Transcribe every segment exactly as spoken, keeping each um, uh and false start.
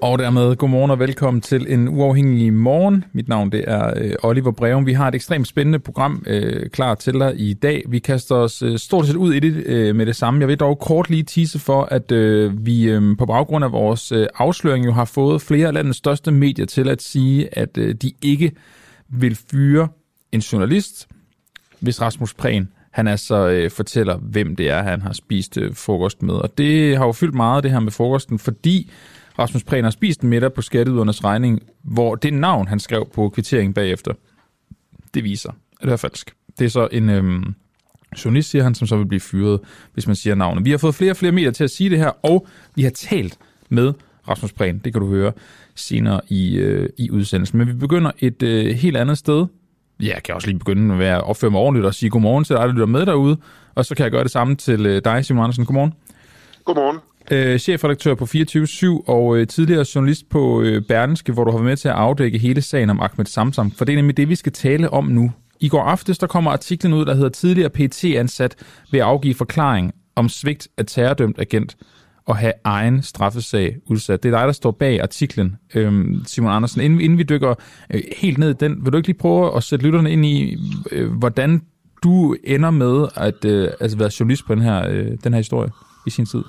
Og dermed godmorgen og velkommen til en uafhængig morgen. Mit navn det er øh, Oliver Breum. Vi har et ekstremt spændende program øh, klar til dig i dag. Vi kaster os øh, stort set ud i det øh, med det samme. Jeg vil dog kort lige tease for, at øh, vi øh, på baggrund af vores øh, afsløring jo har fået flere af landets største medier til at sige, at øh, de ikke vil fyre en journalist, hvis Rasmus Prehn han altså øh, fortæller, hvem det er, han har spist øh, frokost med. Og det har jo fyldt meget, det her med frokosten, fordi Rasmus Prehn har spist en middag på skatteydernes regning, hvor det navn, han skrev på kvitteringen bagefter, det viser, at det er falsk. Det er så en øhm, journalist, siger han, som så vil blive fyret, hvis man siger navnet. Vi har fået flere og flere medier til at sige det her, og vi har talt med Rasmus Prehn. Det kan du høre senere i, øh, i udsendelsen. Men vi begynder et øh, helt andet sted. Ja, jeg kan også lige begynde med at opføre mig ordentligt og sige godmorgen til dig, der lytter med derude. Og så kan jeg gøre det samme til øh, dig, Simon Andersen. Godmorgen. Godmorgen. Øh, chefredaktør på fireogtyve syv og øh, tidligere journalist på øh, Berlingske, hvor du har været med til at afdække hele sagen om Ahmed Samsam. For det er nemlig det, vi skal tale om nu. I går aftes, der kommer artiklen ud, der hedder tidligere P E T-ansat ved at afgive forklaring om svigt af terrordømt agent og have egen straffesag udsat. Det er dig, der står bag artiklen, øh, Simon Andersen. Inden, inden vi dykker øh, helt ned i den, vil du ikke lige prøve at sætte lytterne ind i, øh, hvordan du ender med at øh, altså være journalist på den her, øh, den her historie i sin tid?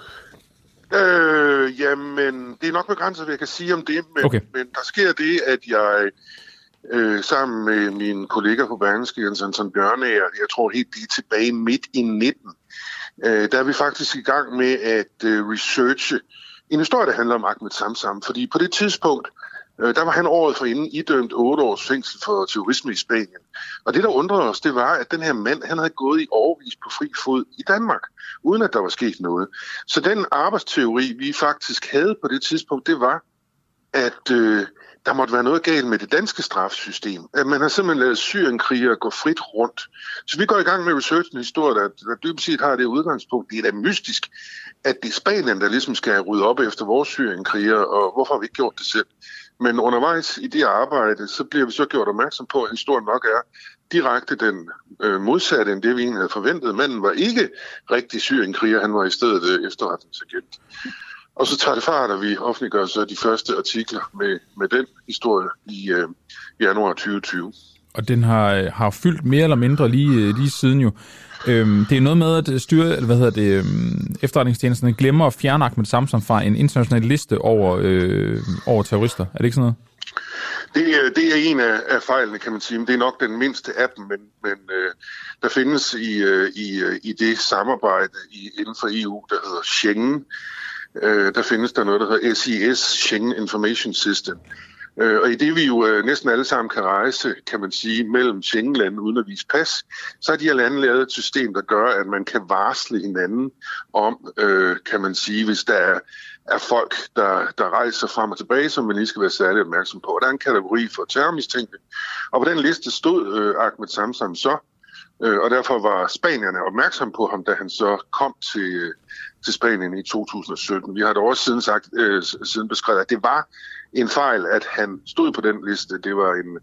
Øh, jamen, det er nok begrænset, hvad jeg kan sige om det, men, okay. men der sker det, at jeg øh, sammen med min kollega på Berlingske, Jens Anton Bjørnager, jeg tror helt det er tilbage midt i nitten, øh, der er vi faktisk i gang med at øh, researche en historie, der handler om Ahmed Samsam, fordi på det tidspunkt, øh, der var han året forinden idømt otte års fængsel for terrorisme i Spanien. Og det, der undrede os, det var, at den her mand, han havde gået i årevis på fri fod i Danmark, uden at der var sket noget. Så den arbejdsteori, vi faktisk havde på det tidspunkt, det var, at øh, der måtte være noget galt med det danske straffesystem. At man har simpelthen lavet syrienkrigere gå frit rundt. Så vi går i gang med researchen historie, der, der dybest set har det udgangspunkt. Det er da mystisk, at det er Spanien, der ligesom skal rydde op efter vores syrienkrigere, og hvorfor har vi ikke gjort det selv? Men undervejs i det arbejde, så bliver vi så gjort opmærksom på, at historien nok er direkte den øh, modsatte end det, vi egentlig havde forventet. Manden var ikke rigtig syrienkriger, han var i stedet øh, efterretningsagent. Og så tager det fart, at vi offentliggør så de første artikler med, med den historie i øh, januar tyve tyve. Og den har, har fyldt mere eller mindre lige, lige siden jo. Øhm, det er noget med at styre, eller hvad hedder det, øhm, efterretningstjenesterne glemmer at fjerne Ahmed Samsam fra en international liste over, øh, over terrorister. Er det ikke sådan noget? Det, det er en af, af fejlene, kan man sige. Men det er nok den mindste af dem, men, men øh, der findes i, øh, i, i det samarbejde i, inden for E U, der hedder Schengen, øh, der findes der noget, der hedder S I S, Schengen Information System. Øh, og i det vi jo øh, næsten alle sammen kan rejse, kan man sige, mellem Schengen-lande uden at vise pas, så har de her lande lavet et system, der gør, at man kan varsle hinanden om, øh, kan man sige, hvis der er er folk, der, der rejser frem og tilbage, som man lige skal være særlig opmærksom på. Og der er en kategori for terrormistænkte. Og på den liste stod øh, Ahmed Samsam så, øh, og derfor var spanierne opmærksom på ham, da han så kom til, øh, til Spanien i to tusind og sytten. Vi har da også siden, sagt, øh, siden beskrevet, at det var en fejl, at han stod på den liste. Det var en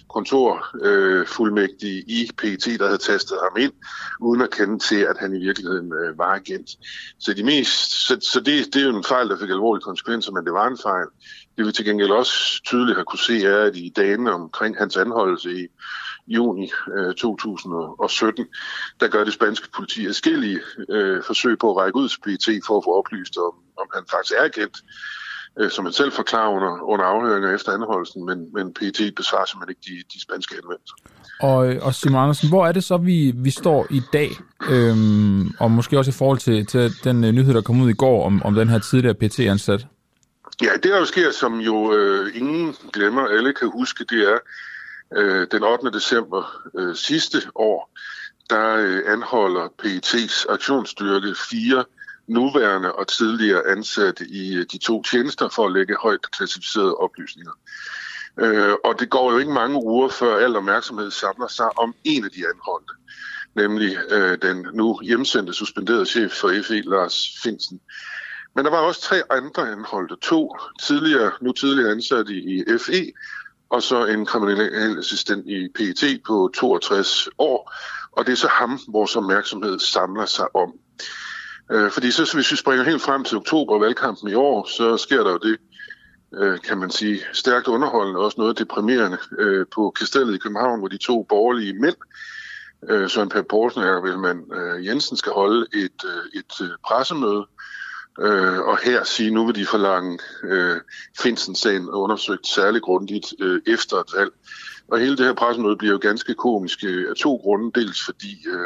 kontorfuldmægtig øh, i P E T, der havde tastet ham ind, uden at kende til, at han i virkeligheden øh, var agent. Så, de mest, så, så det, det er jo en fejl, der fik alvorlige konsekvenser, men det var en fejl. Det vi til gengæld også tydeligt har kunne se, er, at i dagene omkring hans anholdelse i juni øh, to tusind og sytten, der gør det spanske politi adskillige øh, forsøg på at række ud til P E T for at få oplyst, om, om han faktisk er agent, som han selv forklarer under, under afhøringer efter anholdelsen, men, men P E T besvarer simpelthen ikke de, de spanske henvendelser. Og, og Simon Andersen, hvor er det så, vi, vi står i dag, øhm, og måske også i forhold til, til den uh, nyhed, der kom ud i går om, om den her tidligere P E T-ansat? Ja, det der jo sker, som jo øh, ingen glemmer, alle kan huske, det er øh, den ottende december øh, sidste år, der øh, anholder P E T's aktionsstyrke fire nuværende og tidligere ansatte i de to tjenester for at lægge højt klassificerede oplysninger. Øh, og det går jo ikke mange uger, før al opmærksomhed samler sig om en af de anholdte, nemlig øh, den nu hjemsendte suspenderede chef for F E, Lars Findsen. Men der var også tre andre anholdte, to tidligere, nu tidligere ansatte i F E, og så en kriminalassistent i P E T på toogtres år, og det er så ham, vores opmærksomhed samler sig om. Fordi så hvis vi springer helt frem til oktober valgkampen i år, så sker der jo det, øh, kan man sige, stærkt underholdende og også noget deprimerende øh, på Kastellet i København, hvor de to borgerlige mænd, øh, Søren Pape Poulsen og Jakob Ellemann Jensen, skal holde et, øh, et øh, pressemøde. Øh, og her sige, nu vil de forlange øh, Findsen-sagen undersøgt særligt grundigt øh, efter et valg. Og hele det her pressemøde bliver jo ganske komisk øh, af to grunde. Dels fordi øh,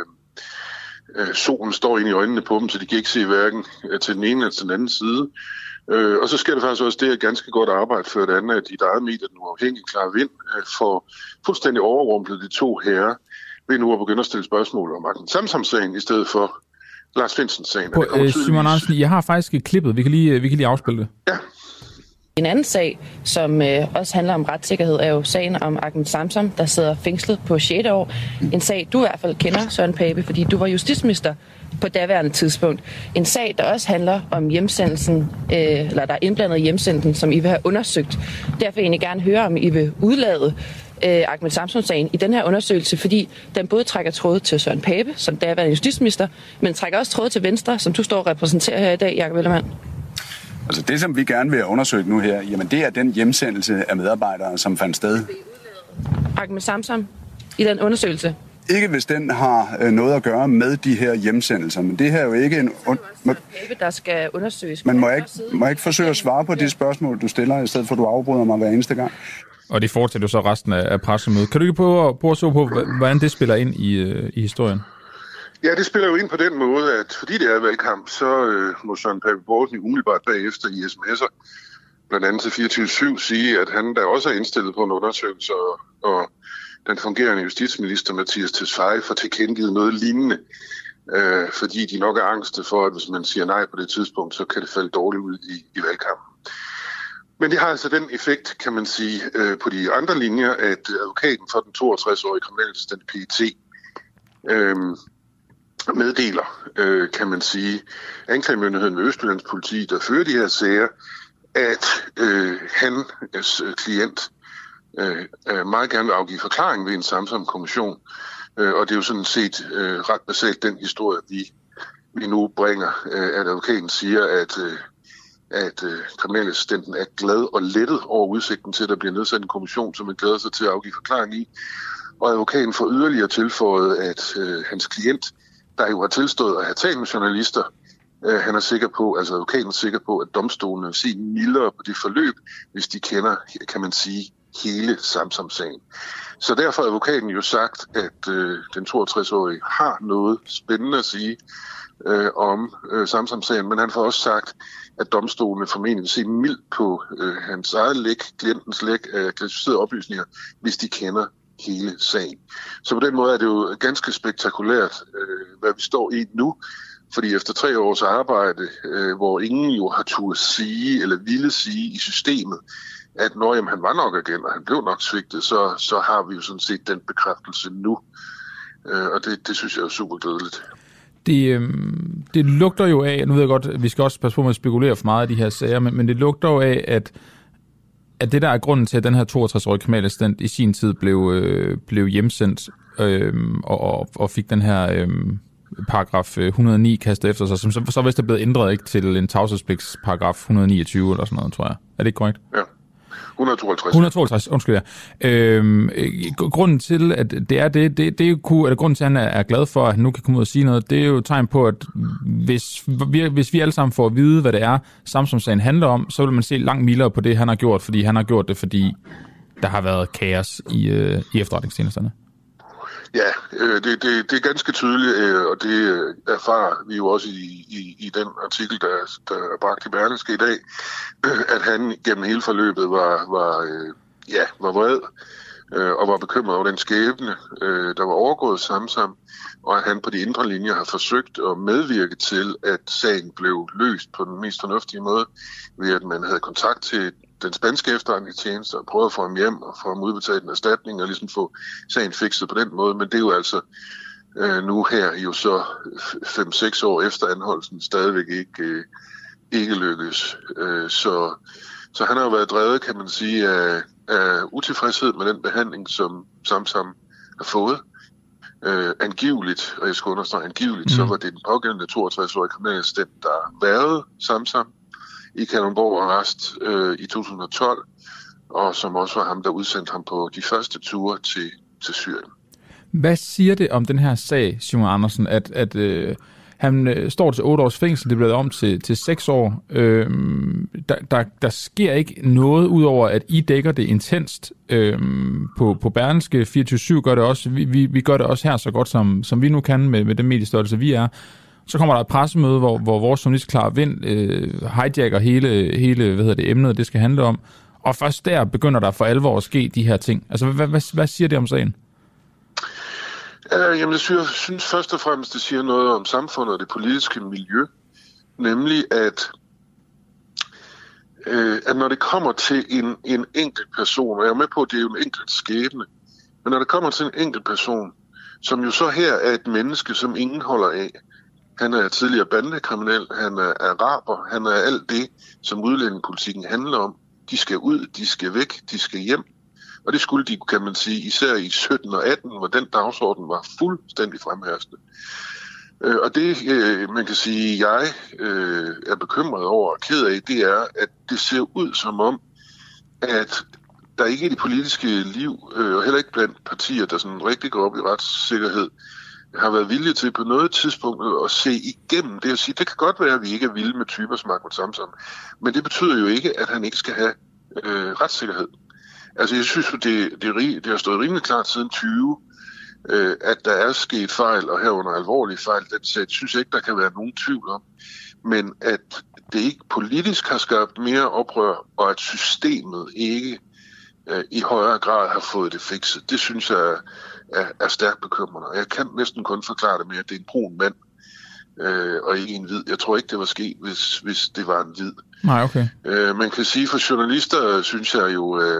øh, solen står ind i øjnene på dem, så de kan ikke se hverken øh, til den ene eller til den anden side. Øh, og så sker det faktisk også det, at ganske godt arbejde for det andet, at dit eget medie, den uafhængige Klar Vind, øh, får fuldstændig overrumplet de to herrer ved nu at begynde at stille spørgsmål om Ahmed Samsam-sagen i stedet for Lars Findsen-sagen. På, øh, Simon Andersen, jeg har faktisk klippet. Vi kan lige, vi kan lige afspille det. Ja. En anden sag, som øh, også handler om retssikkerhed, er jo sagen om Ahmed Samsam, der sidder fængslet på sjette år. En sag, du i hvert fald kender, Søren Pape, fordi du var justitsminister på daværende tidspunkt. En sag, der også handler om hjemsendelsen, øh, eller der er indblandet i hjemsendelsen, som I vil have undersøgt. Derfor vil jeg egentlig gerne høre, om I vil udlade øh, Ahmed Samsam-sagen i den her undersøgelse, fordi den både trækker tråd til Søren Pape, som daværende justitsminister, men trækker også tråd til Venstre, som du står og repræsenterer her i dag, Jakob Ellemann. Altså det, som vi gerne vil undersøge nu her, jamen det er den hjemsendelse af medarbejdere, som fandt sted. Ahmed Samsam i den undersøgelse? Ikke hvis den har noget at gøre med de her hjemsendelser, men det her er jo ikke en... Und- må... der skal undersøges. Men må jeg ikke, må jeg ikke forsøge at svare på de spørgsmål, du stiller, i stedet for at du afbryder mig hver eneste gang? Og det fortsætter jo så resten af pressemødet. Kan du ikke prøve at, prøve at så på, hvordan det spiller ind i, i historien? Ja, det spiller jo ind på den måde, at fordi det er valgkamp, så øh, må Søren Pape Poulsen umiddelbart bagefter i sms'er, blandt andet til fireogtyve syv, sige, at han der også er indstillet på en undersøgelse, og, og den fungerende justitsminister Mathias Tesfaye får tilkendegivet noget lignende, øh, fordi de nok er angste for, at hvis man siger nej på det tidspunkt, så kan det falde dårligt ud i, i valgkampen. Men det har altså den effekt, kan man sige, øh, på de andre linjer, at advokaten for den toogtres-årige kriminalassistent P E T øh, meddeler, øh, kan man sige, anklagemyndigheden ved Østjyllands politi, der fører de her sager, at øh, hans klient øh, meget gerne vil afgive forklaring ved en Samsam-kommission. Øh, og det er jo sådan set øh, ret basalt den historie, vi, vi nu bringer, øh, at advokaten siger, at, øh, at øh, kriminalassistenten er glad og lettet over udsigten til, at der bliver nedsat en kommission, som man glæder sig til at afgive forklaring i. Og advokaten får yderligere tilføjet, at øh, hans klient, der jo har tilstået at have talt med journalister, øh, han er sikker på, altså advokaten er sikker på, at domstolene vil se mildere på det forløb, hvis de kender, kan man sige, hele Samsam-sagen. Så derfor har advokaten jo sagt, at øh, den toogtres-årige har noget spændende at sige øh, om øh, Samsam-sagen, men han får også sagt, at domstolene formentlig vil se mildt på øh, hans eget læk, klientens læk af klassificerede oplysninger, hvis de kender hele sagen. Så på den måde er det jo ganske spektakulært, øh, hvad vi står i nu, fordi efter tre års arbejde, øh, hvor ingen jo har turde sige eller ville sige i systemet, at når jamen, han var nok agent, og han blev nok svigtet, så, så har vi jo sådan set den bekræftelse nu. Øh, og det, det synes jeg er super glædeligt. Det, øh, det lugter jo af, nu ved jeg godt, at vi skal også passe på med at spekulere for meget af de her sager, men, men det lugter jo af, at, at det der er grunden til, at den her toogtres-årige kriminalassistent i sin tid blev, øh, blev hjemsendt øh, og, og fik den her øh, paragraf et hundrede og ni kastet efter sig, som så, så vist er blevet ændret ikke, til en tavshedspligtsparagraf et hundrede og niogtyve eller sådan noget, tror jeg. Er det ikke korrekt? Ja. et hundrede og tooghalvtreds. et hundrede og tooghalvtreds, undskyld jeg. Øhm, grunden til, at det er det, det, det er jo kunne, at grunden til, at han er glad for, at han nu kan komme ud og sige noget, det er jo et tegn på, at hvis vi, hvis vi alle sammen får at vide, hvad det er, Samsam-sagen handler om, så vil man se langt mildere på det, han har gjort, fordi han har gjort det, fordi der har været kaos i, øh, i efterretningstjenesterne. Ja, øh, det, det, det er ganske tydeligt, øh, og det erfarer vi jo også i, i, i den artikel, der, der er bragt i Berlingske i dag, øh, at han gennem hele forløbet var, var, øh, ja, var vred øh, og var bekymret over den skæbne, øh, der var overgået Samsam, og at han på de indre linjer har forsøgt at medvirke til, at sagen blev løst på den mest fornuftige måde, ved at man havde kontakt til den spanske efterretningstjeneste og prøvede at få ham hjem og få ham udbetalt en erstatning og ligesom få sagen fikset på den måde. Men det er jo altså øh, nu her jo så fem seks år efter anholdelsen stadigvæk ikke, øh, ikke lykkes. Øh, så, så han har jo været drevet, kan man sige, af, af utilfredshed med den behandling, som Samsam har fået. Øh, angiveligt, og jeg skal understrege angiveligt, mm. så var det den pågældende toogtres-årige kriminalassistent, der værede Samsam. i Kalundborg arrest øh, i to tusind og tolv, og som også var ham, der udsendte ham på de første ture til, til Syrien. Hvad siger det om den her sag, Simon Andersen, at, at øh, han øh, står til otte års fængsel, det bliver om til, til seks år. Øh, der, der, der sker ikke noget, udover at I dækker det intenst. Øh, på, på Berlingske fireogtyve syv gør det også, vi, vi, vi gør det også her så godt, som, som vi nu kan med, med den mediestørrelse, vi er. Så kommer der et pressemøde, hvor, hvor vores journalist Clara Vind øh, hijacker hele, hele hvad hedder det, emnet, det skal handle om. Og først der begynder der for alvor at ske de her ting. Altså, hvad, hvad, hvad siger det om sagen? Uh, jamen, jeg synes, jeg synes først og fremmest, det siger noget om samfundet og det politiske miljø. Nemlig, at, uh, at når det kommer til en, en enkelt person, og jeg er med på, at det er jo en enkelt skæbne, men når det kommer til en enkelt person, som jo så her er et menneske, som ingen holder af. Han er tidligere bandekriminel, han er araber, han er alt det, som udlændingepolitikken handler om. De skal ud, de skal væk, de skal hjem. Og det skulle de, kan man sige, især i sytten og atten, hvor den dagsorden var fuldstændig fremherskende. Og det, man kan sige, jeg er bekymret over og ked af, det er, at det ser ud som om, at der ikke i det politiske liv, og heller ikke blandt partier, der sådan rigtig går op i retssikkerhed, har været vilje til på noget tidspunkt at se igennem det og sige, det kan godt være, at vi ikke er vilde med typer som Ahmed Samsam, men det betyder jo ikke, at han ikke skal have øh, retssikkerhed. Altså jeg synes jo, det, det, det har stået rimelig klart siden tyve, øh, at der er sket fejl, og herunder alvorlige fejl. Den sæt synes jeg ikke, der kan være nogen tvivl om. Men at det ikke politisk har skabt mere oprør, og at systemet ikke øh, i højere grad har fået det fikset, det synes jeg er, er stærkt bekymrende. Jeg kan næsten kun forklare det med, at det er en brun mand, øh, og ikke en hvid. Jeg tror ikke, det var sket, hvis, hvis det var en hvid. Nej, okay. Øh, man kan sige, for journalister, synes jeg jo... Øh,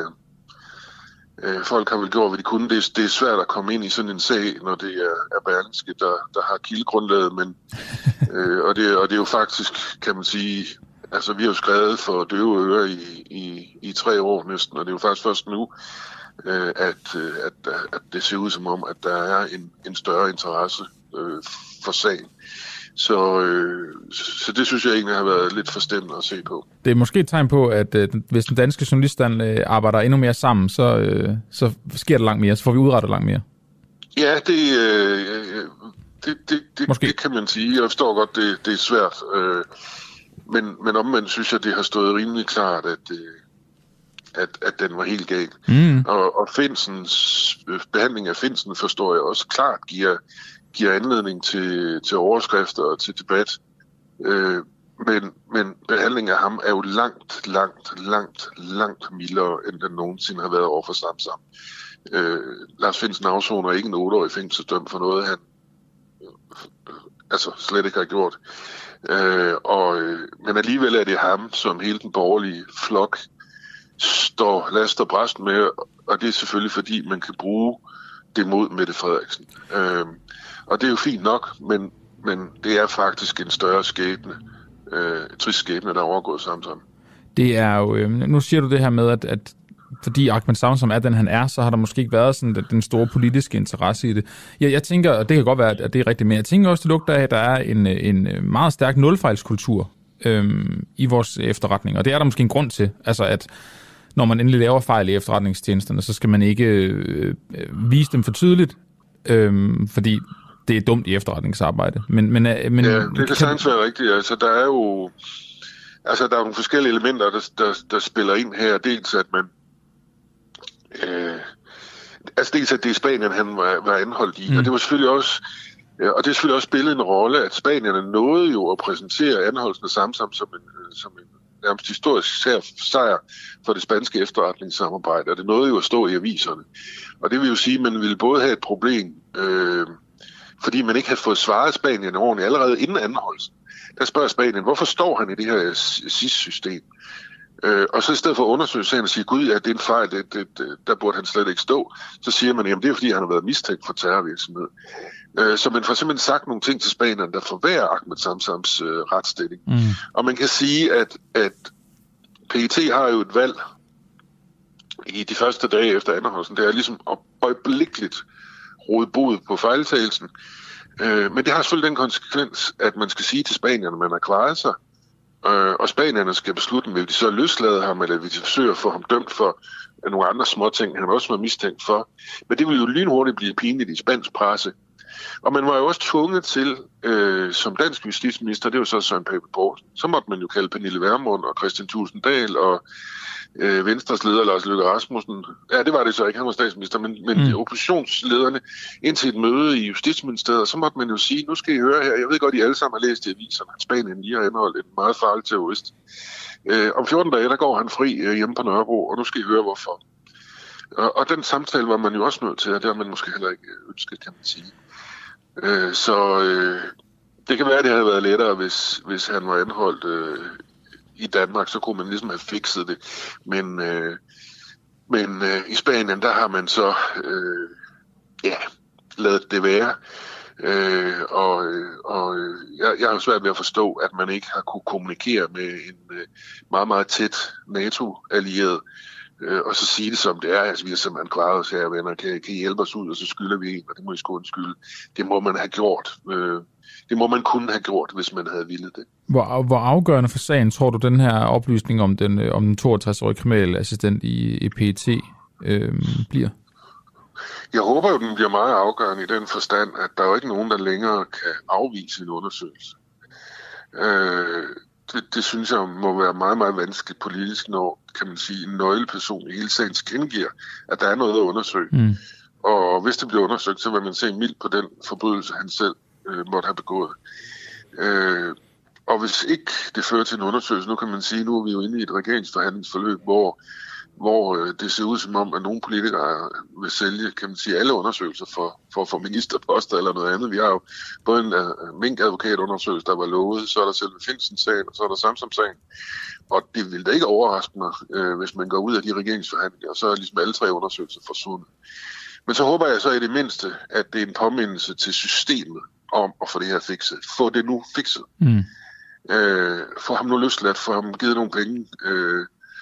Folk har vel gjort, hvad de kunne. Det er, det er svært at komme ind i sådan en sag, når det er, er Berlingske, der, der har kildegrundlaget. Men, øh, og, det, og det er jo faktisk, kan man sige, altså vi har jo skrevet for døve ører i, i, i tre år næsten, og det er jo faktisk først nu, øh, at, at, at det ser ud som om, at der er en, en større interesse øh, for sagen. Så, øh, så det synes jeg egentlig har været lidt forstemmende at se på. Det er måske et tegn på, at øh, hvis den danske journaliststand øh, arbejder endnu mere sammen, så, øh, så sker der langt mere, så får vi udrettet langt mere. Ja, det, øh, det, det, det, det kan man sige. Jeg forstår godt, det, det er svært. Øh, men, men omvendt synes jeg, det har stået rimelig klart, at, øh, at, at den var helt gal. Mm. Og, og Findsens, behandling af Findsen, forstår jeg også klart, giver... giver anledning til, til overskrifter og til debat. Øh, men, men behandlingen af ham er jo langt, langt, langt, langt mildere, end den nogensinde har været over for Samsam. Øh, Lars Findsen afsoner ikke en otteårig fængselsdømt for noget, han øh, altså slet ikke har gjort. Øh, og, øh, men alligevel er det ham, som hele den borgerlige flok står last og bræst med, og det er selvfølgelig fordi, man kan bruge det mod Mette Frederiksen. Øh, Og det er jo fint nok, men, men det er faktisk en større skæbne, øh, trist skæbne, der er overgået Samsam. Det er jo, øh, nu siger du det her med, at, at fordi Ahmed Samsam er den, han er, så har der måske ikke været sådan den store politiske interesse i det. Jeg, jeg tænker, og det kan godt være, at det er rigtigt, men jeg tænker også, det lugter af, at der er en, en meget stærk nulfejlskultur øh, i vores efterretning, og det er der måske en grund til, altså at når man endelig laver fejl i efterretningstjenesterne, så skal man ikke øh, vise dem for tydeligt, øh, fordi det er dumt i efterretningsarbejde. Men, men, men, ja, det kan sagtens være rigtigt. Altså, der er jo altså, der er nogle forskellige elementer, der, der, der spiller ind her. Dels at man øh, altså dels at det er Spanien, han var, var anholdt i. Mm. Og det var selvfølgelig også ja, og det er selvfølgelig også spillet en rolle, at spanierne nåede jo at præsentere anholdelsen af Samsam som en, som en nærmest historisk sejr for det spanske efterretningssamarbejde. Og det nåede jo at stå i aviserne. Og det vil jo sige, at man ville både have et problem øh, fordi man ikke havde fået svaret Spanien ordentligt allerede inden anholdelsen. Der spørger Spanien, hvorfor står han i det her S I S-system? Øh, og så i stedet for at undersøge sagen og sige, gud, ja, det er en fejl, det, det, det, der burde han slet ikke stå, så siger man, jamen det er fordi, han har været mistænkt for terrorvirksomhed. Øh, så man får simpelthen sagt nogle ting til Spanien, der forværrer Ahmed Samsams øh, retsstilling. Mm. Og man kan sige, at, at P E T har jo et valg i de første dage efter anholdelsen. Det er ligesom øjeblikkeligt rådet bod på fejltagelsen. Øh, men det har selvfølgelig den konsekvens, at man skal sige til Spanien, at man har klaret sig. øh, og spanierne skal beslutte, vil de så løslade ham, eller vil de forsøge at få ham dømt for nogle andre små ting, han også var mistænkt for. Men det ville jo lynhurtigt blive pinligt i spansk presse. Og man var jo også tvunget til, øh, som dansk justitsminister, det var så Søren Pape Poulsen, så måtte man jo kalde Pernille Vermund og Kristian Thulesen Dahl og øh, Venstres leder Lars Løkke Rasmussen. Ja, det var det så ikke, han var statsminister, men, men mm. oppositionslederne ind til et møde i Justitsministeriet, og så måtte man jo sige, nu skal I høre her, jeg ved godt, I alle sammen har læst i aviserne, at Spanien lige har anholdt en meget farlig terrorist. Øh, om fjorten dage, der går han fri øh, hjemme på Nørrebro, og nu skal I høre, hvorfor. Og, og den samtale var man jo også nødt til, og det har man måske heller ikke ønsket, kan man sige. Øh, så øh, det kan være, at det havde været lettere, hvis, hvis han var anholdt øh, i Danmark, så kunne man ligesom have fikset det. Men, øh, men øh, i Spanien, der har man så øh, ja, ladet det være. Øh, og og jeg, jeg har svært ved at forstå, at man ikke har kunne kommunikere med en øh, meget, meget tæt NATO-allieret, øh, og så sige det som det er. Altså, vi har simpelthen gradet os her, venner, kan, kan I hjælpe os ud, og så skylder vi en, og det må I sgu undskylde. Det må man have gjort. Øh, det må man kunne have gjort, hvis man havde villet det. Hvor, hvor afgørende for sagen tror du, den her oplysning om den, om den toogtres-årige kriminalassistent i, i P E T øh, bliver? Jeg håber jo, den bliver meget afgørende i den forstand, at der er jo ikke nogen, der længere kan afvise en undersøgelse. Øh, det, det synes jeg må være meget, meget vanskeligt politisk, når, kan man sige, en nøgleperson i hele sagen tilkendegiver, at der er noget at undersøge. Mm. Og hvis det bliver undersøgt, så vil man se mildt på den forbrydelse, han selv øh, måtte have begået. Øh, og hvis ikke det fører til en undersøgelse, nu kan man sige, nu er vi jo inde i et regeringsforhandlingsforløb, hvor hvor det ser ud som om, at nogle politikere vil sælge, kan man sige, alle undersøgelser for, for, for ministerposter eller noget andet. Vi har jo både en uh, minkadvokatundersøgelse, der var lovet, så er der selve Findsen-sagen, og så er der Samsam-sagen. Og det vil da ikke overraske mig, øh, hvis man går ud af de regeringsforhandlinger, og så er ligesom alle tre undersøgelser forsvundet. Men så håber jeg så i det mindste, at det er en påmindelse til systemet om at få det her fikset. Få det nu fikset. Mm. Øh, få ham nu løsladt, få ham givet nogle penge, øh,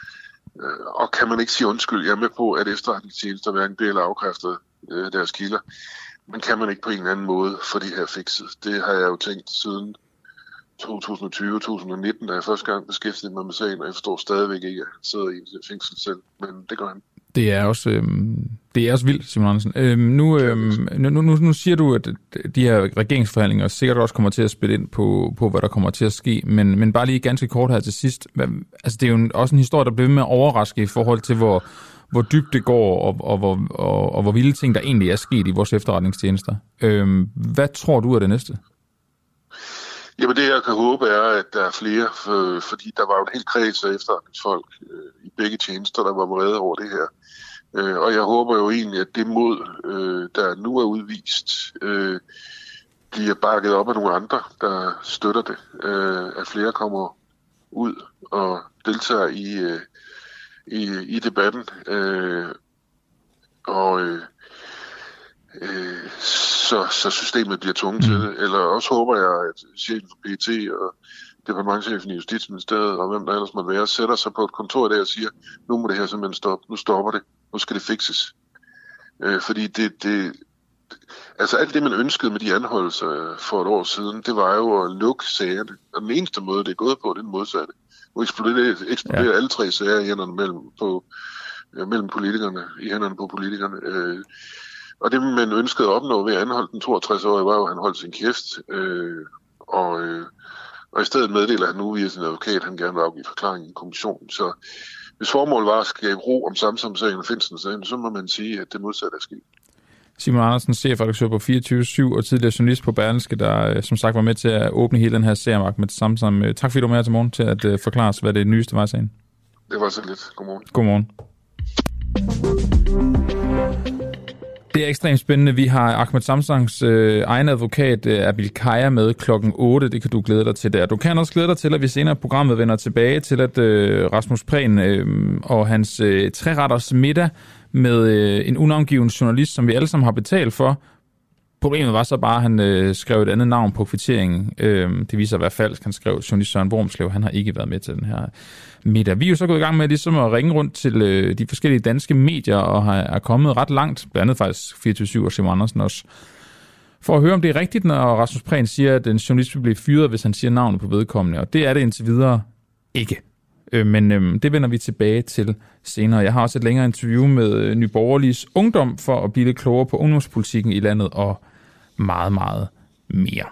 og kan man ikke sige undskyld? Jeg er med på, at efterretningstjenester hverken bliver eller afkræfter øh, deres kilder. Men kan man ikke på en eller anden måde få det her fikset? Det har jeg jo tænkt siden to tusind og tyve til to tusind og nitten, da jeg første gang beskæftigede mig med sagen, og jeg forstår stadigvæk ikke, at han sidder i en fængsel selv. Men det gør han. Det er også, øhm, det er også vildt, Simon Andersen. Øhm, nu, øhm, nu, nu, nu siger du, at de her regeringsforhandlinger sikkert også kommer til at spille ind på, på hvad der kommer til at ske, men, men bare lige ganske kort her til sidst. Altså, det er jo en, også en historie, der bliver med at overraske i forhold til, hvor, hvor dybt det går, og, og, og, og, og hvor vilde ting, der egentlig er sket i vores efterretningstjenester. Øhm, hvad tror du er det næste? Jamen det, jeg kan håbe, er, at der er flere, for, fordi der var jo en hel kreds af efterretningsfolk øh, i begge tjenester, der var vrede over det her. Øh, og jeg håber jo egentlig, at det mod, øh, der nu er udvist, øh, bliver bakket op af nogle andre, der støtter det. Øh, at flere kommer ud og deltager i, øh, i, i debatten. Øh, og... Øh, Øh, så, så systemet bliver tvunget mm. til det. Eller også håber jeg, at chefen for P E T og departementchefen i Justitsministeriet og hvem der ellers måtte være, sætter sig på et kontor der og siger, nu må det her simpelthen stoppe, nu stopper det, nu skal det fikses. Øh, fordi det, det, altså alt det, man ønskede med de anholdelser for et år siden, det var jo at lukke sagerne. Og den eneste måde, det er gået på, det er den modsatte. Nu eksploderer, eksploderer ja. alle tre sager i hænderne mellem, på, øh, mellem politikerne, i hænderne på politikerne. Øh, Og det, man ønskede at opnå ved at anholde den toogtres-årige, var jo, at han holdt sin kæft. Øh, og, øh, og i stedet meddeler han nu via sin advokat, at han gerne vil afgive forklaring i kommissionen. Så hvis formålet var at skabe ro om Samsam-sagen og Findsen-sagen, så må man sige, at det modsatte er sket. Simon Andersen, chefredaktør på fireogtyve syv og tidligere journalist på Berlingske, der som sagt var med til at åbne hele den her serie med Samsam. Tak fordi du var med her til morgen til at uh, forklare os, hvad det nyeste var i sagen. Det var så lidt. Godmorgen. Godmorgen. Det er ekstremt spændende. Vi har Ahmed Samsams øh, egen advokat, øh, Abil Kaya, med klokken otte. Det kan du glæde dig til der. Du kan også glæde dig til, at vi senere i programmet vender tilbage til, at øh, Rasmus Prehn øh, og hans øh, treretters middag med øh, en unavngiven journalist, som vi alle sammen har betalt for. Problemet var så bare, at han øh, skrev et andet navn på kvitteringen. Øh, det viser at være falsk. Han skrev journalist Søren Wormslev. Han har ikke været med til den her middag. Vi er jo så gået i gang med ligesom at ringe rundt til øh, de forskellige danske medier, og har, er kommet ret langt, blandt andet faktisk fireogtyve syv og Simon Andersen også, For at høre, om det er rigtigt, når Rasmus Prehn siger, at en journalist vil blive fyret, hvis han siger navnet på vedkommende, og det er det indtil videre ikke. Men øhm, det vender vi tilbage til senere. Jeg har også et længere interview med Nye Borgerliges Ungdom for at blive lidt klogere på ungdomspolitikken i landet og meget, meget mere.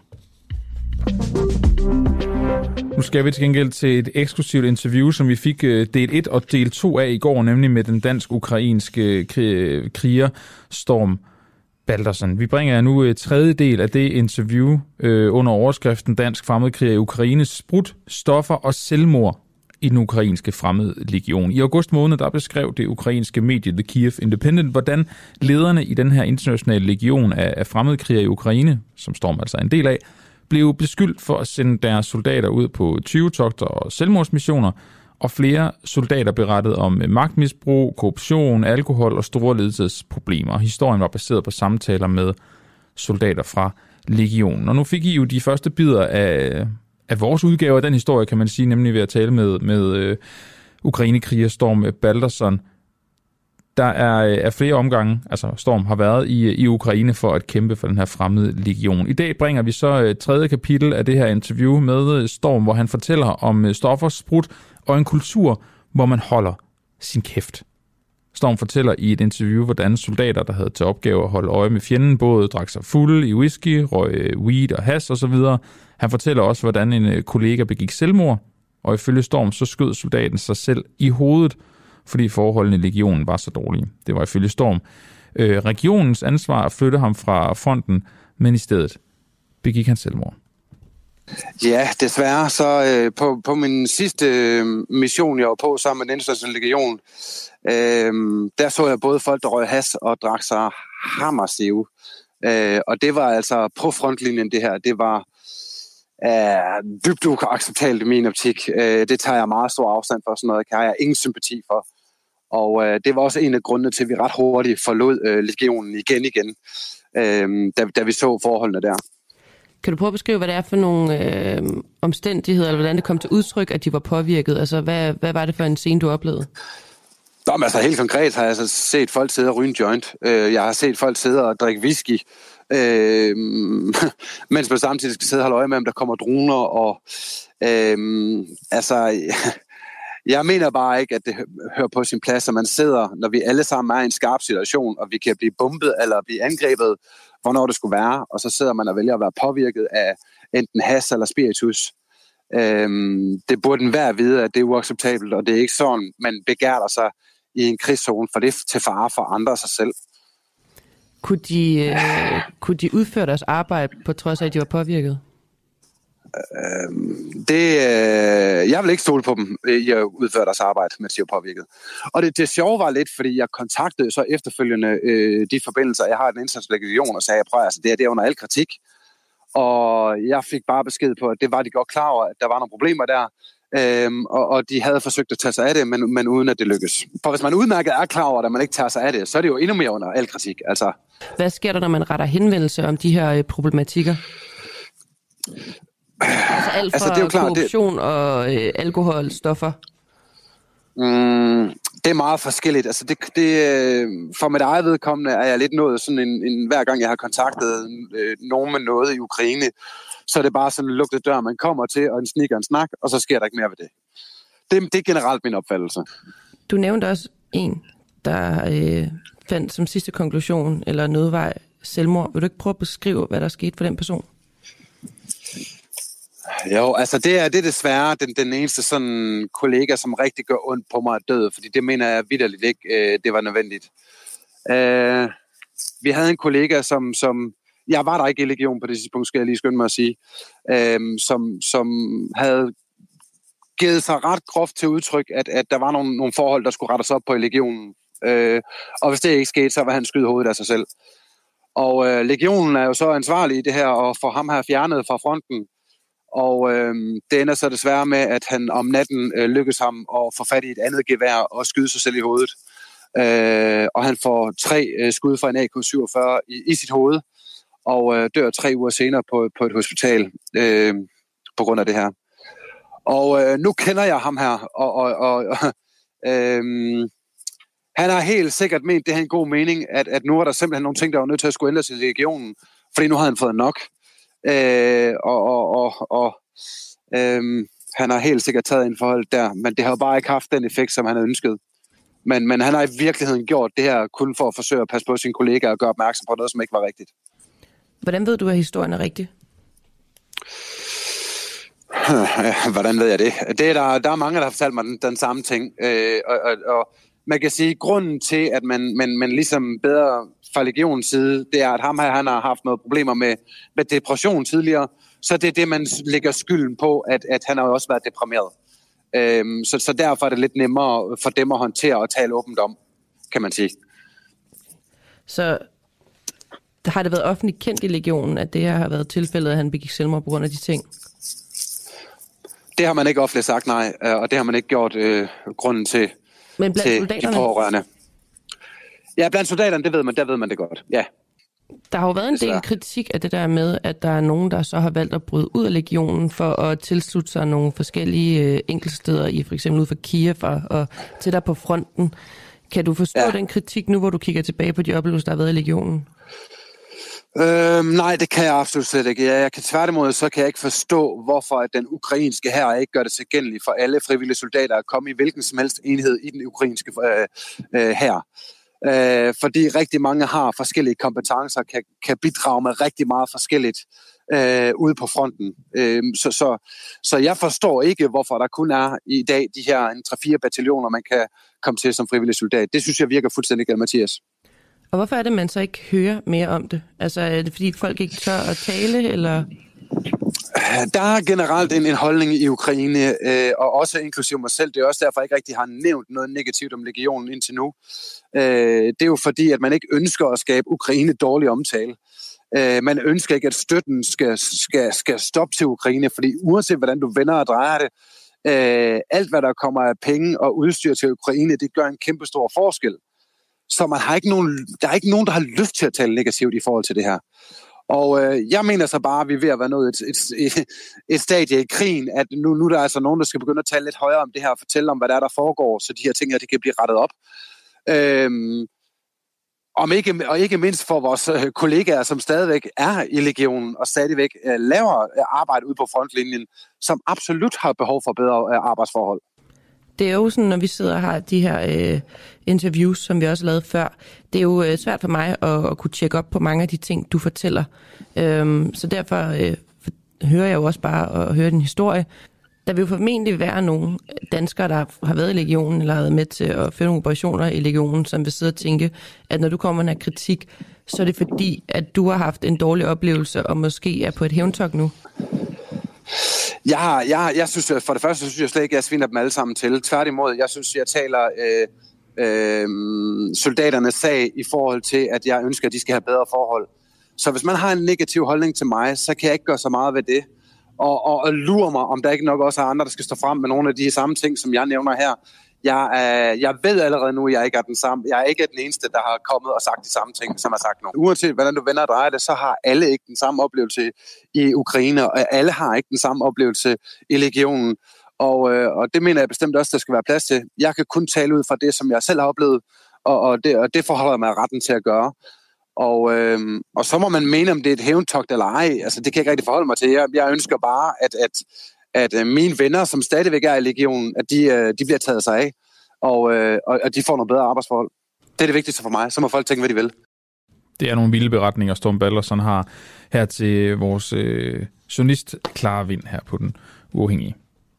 Nu skal vi til gengæld til et eksklusivt interview, som vi fik del et og del to af i går, nemlig med den dansk-ukrainske kriger Storm Baldersen. Vi bringer nu et tredje del af det interview øh, under overskriften Dansk fremmedkriger i Ukraine, sprut, stoffer og selvmord i den ukrainske fremmedlegion. I august måned der beskrev det ukrainske medie The Kiev Independent, hvordan lederne i den her internationale legion af, af fremmedkrigere i Ukraine, som Storm altså er en del af, blev beskyldt for at sende deres soldater ud på tyvetogter og selvmordsmissioner, og flere soldater berettede om magtmisbrug, korruption, alkohol og store ledelsesproblemer. Historien var baseret på samtaler med soldater fra legionen. Og nu fik I jo de første bidder af, af vores udgave af den historie, kan man sige, nemlig ved at tale med, med uh, Ukraine-kriger Storm Baldersen. Der er, er flere omgange, altså Storm har været i, i Ukraine for at kæmpe for den her fremmede legion. I dag bringer vi så uh, tredje kapitel af det her interview med Storm, hvor han fortæller om uh, stoffer, sprut og en kultur, hvor man holder sin kæft. Storm fortæller i et interview, hvordan soldater, der havde til opgave at holde øje med fjenden, både drak sig fulde i whisky, røg weed og hash osv. Han fortæller også, hvordan en kollega begik selvmord, og ifølge Storm så skød soldaten sig selv i hovedet, fordi forholdene i legionen var så dårlige. Det var ifølge Storm øh, regionens ansvar at flytte ham fra fronten, men i stedet begik han selvmord. Ja, desværre. Så øh, på, på min sidste øh, mission, jeg var på sammen med den internationale legion, øh, der så jeg både folk, der røg has og drak sig hammerstive. Øh, og det var altså på frontlinjen det her. Det var øh, dybt uacceptabelt i min optik. Øh, det tager jeg meget stor afstand for. Sådan noget kan jeg ingen sympati for. Og øh, det var også en af grundene til, at vi ret hurtigt forlod øh, legionen igen igen, øh, da, da vi så forholdene der. Kan du prøve at beskrive, hvad det er for nogle øh, omstændigheder, eller hvordan det kom til udtryk, at de var påvirket? Altså, hvad, hvad var det for en scene, du oplevede? Nå, men altså, helt konkret har jeg altså set folk sidde og ryge en joint. Jeg har set folk sidde og drikke whisky, øh, mens man samtidig skal sidde og holde øje med, om der kommer droner. Og, øh, altså, jeg mener bare ikke, at det hører på sin plads, at man sidder, når vi alle sammen er i en skarp situation, og vi kan blive bombet eller blive angrebet, hvornår det skulle være, og så sidder man og vælger at være påvirket af enten has eller spiritus. Øhm, det burde enhver vide, at det er uacceptabelt, og det er ikke sådan, man begærter sig i en krigszone, for det er til fare for andre og sig selv. Kunne de, øh, kunne de udføre deres arbejde, på trods af, at de var påvirket? Øhm, det, øh, jeg vil ikke stole på dem i at udføre deres arbejde, mens de var påvirket. Og det, det sjove var lidt, fordi jeg kontaktede så efterfølgende øh, de forbindelser, jeg har i den internationale legion, og sagde, prøv altså, det er, det er under al kritik. Og jeg fik bare besked på, at det var de godt klar over, at der var nogle problemer der, øhm, og, og de havde forsøgt at tage sig af det, men, men uden at det lykkes. For hvis man udmærket er klar over, at man ikke tager sig af det, så er det jo endnu mere under al kritik. Altså. Hvad sker der, når man retter henvendelse om de her øh, problematikker? Altså alt fra altså, det er jo klart, korruption det... og øh, alkohol, stoffer? Mm, det er meget forskelligt. Altså det, det, for mit eget vedkommende er jeg lidt nået sådan en, en hver gang jeg har kontaktet øh, nogen med noget i Ukraine, så er det bare sådan en lukket dør, man kommer til, og en snik og en snak, og så sker der ikke mere ved det. Det, det er generelt min opfattelse. Du nævnte også en, der øh, fandt som sidste konklusion, eller nødvej selvmord. Vil du ikke prøve at beskrive, hvad der skete for den person? Jo, altså det er, det er desværre den, den eneste sådan kollega, som rigtig gør ondt på mig at døde, fordi det mener jeg vitterligt ikke, øh, det var nødvendigt. Øh, vi havde en kollega, som, som jeg var der ikke i legion på det tidspunkt, skal jeg lige skynde mig at sige, øh, som, som havde givet sig ret groft til udtryk, at, at der var nogle, nogle forhold, der skulle rettes op på i legionen. Øh, og hvis det ikke skete, så var han skyde hovedet af sig selv. Og øh, legionen er jo så ansvarlig i det her, og får ham her fjernet fra fronten. Og øh, det ender så desværre med, at han om natten øh, lykkes ham at få fat i et andet gevær og skyde sig selv i hovedet. Øh, og han får tre øh, skud fra en A K syvogfyrre i, i sit hoved, og øh, dør tre uger senere på, på et hospital øh, på grund af det her. Og øh, nu kender jeg ham her, og, og, og øh, han har helt sikkert ment, det er en god mening, at, at nu er der simpelthen nogle ting, der var nødt til at skulle ændres i regionen, fordi nu havde han fået nok. Øh, og og, og, og øh, han har helt sikkert taget en forhold der, men det har bare ikke haft den effekt, som han havde ønsket. Men, men han har i virkeligheden gjort det her kun for at forsøge at passe på sine kollegaer og gøre opmærksom på noget, som ikke var rigtigt. Hvordan ved du, at historien er rigtig? Hvordan ved jeg det? det er der, der er mange, der har fortalt mig den, den samme ting. Øh, og, og, og man kan sige, at grunden til, at man, man, man ligesom bedre fra legionens side, det er, at ham her han har haft noget problemer med, med depression tidligere. Så det er det, man lægger skylden på, at, at han har også været deprimeret. Øhm, så, så derfor er det lidt nemmere for dem at håndtere og tale åbent om, kan man sige. Så har det været offentligt kendt i legionen, at det her har været tilfældet, at han begik selvmord på grund af de ting? Det har man ikke offentligt sagt, nej, og det har man ikke gjort øh, grunden til, Men blandt til soldaterne? De pårørende. Ja, blandt soldaterne, det ved man, der ved man det godt, ja. Der har jo været en del kritik af det der med, at der er nogen, der så har valgt at bryde ud af legionen for at tilslutte sig nogle forskellige øh, enkeltsteder i for eksempel ud for Kiev og, og tættere på fronten. Kan du forstå ja. den kritik nu, hvor du kigger tilbage på de oplevelser, der har været i legionen? Øhm, nej, det kan jeg absolut slet ikke. Jeg kan tværtimod, så kan jeg ikke forstå, hvorfor at den ukrainske hær ikke gør det tilgængeligt for alle frivillige soldater at komme i hvilken som helst enhed i den ukrainske øh, øh, hær. Øh, fordi rigtig mange har forskellige kompetencer, kan, kan bidrage med rigtig meget forskelligt øh, ude på fronten. Øh, så, så, så jeg forstår ikke, hvorfor der kun er i dag de her tre fire bataljoner, man kan komme til som frivillig soldat. Det synes jeg virker fuldstændig galt, Mathias. Og hvorfor er det, man så ikke hører mere om det? Altså er det fordi folk ikke tør at tale, eller? Der er generelt en, en holdning i Ukraine, øh, og også inklusive mig selv. Det er også derfor, jeg ikke rigtig har nævnt noget negativt om legionen indtil nu. Øh, det er jo fordi, at man ikke ønsker at skabe Ukraine dårlig omtale. Øh, man ønsker ikke, at støtten skal, skal, skal stoppe til Ukraine, fordi uanset hvordan du vender og drejer det, øh, alt hvad der kommer af penge og udstyr til Ukraine, det gør en kæmpe stor forskel. Så man har ikke nogen, der er ikke nogen, der har lyst til at tale negativt i forhold til det her. Og øh, jeg mener så bare, at vi er ved at være nået et, et, et, et stadie i krigen, at nu, nu er der altså nogen, der skal begynde at tale lidt højere om det her og fortælle om, hvad der er, der foregår, så de her ting her, de kan blive rettet op. Øhm, om ikke, og ikke mindst for vores øh, kollegaer, som stadigvæk er i legionen og stadigvæk øh, laver arbejde ude på frontlinjen, som absolut har behov for bedre øh, arbejdsforhold. Det er jo sådan, når vi sidder og har de her øh, interviews, som vi også lavede før, det er jo øh, svært for mig at, at kunne tjekke op på mange af de ting, du fortæller. Øhm, så derfor øh, hører jeg jo også bare og høre din historie. Der vil jo formentlig være nogle danskere, der har været i legionen, eller har været med til at føre nogle operationer i legionen, som vil sidde og tænke, at når du kommer med kritik, så er det fordi, at du har haft en dårlig oplevelse, og måske er på et hævntogt nu. Jeg, jeg, jeg synes, for det første synes jeg slet ikke, at jeg sviner dem alle sammen til. Tværtimod, jeg synes, jeg taler øh, øh, soldaternes sag i forhold til, at jeg ønsker, at de skal have bedre forhold. Så hvis man har en negativ holdning til mig, så kan jeg ikke gøre så meget ved det. Og, og, og lure mig, om der ikke nok også er andre, der skal stå frem med nogle af de samme ting, som jeg nævner her. Jeg, øh, jeg ved allerede nu, at jeg ikke er den samme. Jeg er ikke den eneste, der har kommet og sagt de samme ting, som jeg har sagt nu. Uanset hvordan du vender og drejer det, så har alle ikke den samme oplevelse i Ukraine, og alle har ikke den samme oplevelse i legionen. Og, øh, og det mener jeg bestemt også, der skal være plads til. Jeg kan kun tale ud fra det, som jeg selv har oplevet, og, og, det, og det forholder mig retten til at gøre. Og, øh, og så må man mene, om det er et hævntogt eller ej. Altså, det kan jeg ikke rigtig forholde mig til. Jeg, jeg ønsker bare, at, at, at mine venner, som stadigvæk er i legionen, at de, de bliver taget sig af, og, øh, og at de får noget bedre arbejdsforhold. Det er det vigtigste for mig. Så må folk tænke, hvad de vil. Det er nogle vilde beretninger, Storm Baldursson har her til vores øh, journalist Clara Vind her på Den Uafhængige.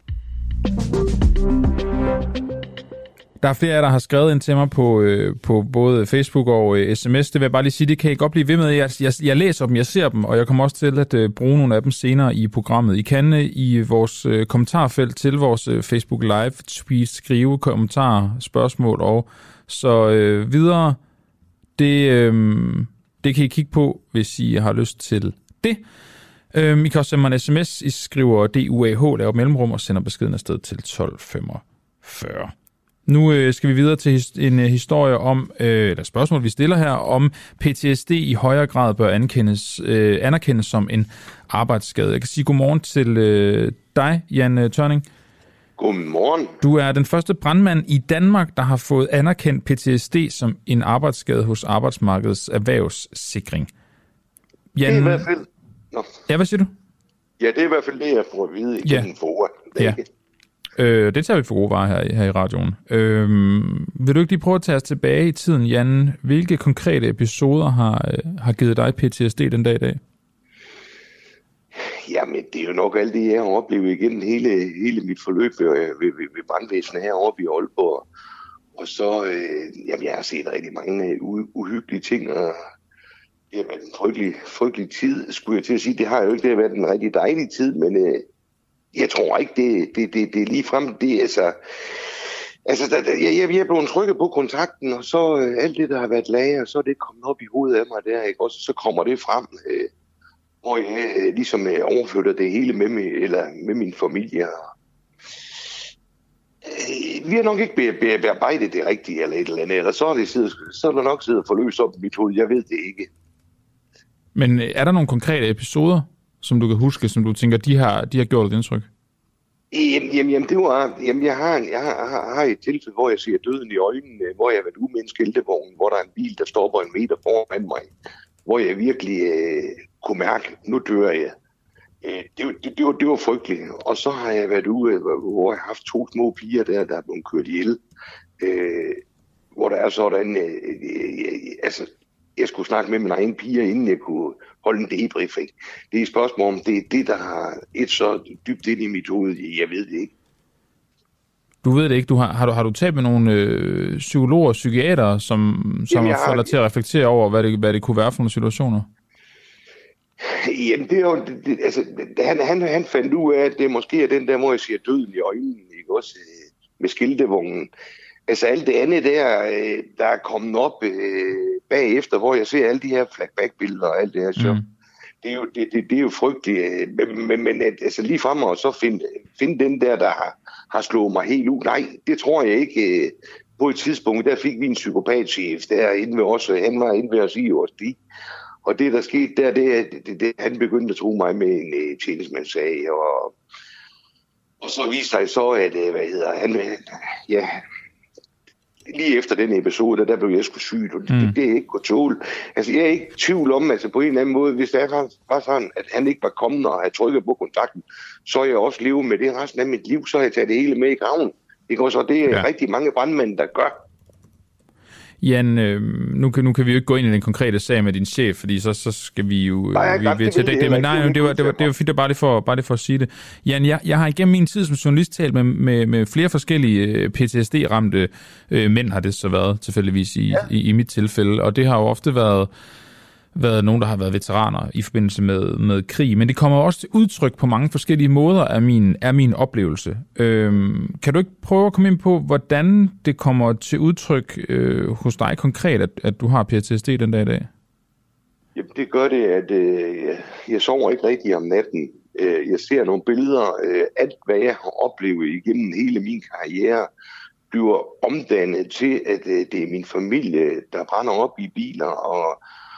Der er flere af jer, der har skrevet ind til mig på, øh, på både Facebook og øh, sms. Det vil jeg bare lige sige, det kan I godt blive ved med. Jeg, jeg, jeg læser dem, jeg ser dem, og jeg kommer også til at øh, bruge nogle af dem senere i programmet. I kan øh, i vores øh, kommentarfelt til vores øh, Facebook Live tweet skrive kommentarer, spørgsmål og så øh, videre. Det, øh, det kan I kigge på, hvis I har lyst til det. Øh, I kan også sende mig en sms. I skriver D U A H, laver mellemrum og sender beskeden afsted til tolv femogfyrre. Nu øh, skal vi videre til his- en øh, historie om, øh, eller spørgsmål, vi stiller her, om P T S D i højere grad bør anerkendes, øh, anerkendes som en arbejdsskade. Jeg kan sige godmorgen til øh, dig, Jan Tørning. Godmorgen. Du er den første brandmand i Danmark, der har fået anerkendt P T S D som en arbejdsskade hos Arbejdsmarkedets Erhvervssikring. Jan... Det er i hvert fald... Nå. Ja, hvad siger du? Ja, det er i hvert fald det, jeg får at vide igennem ja. for Ja. Øh, det tager vi for gode varer her, her i radioen. Øh, vil du ikke lige prøve at tage os tilbage i tiden, Jan? Hvilke konkrete episoder har, har givet dig P T S D den dag i dag? Jamen, det er jo nok alt det, jeg har oplevet igennem hele, hele mit forløb ved, ved, ved brandvæsenet heroppe i Aalborg. Og så, øh, jamen, jeg har set rigtig mange uh, uhyggelige ting, og det har været en frygtelig, frygtelig tid, skulle jeg til at sige. Det har jo ikke det været en rigtig dejlig tid, men øh, jeg tror ikke, det, det, det, det er lige frem. Det er altså... Altså, der, jeg, jeg er blevet trykket på kontakten, og så øh, alt det, der har været lager, så er det kommet op i hovedet af mig der, ikke? Og så kommer det frem, øh, hvor jeg øh, ligesom øh, overflytter det hele med, mig, eller med min familie. Øh, vi har nok ikke be- be- bearbejdet det rigtigt, eller et eller andet, eller så er, det siddet, så er der nok siddet forløst op i mit hoved. Jeg ved det ikke. Men er der nogle konkrete episoder, som du kan huske, som du tænker, de har, de har gjort et indtryk? Jamen, jamen, jamen, det var, jamen jeg, har, jeg har, har et tilfælde, hvor jeg ser døden i øjnene, hvor jeg har været ude med en skiltevogn, hvor der er en bil, der stopper en meter foran mig, hvor jeg virkelig øh, kunne mærke, nu dør jeg. Øh, det, det, det, var, det var frygteligt. Og så har jeg været ude, hvor jeg har haft to små piger der, der er blevet kørt ihjel. Øh, hvor der er sådan, øh, øh, altså, jeg skulle snakke med mine egne piger, inden jeg kunne holde en debriefing. Det er et spørgsmål om, det er det, der har et så dybt ind i mit hoved. Jeg ved det ikke. Du ved det ikke. Du har, har, du, har du talt med nogle øh, psykologer og psykiatere, som, som har fået dig til at reflektere over, hvad det, hvad det kunne være for nogle situationer? Jamen, det er jo... Det, altså, han, han, han fandt ud af, at det måske er den der, hvor jeg siger døden i øjnene, ikke? Også med skiltevognen. Altså alt det andet der, der er kommet op øh, bagefter, hvor jeg ser alle de her flashback-billeder og alt det her, så mm. det, er jo, det, det, det er jo frygteligt. Men, men, men altså lige frem og så finde find den der, der har, har slået mig helt ud. Nej, det tror jeg ikke. På et tidspunkt, der fik vi en psykopatchef derinde ved os, han var inde ved os i vores bil. Og det, der skete der, det, det, det han begyndte at tro mig med en uh, tjenestemandssag, og, og så viste sig så, at, hvad hedder han, ja... Lige efter den episode, der, der blev jeg sgu syg, og det, mm. det, det er ikke godt tåle. Altså, jeg er ikke i tvivl om, altså på en eller anden måde, hvis det er bare sådan, at han ikke var kommet og havde trykket på kontakten, så er jeg også levet med det resten af mit liv, så har jeg taget det hele med i graven. Ikke også? Og det er ja. rigtig mange brandmænd, der gør. Jan, øh, nu, kan, nu kan vi jo ikke gå ind i den konkrete sag med din chef, fordi så, så skal vi jo nej, vi, vi til det, det, men nej, det var, det var, det var fint, bare det for, bare det for at sige det. Jan, jeg, jeg har igennem min tid som journalist talt med, med, med flere forskellige P T S D-ramte øh, mænd, har det så været tilfældigvis i, ja. i, i mit tilfælde, og det har jo ofte været været nogen, der har været veteraner i forbindelse med, med krig, men det kommer også til udtryk på mange forskellige måder af min, af min oplevelse. Øhm, kan du ikke prøve at komme ind på, hvordan det kommer til udtryk øh, hos dig konkret, at, at du har P T S D den dag i dag? Jamen, det gør det, at øh, jeg sover ikke rigtig om natten. Øh, jeg ser nogle billeder. Øh, alt, hvad jeg har oplevet igennem hele min karriere, bliver omdannet til, at øh, det er min familie, der brænder op i biler, og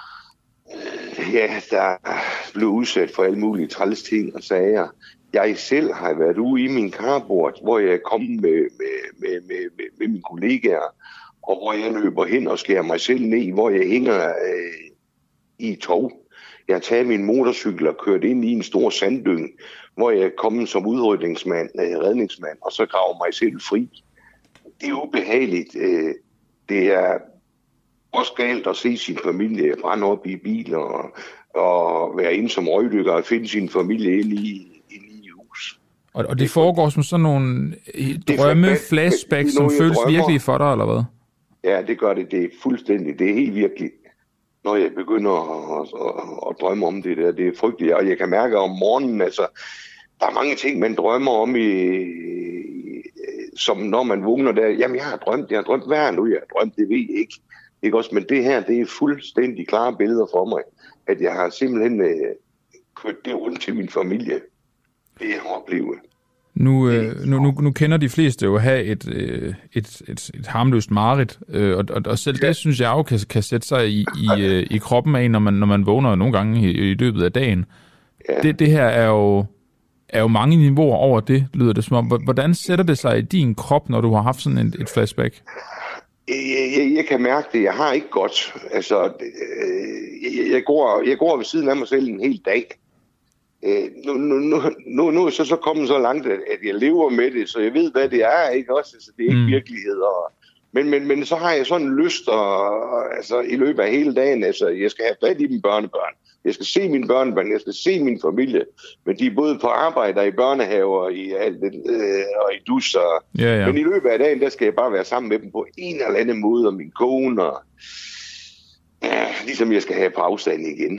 ja, der blev udsat for alle mulige træls ting og sager. Jeg selv har været ude i min carport, hvor jeg er kommet med, med, med, med, med, med mine kollegaer, og hvor jeg løber hen og skærer mig selv ned, hvor jeg hænger øh, i et tog. Jeg har taget min motorcykel og kørt ind i en stor sanddyng, hvor jeg er kommet som udrydningsmand, øh, redningsmand, og så graver mig selv fri. Det er ubehageligt. Øh, det er også galt at se sin familie brænde op i biler og, og være inde som røgdykker og finde sin familie inde i, inde i hus. Og, og det, det foregår som sådan nogle drømme, flashbacks, som føles virkelige for dig, eller hvad? Ja, det gør det. Det er fuldstændig. Det er helt virkelig. Når jeg begynder at, at, at drømme om det der, det er frygteligt. Og jeg kan mærke om morgenen, altså, der er mange ting, man drømmer om, i, som når man vågner der. Jamen, jeg har drømt, jeg har drømt hver nu, jeg har drømt, det ved jeg ikke. Ikke også, men det her, det er fuldstændig klare billeder for mig, at jeg har simpelthen øh, kørt det rundt til min familie. Det jeg har oplevet. Nu, øh, nu, nu, nu kender de fleste jo at have et, øh, et, et, et harmløst mareridt, øh, og, og, og selv ja. det, synes jeg jo, kan, kan sætte sig i, i, øh, i kroppen af, når man, når man vågner nogle gange i, i løbet af dagen. Ja. Det, det her er jo, er jo mange niveauer over det, lyder det som om. Hvordan sætter det sig i din krop, når du har haft sådan et, et flashback? Jeg, jeg, jeg kan mærke det. Jeg har ikke godt. Altså, øh, jeg, jeg, går, jeg går ved siden af mig selv en hel dag. Øh, nu, nu, nu, nu, nu er så, så kommet så langt, at jeg lever med det, så jeg ved, hvad det er, ikke også? Altså, det er ikke mm. virkelighed. Og, men, men, men så har jeg sådan lyst, og, og, altså, i løbet af hele dagen, altså, jeg skal have fat i mine børnebørn. Jeg skal se mine børnebørn, jeg skal se min familie, men de er både på arbejde og i børnehaver og i, alt det, øh, og i dus. Og, ja, ja. Men i løbet af dagen, der skal jeg bare være sammen med dem på en eller anden måde, og min kone, og ja, ligesom jeg skal have på afstand igen.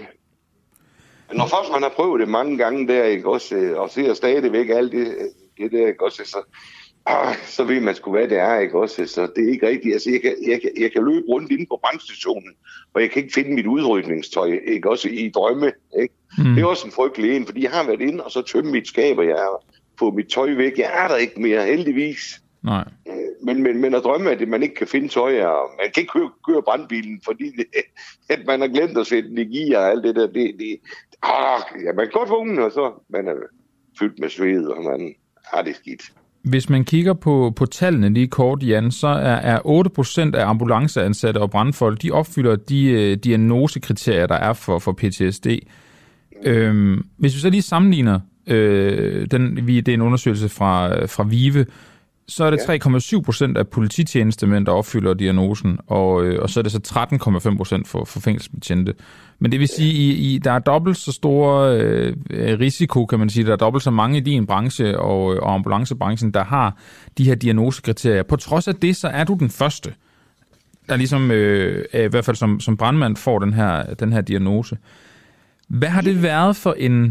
Når først man har prøvet det mange gange der, ikke også, og ser stadigvæk alt det, det der, ikke også, så, ah, så ved man sgu, hvad det er, ikke også, så det er ikke rigtigt. Altså, jeg kan, jeg kan, jeg kan løbe rundt inde på brandstationen, og jeg kan ikke finde mit udrykningstøj, ikke også, i drømme, ikke? Mm. Det er også en frygtelig en, fordi jeg har været inde og så tømme mit skab, og jeg har fået mit tøj væk. Jeg er der ikke mere, heldigvis. Nej. Men, men, men at drømme, at man ikke kan finde tøj, og man kan ikke køre, køre brandbilen, fordi det, at man har glemt at sætte den i gear og alt det der, det, det ah, ja, man kan godt vågne, og så man er fyldt med sved, og man har det skidt. Hvis man kigger på, på tallene lige kort, Jan, så er, er otte procent af ambulanceansatte og brandfolk, de opfylder de uh, diagnosekriterier, der er for, for P T S D. Øhm, hvis vi så lige sammenligner, øh, den, det er en undersøgelse fra, fra VIVE, så er det tre komma syv procent af polititjenestemænd, der opfylder diagnosen, og, øh, og så er det så tretten komma fem procent for, for fængselsbetjente. Men det vil sige, i, i, der er dobbelt så stor øh, risiko, kan man sige, der er dobbelt så mange i din branche og, og ambulancebranchen, der har de her diagnosekriterier. På trods af det, så er du den første, der ligesom, øh, i hvert fald som, som brandmand, får den her, den her diagnose. Hvad har det været for en,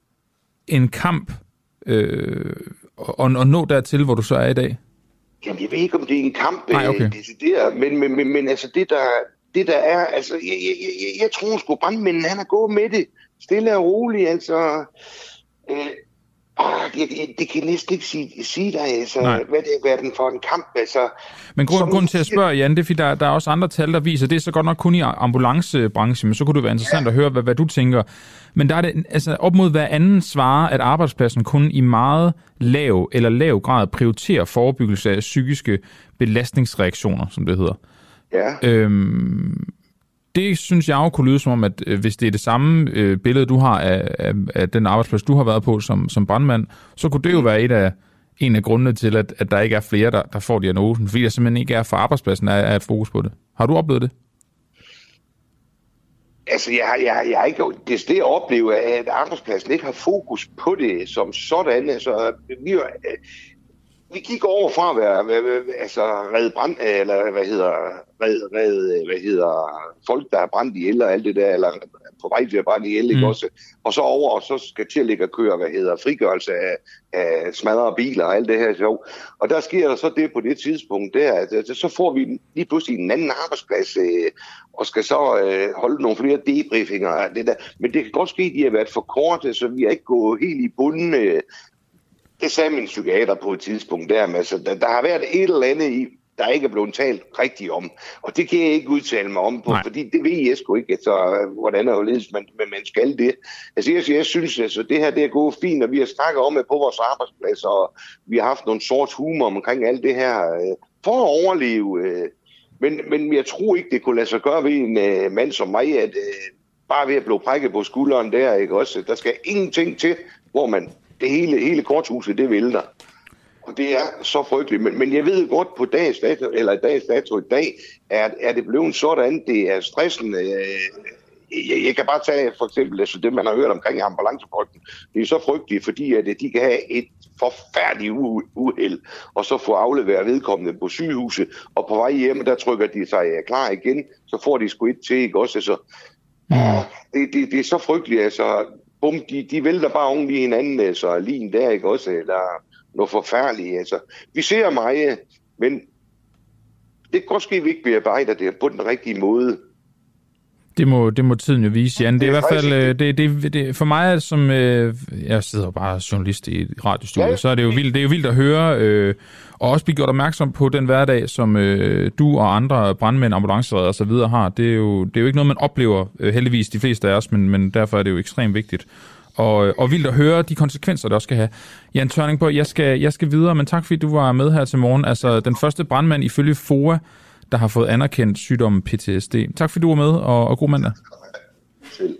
en kamp, øh, Og, og nå dertil, hvor du så er i dag? Jamen, jeg ved ikke, om det er en kamp, Nej, okay. decideret, men, men, men, men altså det der, det der er, altså, jeg, jeg, jeg, jeg tror sgu brandmænden, han er gået med det, stille og roligt, altså, øh, åh, det, det, det kan jeg næsten ikke sige, sige dig, altså, Nej. hvad det er været den for en kamp, altså. Men grund, grunden til at spørge, Jan, det er, fordi der, der er også andre tal, der viser, det er så godt nok kun i ambulancebranchen, men så kunne det være interessant ja. at høre, hvad, hvad du tænker. Men der er det, altså op mod hver anden svarer, at arbejdspladsen kun i meget lav eller lav grad prioriterer forebyggelse af psykiske belastningsreaktioner, som det hedder. Ja. Øhm, det synes jeg jo kunne lyde som om, at hvis det er det samme øh, billede, du har af, af, af den arbejdsplads, du har været på som, som brandmand, så kunne det jo være et af, en af grundene til, at, at der ikke er flere, der, der får diagnosen, fordi der simpelthen ikke er for arbejdspladsen, er, er et fokus på det. Har du oplevet det? Altså, jeg, jeg, jeg har ikke det sted at opleve, at arbejdspladsen ikke har fokus på det som sådan. Altså, vi, vi gik over fra at være, altså, redde brand, eller hvad hedder, redde, redde, hvad hedder, folk, der har brændt ihjel og alt det der, eller på vej til at brænde ihjel, ikke mm. også? Og så over, og så skal til at ligge og køre, hvad hedder, frigørelse af, af smadrede biler og alt det her sjov. Og der sker der så det på det tidspunkt der, at så får vi lige pludselig en anden arbejdsplads, øh, og skal så øh, holde nogle flere debriefinger og det der. Men det kan godt ske, at de har været for korte, så vi har ikke gået helt i bunden. Øh. Det sagde min psykiater på et tidspunkt der, men altså, der, der har været et eller andet i, der ikke er blevet talt rigtigt om. Og det kan jeg ikke udtale mig om på, Nej. fordi det ved jeg sgu ikke, altså, hvordan er det, man, man skal det. Altså, jeg, jeg synes, altså, det her det er gået fint, og vi har snakket om det på vores arbejdsplads, og vi har haft nogle sort humor omkring alt det her, øh, for at overleve. Øh. Men, men jeg tror ikke, det kunne lade sig gøre ved en øh, mand som mig, at øh, bare ved at blive prikket på skulderen der, ikke også? Der skal ingenting til, hvor man, det hele, hele korthuset, det vælter. Og det er så frygteligt. Men, men jeg ved godt på dags dato, eller dags dato i dag, er, er det blevet sådan, det er stressen. Øh, jeg, jeg kan bare tage for eksempel altså det, man har hørt omkring ambulancefolken. Det er så frygteligt, fordi at de kan have et forfærdeligt uheld, og så få afleveret vedkommende på sygehuset, og på vej hjem, der trykker de sig ja, klar igen, så får de sgu et til, ikke også? Altså, mm. det, det, det er så frygteligt, altså, bum, de, de vælter bare oven i hinanden, altså, lige der, ikke også? Eller noget forfærdeligt, altså. Vi ser meget, men det kan godt ske, at vi ikke bearbejder det på den rigtige måde. Det må, det må tiden jo vise, Jan. Det er, det er i hvert fald, det, det, det, for mig som, øh, jeg sidder jo bare journalist i et radiostudie, ja, så er det jo vildt, det er jo vildt at høre, øh, og også blive gjort opmærksom på den hverdag, som øh, du og andre brandmænd, ambulanceredder og så videre har. Det er jo, det er jo ikke noget, man oplever, øh, heldigvis de fleste af os, men, men derfor er det jo ekstremt vigtigt. Og, og vildt at høre de konsekvenser, det også skal have. Jan Tørningborg, jeg skal, jeg skal videre, men tak fordi du var med her til morgen. Altså, den første brandmand ifølge F O A, der har fået anerkendt sygdommen P T S D. Tak fordi du var med, og, og god mandag. Selv.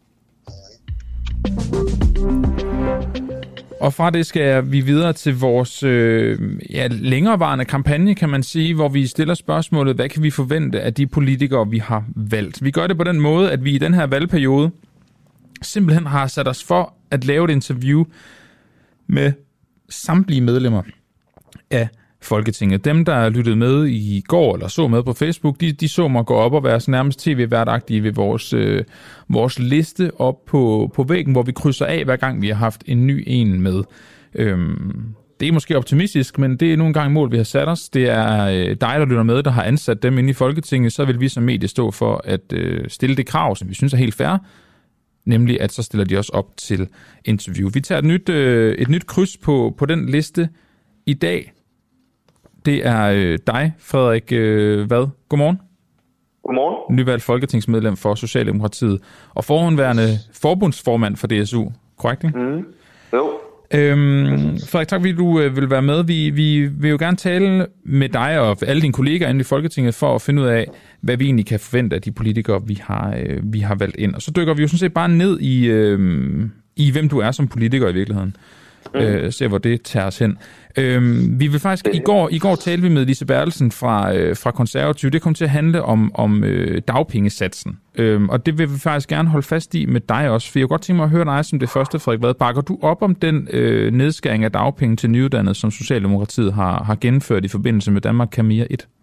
Og fra det skal vi videre til vores øh, ja, længerevarende kampagne, kan man sige, hvor vi stiller spørgsmålet, hvad kan vi forvente af de politikere, vi har valgt? Vi gør det på den måde, at vi i den her valgperiode simpelthen har sat os for at lave et interview med samtlige medlemmer af Folketinget. Dem, der lyttede med i går, eller så med på Facebook, de, de så mig gå op og være så nærmest tv-værtagtige ved vores, øh, vores liste op på, på væggen, hvor vi krydser af, hver gang vi har haft en ny en med. Øhm, det er måske optimistisk, men det er nu engang mål, vi har sat os. Det er øh, dig, der lytter med, der har ansat dem inde i Folketinget. Så vil vi som medie stå for at øh, stille det krav, som vi synes er helt fair, nemlig at så stiller de også op til interview. Vi tager et nyt, øh, et nyt kryds på, på den liste i dag. Det er øh, dig, Frederik øh, Vad. Godmorgen. Godmorgen. Nyvalgt folketingsmedlem for Socialdemokratiet og forhåndværende forbundsformand for D S U, korrekt? Ikke? Mm. Jo. Øhm, Frederik, tak fordi du øh, vil være med. Vi, vi vil jo gerne tale med dig og alle dine kolleger inde i Folketinget for at finde ud af, hvad vi egentlig kan forvente af de politikere, vi har, øh, vi har valgt ind. Og så dykker vi jo sådan set bare ned i, øh, i hvem du er som politiker i virkeligheden. Mm. Øh, se hvor det tager os hen. Øhm, vi vil faktisk i går i går talte vi med Lise Bertelsen fra øh, fra Konservative. Det kom til at handle om om øh, dagpengesatsen. Øhm, og det vil vi faktisk gerne holde fast i med dig også, for jeg kunne godt tænke mig at høre dig som det første, Frederik Vad. Bakker du op om den øh, nedskæring af dagpenge til nyuddannede, som Socialdemokratiet har har gennemført i forbindelse med Danmark kan mere et?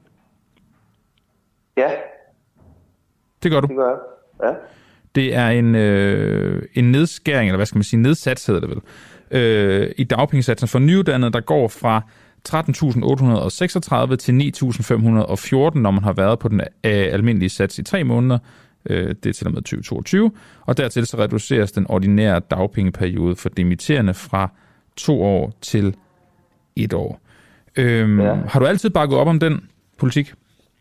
Ja. Det gør du. Det gør jeg. Ja. Det er en øh, en nedskæring, eller hvad skal man sige, nedsats hedder det vel, øh, i dagpengesatsen for nyuddannede, der går fra tretten tusind otte hundrede og seksogtredive til ni tusind fem hundrede og fjorten, når man har været på den øh, almindelige sats i tre måneder. Øh, det er til og med tyve toogtyve. Og dertil så reduceres den ordinære dagpengeperiode for dimitterende fra to år til et år. Øh, ja. Har du altid bakket op om den politik?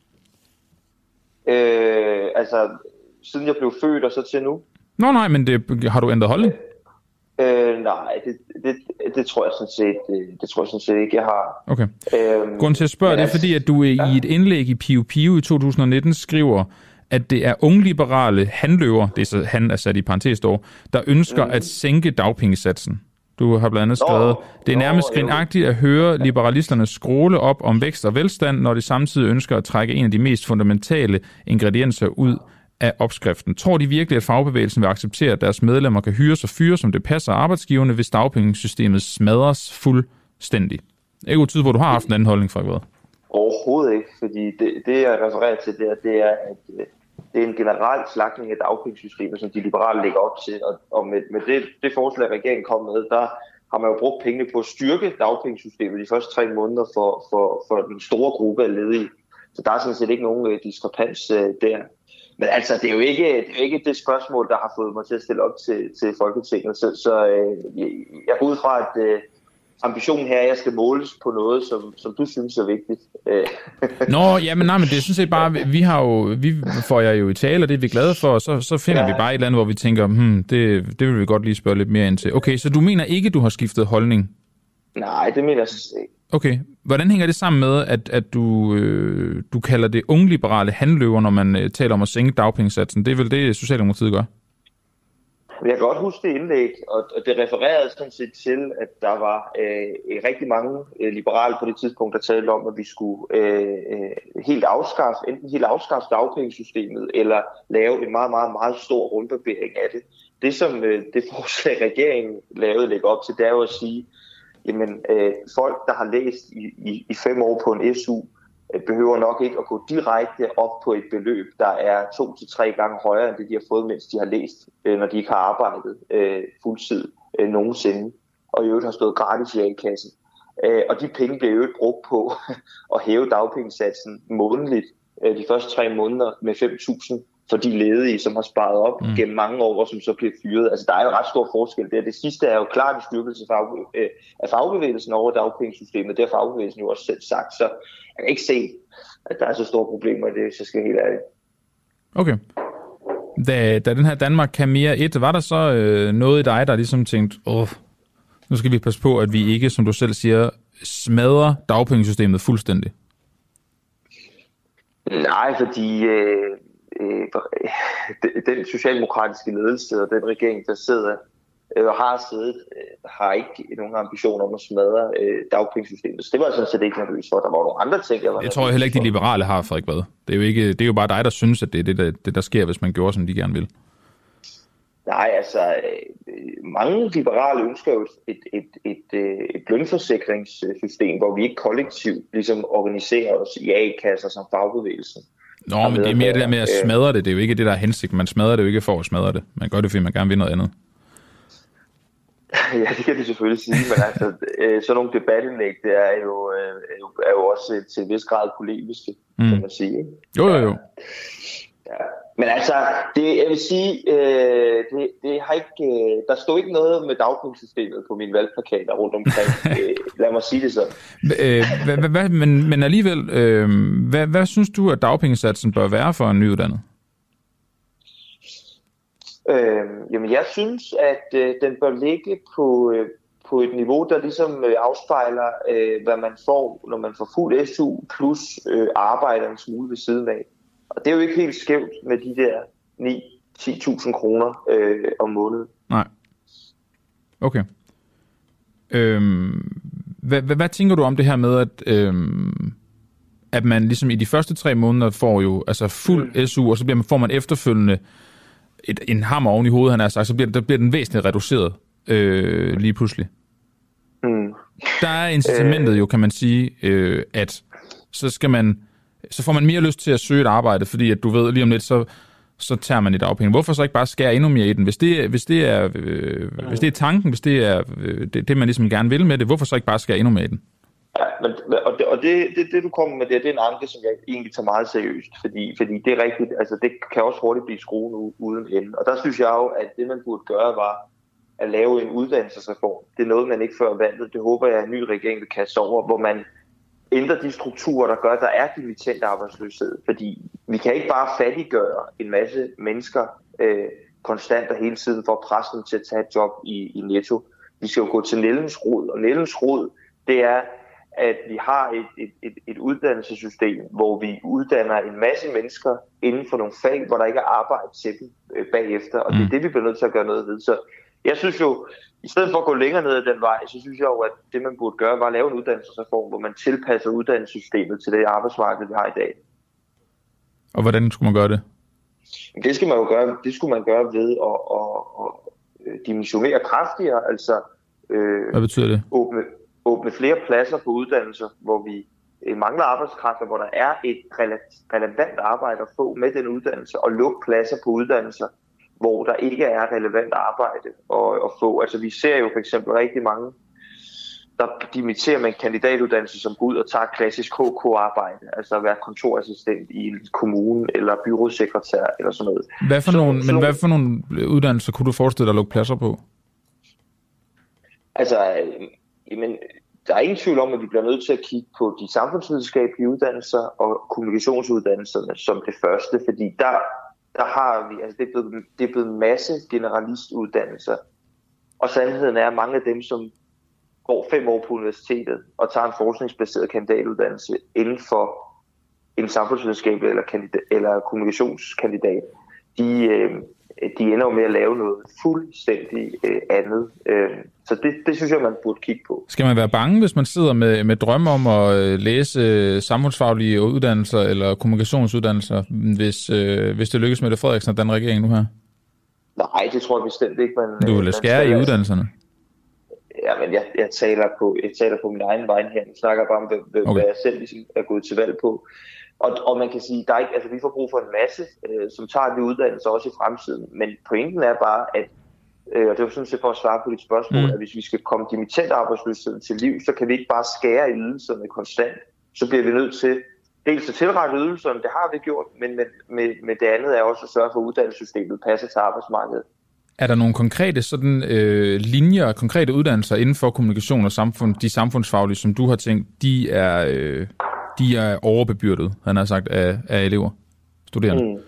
Øh, altså, siden jeg blev født og så til nu? Nå nej, men det, har du ændret holdning? Øh, nej, det, det, det tror jeg sådan set, det, det tror jeg sådan set ikke, jeg har. Okay. Øhm, Grunden til at spørge, det er altså, fordi, at du i ja. et indlæg i Pio Pio i to tusind og nitten skriver, at det er ungliberale handløver, det er så han er sat i parentes dog, der ønsker mm. at sænke dagpengesatsen. Du har blandt andet skrevet, Nå, det er nærmest grinagtigt at høre liberalisterne skråle op om vækst og velstand, når de samtidig ønsker at trække en af de mest fundamentale ingredienser ud af opskriften. Tror de virkelig, at fagbevægelsen vil acceptere, at deres medlemmer kan hyres og fyres, som det passer arbejdsgiverne, hvis dagpengesystemet smadres fuldstændig? Det er jo tid, hvor du har haft en anden holdning, Frederik Vad. Overhovedet ikke, fordi det, det jeg refererer til, det er, det er, at det er en generel slagtning af dagpengesystemet, som de liberale lægger op til. Og, og med, med det, det forslag, regeringen kom med, der har man jo brugt pengene på at styrke dagpengesystemet de første tre måneder for, for, for den store gruppe af ledige. Så der er sådan set ikke nogen diskrepans uh, der. Men altså, det er jo ikke det, er jo ikke det spørgsmål, der har fået mig til at stille op til, til Folketinget. Så, så øh, jeg går ud fra, at øh, ambitionen her er, at jeg skal måles på noget, som, som du synes er vigtigt. Nå, ja, men nej, men det er sådan set bare, vi har jo, vi får jeg jo i tale, og det er vi glade for, og så, så finder ja. vi bare et eller andet, hvor vi tænker, hmm, det, det vil vi godt lige spørge lidt mere ind til. Okay, så du mener ikke, du har skiftet holdning? Nej, det mener jeg sådan ikke. Okay. Hvordan hænger det sammen med, at, at du, øh, du kalder det ungliberale handløver, når man øh, taler om at sænke dagpengesatsen? Det er vel det, Socialdemokratiet gør? Jeg kan godt huske det indlæg, og det refererede sådan set til, at der var øh, rigtig mange øh, liberale på det tidspunkt, der talte om, at vi skulle øh, helt afskaffe, enten helt afskaffe dagpengesystemet, eller lave en meget, meget, meget stor rundbarbering af det. Det, som øh, det forslag, regeringen lavede, lægger op til, det er jo at sige, jamen øh, folk, der har læst i, i, i fem år på en S U, øh, behøver nok ikke at gå direkte op på et beløb, der er to til tre gange højere end det, de har fået, mens de har læst, øh, når de ikke har arbejdet øh, fuldtid øh, nogensinde, og i øvrigt har stået gratis i A-kassen. Øh, og de penge bliver i øvrigt brugt på at hæve dagpengesatsen månedligt øh, de første tre måneder med fem tusind for de ledige, som har sparet op mm. gennem mange år, og som så bliver fyret. Altså, der er jo ret stor forskel der. Det sidste er jo klart en styrkelse af fagbevægelsen over dagpengesystemet. Det har fagbevægelsen jo også selv sagt, så jeg kan ikke se, at der er så store problemer i det, hvis jeg skal helt ærligt. Okay. Da, da den her Danmark kan mere et, var der så øh, noget i dig, der ligesom tænkte, åh, nu skal vi passe på, at vi ikke, som du selv siger, smadrer dagpengesystemet fuldstændig? Nej, fordi øh, øh, den socialdemokratiske ledelse og den regering, der sidder øh, og har siddet, øh, har ikke nogen ambition om at smadre øh, dagpengesystemet. Så det var jeg sådan set ikke nervøs for. Der var nogle andre ting, jeg var Jeg tror heller ikke, de liberale har, Frederik Vad. Det er jo, ikke, det er jo bare dig, der synes, at det er det, der, det, der sker, hvis man gjorde, som de gerne vil. Nej, altså, øh, mange liberale ønsker jo et, et, et, et, et lønforsikringssystem, hvor vi ikke kollektivt ligesom organiserer os i A-kasser som fagbevægelsen. Nå, men det er mere det der med at smadre det. Det er jo ikke det, der er hensigt. Man smadrer det jo ikke for at smadre det. Man gør det, fordi man gerne vil noget andet. Ja, det kan du selvfølgelig sige, men altså, øh, sådan nogle debatindlæg, det er jo, øh, er jo også til en vis grad polemiske, mm. kan man sige. Ikke? Jo, jo, jo. Ja. Men altså, det, jeg vil sige, øh, det, det har ikke, øh, der stod ikke noget med dagpengesystemet på mine valgplakater rundt omkring. øh, lad mig sige det sådan. Øh, hva, hva, men, men alligevel, øh, hvad, hvad synes du, at dagpengesatsen bør være for en nyuddannet? Øh, jamen, jeg synes, at øh, den bør ligge på, øh, på et niveau, der ligesom øh, afspejler, øh, hvad man får, når man får fuld S U plus øh, arbejder en smule ved siden af. Og det er jo ikke helt skævt med de der ni til ti tusind kroner øh, om måneden. Nej. Okay. Øhm, hvad, hvad, hvad tænker du om det her med, at, øhm, at man ligesom i de første tre måneder får jo altså fuld mm. S U, og så bliver man, får man efterfølgende et, en hammer oven i hovedet, han har sagt, så bliver, der bliver den væsentligt reduceret øh, lige pludselig. Mm. Der er incitamentet jo, kan man sige, øh, at så skal man så får man mere lyst til at søge et arbejde, fordi at du ved, lige om lidt, så, så tager man i dagpenge. Hvorfor så ikke bare skære endnu mere i den? Hvis det, hvis det, er, øh, hvis det er tanken, hvis det er øh, det, det, man ligesom gerne vil med det, hvorfor så ikke bare skære endnu mere i den? Ja, men, og det, og det, det, det du kommer med, det, det er en anke, som jeg egentlig tager meget seriøst, fordi, fordi det er rigtigt, altså det kan også hurtigt blive skruen uden ende. Og der synes jeg jo, at det man burde gøre var at lave en uddannelsesreform. Det er noget, man ikke før valget. Det håber jeg, at en ny regering vil kaste over, hvor man ændre de strukturer, der gør, at der er dimittend arbejdsløshed. Fordi vi kan ikke bare fattiggøre en masse mennesker øh, konstant og hele tiden for at presse dem til at tage et job i, i Netto. Vi skal jo gå til nældens rod, og nældens rod, det er, at vi har et, et, et, et uddannelsessystem, hvor vi uddanner en masse mennesker inden for nogle fag, hvor der ikke er arbejde til dem øh, bagefter. Og det er det, vi bliver nødt til at gøre noget ved. Så jeg synes jo, i stedet for at gå længere ned ad den vej, så synes jeg jo, at det man burde gøre, var at lave en uddannelsesreform, hvor man tilpasser uddannelsessystemet til det arbejdsmarked, vi har i dag. Og hvordan skulle man gøre det? Det skal man jo gøre, det skulle man gøre ved at, at, at dimensionere kraftigere, altså øh, hvad betyder det? Åbne, åbne flere pladser på uddannelser, hvor vi mangler arbejdskraft, hvor der er et relevant arbejde at få med den uddannelse, og lukke pladser på uddannelser, hvor der ikke er relevant arbejde at, at få. Altså vi ser jo for eksempel rigtig mange, der dimitterer med en kandidatuddannelse, som går ud og tager klassisk H K-arbejde, altså at være kontorassistent i en kommune, eller byrådssekretær, eller sådan noget. Hvad for så, nogle, så, men hvad for nogle uddannelser kunne du forestille dig at lukke pladser på? Altså, jamen, der er ingen tvivl om, at vi bliver nødt til at kigge på de samfundsvidenskabelige uddannelser og kommunikationsuddannelserne som det første, fordi der der har vi, altså det er blevet, det er blevet masse generalistuddannelser. Og sandheden er, at mange af dem, som går fem år på universitetet og tager en forskningsbaseret kandidatuddannelse inden for en samfundsvidenskabelig eller, kandidat, eller kommunikationskandidat, de, øh, de ender jo med at lave noget fuldstændig øh, andet. Øh, så det, det synes jeg, man burde kigge på. Skal man være bange, hvis man sidder med, med drømme om at læse samfundsfaglige uddannelser eller kommunikationsuddannelser, hvis, øh, hvis det lykkes med det Frederiksen og den regering nu her? Nej, det tror jeg bestemt ikke. Man, du vil skære i uddannelserne? Ja, men jeg, jeg, taler på, jeg taler på min egen vej her. Jeg snakker bare om, hvad, okay. hvad jeg selv ligesom er gået til valg på. Og, og man kan sige, der er ikke, altså vi får brug for en masse, øh, som tager de uddannelser også i fremtiden. Men pointen er bare, at, øh, og det var sådan set for at svare på dit spørgsmål, mm. at hvis vi skal komme dimittent arbejdsløsheden til liv, så kan vi ikke bare skære i ydelserne konstant. Så bliver vi nødt til dels at tilrette ydelserne, det har vi gjort, men med, med, med det andet er også at sørge for, at uddannelsessystemet passer til arbejdsmarkedet. Er der nogle konkrete sådan, øh, linjer, konkrete uddannelser inden for kommunikation og samfund, de samfundsfaglige, som du har tænkt, de er, øh, de er overbebyrdet, han har sagt, af, af elever, studerende? Mm.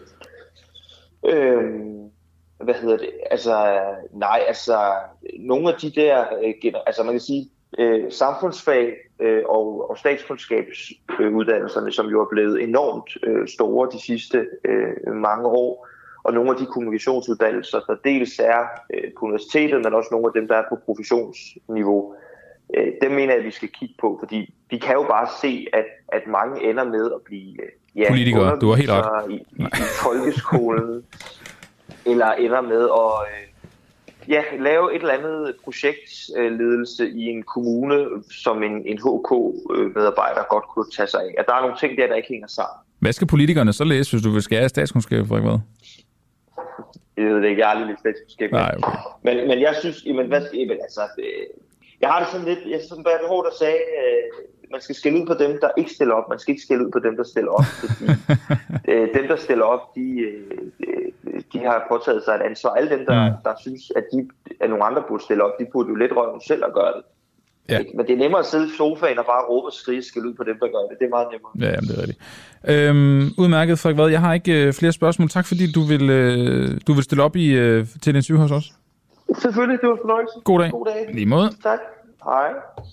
Øhm, hvad hedder det? Altså, nej, altså, nogle af de der, øh, altså man kan sige, øh, samfundsfag øh, og, og statskundskabsuddannelserne, øh, som jo er blevet enormt øh, store de sidste øh, mange år, og nogle af de kommunikationsuddannelser, der dels er øh, på universitetet, men også nogle af dem, der er på professionsniveau, øh, dem mener jeg, at vi skal kigge på, fordi vi kan jo bare se, at, at mange ender med at blive ja, politikere. Du har helt ret. I, i, i folkeskolen, eller ender med at øh, ja, lave et eller andet projektledelse i en kommune, som en, en H K-medarbejder godt kunne tage sig af. At der er nogle ting der, der ikke hænger sammen. Hvad skal politikerne så læse, hvis du vil skære statskundskab, for hvad? Jeg ved det ikke, jeg har aldrig lidt statskundskab. Nej, okay. men, men jeg synes, jamen, hvad, jamen, altså, jeg har det sådan lidt, jeg som Bertel Haarder sagde, man skal skælde ud på dem, der ikke stiller op. Man skal ikke skælde ud på dem, der stiller op. Fordi dem, der stiller op, de, de har påtaget sig et ansvar. Alle dem, der, mm. der synes, at, de, at nogle andre burde stille op, de burde jo lidt røven selv at gøre det. Ja. Men det er nemmere at sidde i sofaen og bare råbe og skrige, skælde ud på dem, der gør det. Det er meget nemmere. Ja, jamen, det er rigtigt. Øhm, udmærket, Frederik Vad. Jeg har ikke øh, flere spørgsmål. Tak fordi du vil, øh, du vil stille op i, øh, til din syge hos os. Selvfølgelig, det var en fornøjelse. God dag. God dag. Lige måde. Tak. Hej.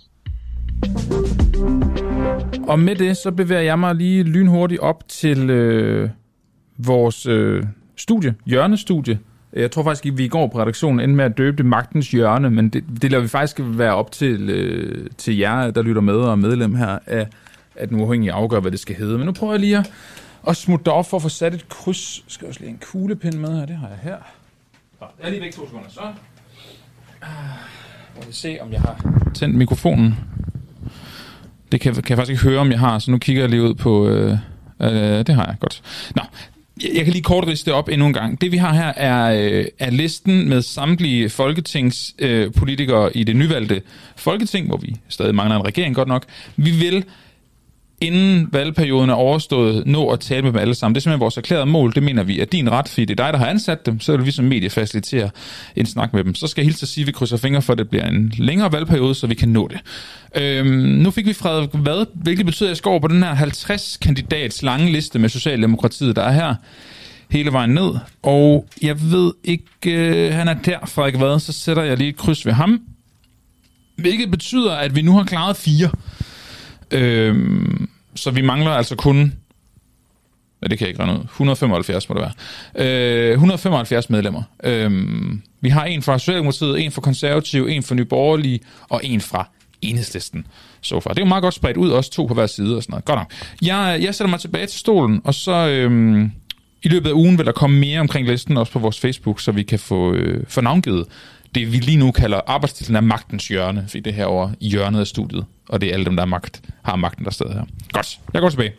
Og med det, så bevæger jeg mig lige lynhurtigt op til øh, vores øh, studie, hjørnestudie. Jeg tror faktisk, at vi i går på redaktionen endte med at døbe det Magtens Hjørne, men det, det lader vi faktisk være op til, øh, til jer, der lytter med og er medlem her, af, at den uafhængige afgør, hvad det skal hedde. Men nu prøver jeg lige at, at smutte derop for at få sat et kryds. Jeg skal også lige en kuglepind med her, det har jeg her. Så, jeg er lige væk to sekunder, så. Må vi se, om jeg har tændt mikrofonen. Det kan, kan jeg faktisk ikke høre, om jeg har, så nu kigger jeg lige ud på... Øh, øh, det har jeg, godt. Nå, jeg, jeg kan lige kort riste det op endnu en gang. Det vi har her er, øh, er listen med samtlige folketingspolitikere øh, i det nyvalgte Folketing, hvor vi stadig mangler en regering godt nok. Vi vil, inden valgperioden er overstået, nå at tale med dem alle sammen. Det er simpelthen vores erklærede mål. Det mener vi er din ret, fordi det er dig, der har ansat dem. Så er det vi som medie faciliterer en snak med dem. Så skal jeg hilse at sige, at vi krydser fingre for, at det bliver en længere valgperiode, så vi kan nå det. Øhm, nu fik vi Frederik Vad, hvilket betyder, at jeg skal over på den her halvtreds kandidats lange liste med Socialdemokratiet, der er her hele vejen ned. Og jeg ved ikke, øh, han er der, Frederik Vad, så sætter jeg lige et kryds ved ham. Hvilket betyder, at vi nu har klaret fire. Øhm, så vi mangler altså kun, ja, det kan jeg ikke regne ud, et hundrede og femoghalvfjerds må det være, øh, et hundrede og femoghalvfjerds medlemmer. Øhm, vi har en fra Socialdemokratiet, en fra Konservative, en fra Nye Borgerlige og en fra Enhedslisten. Så far. Det er jo meget godt spredt ud, også to på hver side og sådan noget. Godt nok. Jeg, jeg sætter mig tilbage til stolen, og så øhm, i løbet af ugen vil der komme mere omkring listen, også på vores Facebook, så vi kan få, øh, få navngivet det, vi lige nu kalder arbejdstitlen af Magtens Hjørne, fordi det her over i hjørnet af studiet, og det er alle dem, der er magt, har magten der stedet her. Godt, jeg går tilbage.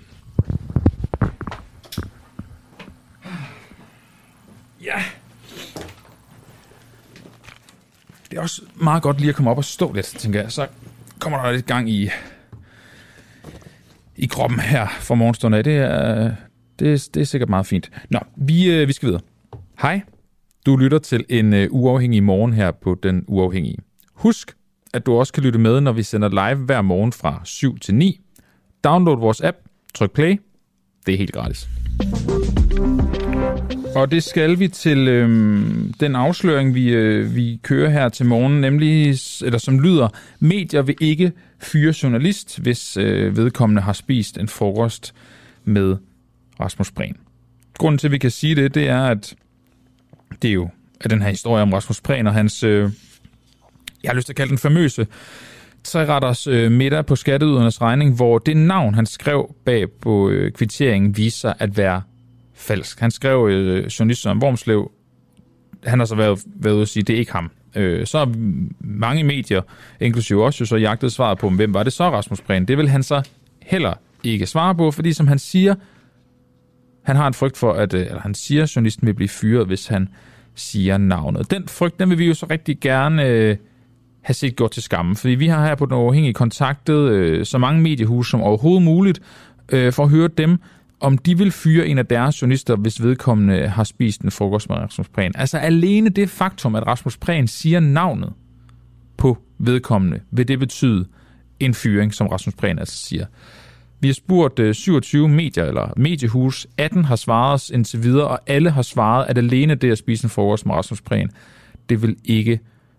Ja. Det er også meget godt lige at komme op og stå lidt, tænker jeg. Så kommer der lidt gang i, i kroppen her fra morgenstunden af. Det er, det, er, det er sikkert meget fint. Nå, vi, vi skal videre. Hej. Du lytter til en uh, uafhængig morgen her på Den Uafhængige. Husk, at du også kan lytte med, når vi sender live hver morgen fra syv til ni. Download vores app, tryk play. Det er helt gratis. Og det skal vi til øhm, den afsløring, vi, øh, vi kører her til morgen, nemlig, eller som lyder, medier vil ikke fyre journalist, hvis øh, vedkommende har spist en frokost med Rasmus Prehn. Grunden til, at vi kan sige det, det er, at det er jo af den her historie om Rasmus Prehn og hans, øh, jeg har lyst til at kalde den famøse, treretters øh, middag på skatteydernes regning, hvor det navn, han skrev bag på øh, kvitteringen, viser sig at være falsk. Han skrev, øh, journalist Søren Wormslev, han har så været, været ude at sige, det er ikke ham. Øh, så er mange medier, inklusive også, jo så jagtede svaret på, hvem var det så Rasmus Prehn? Det vil han så heller ikke svare på, fordi som han siger, han har en frygt for, at eller han siger, at journalisten vil blive fyret, hvis han siger navnet. Den frygt, den vil vi jo så rigtig gerne øh, have set gjort til skamme, fordi vi har her på Den Uafhængige kontaktet øh, så mange mediehuse som overhovedet muligt, øh, for at høre dem, om de vil fyre en af deres journalister, hvis vedkommende har spist en frokost med Rasmus Prehn. Altså alene det faktum, at Rasmus Prehn siger navnet på vedkommende, vil det betyde en fyring, som Rasmus Prehn altså siger. Vi har spurgt syvogtyve medier, eller mediehus, atten har svaret os indtil videre, og alle har svaret, at alene det at spise en frokost med Rasmus Prehn, det vil ikke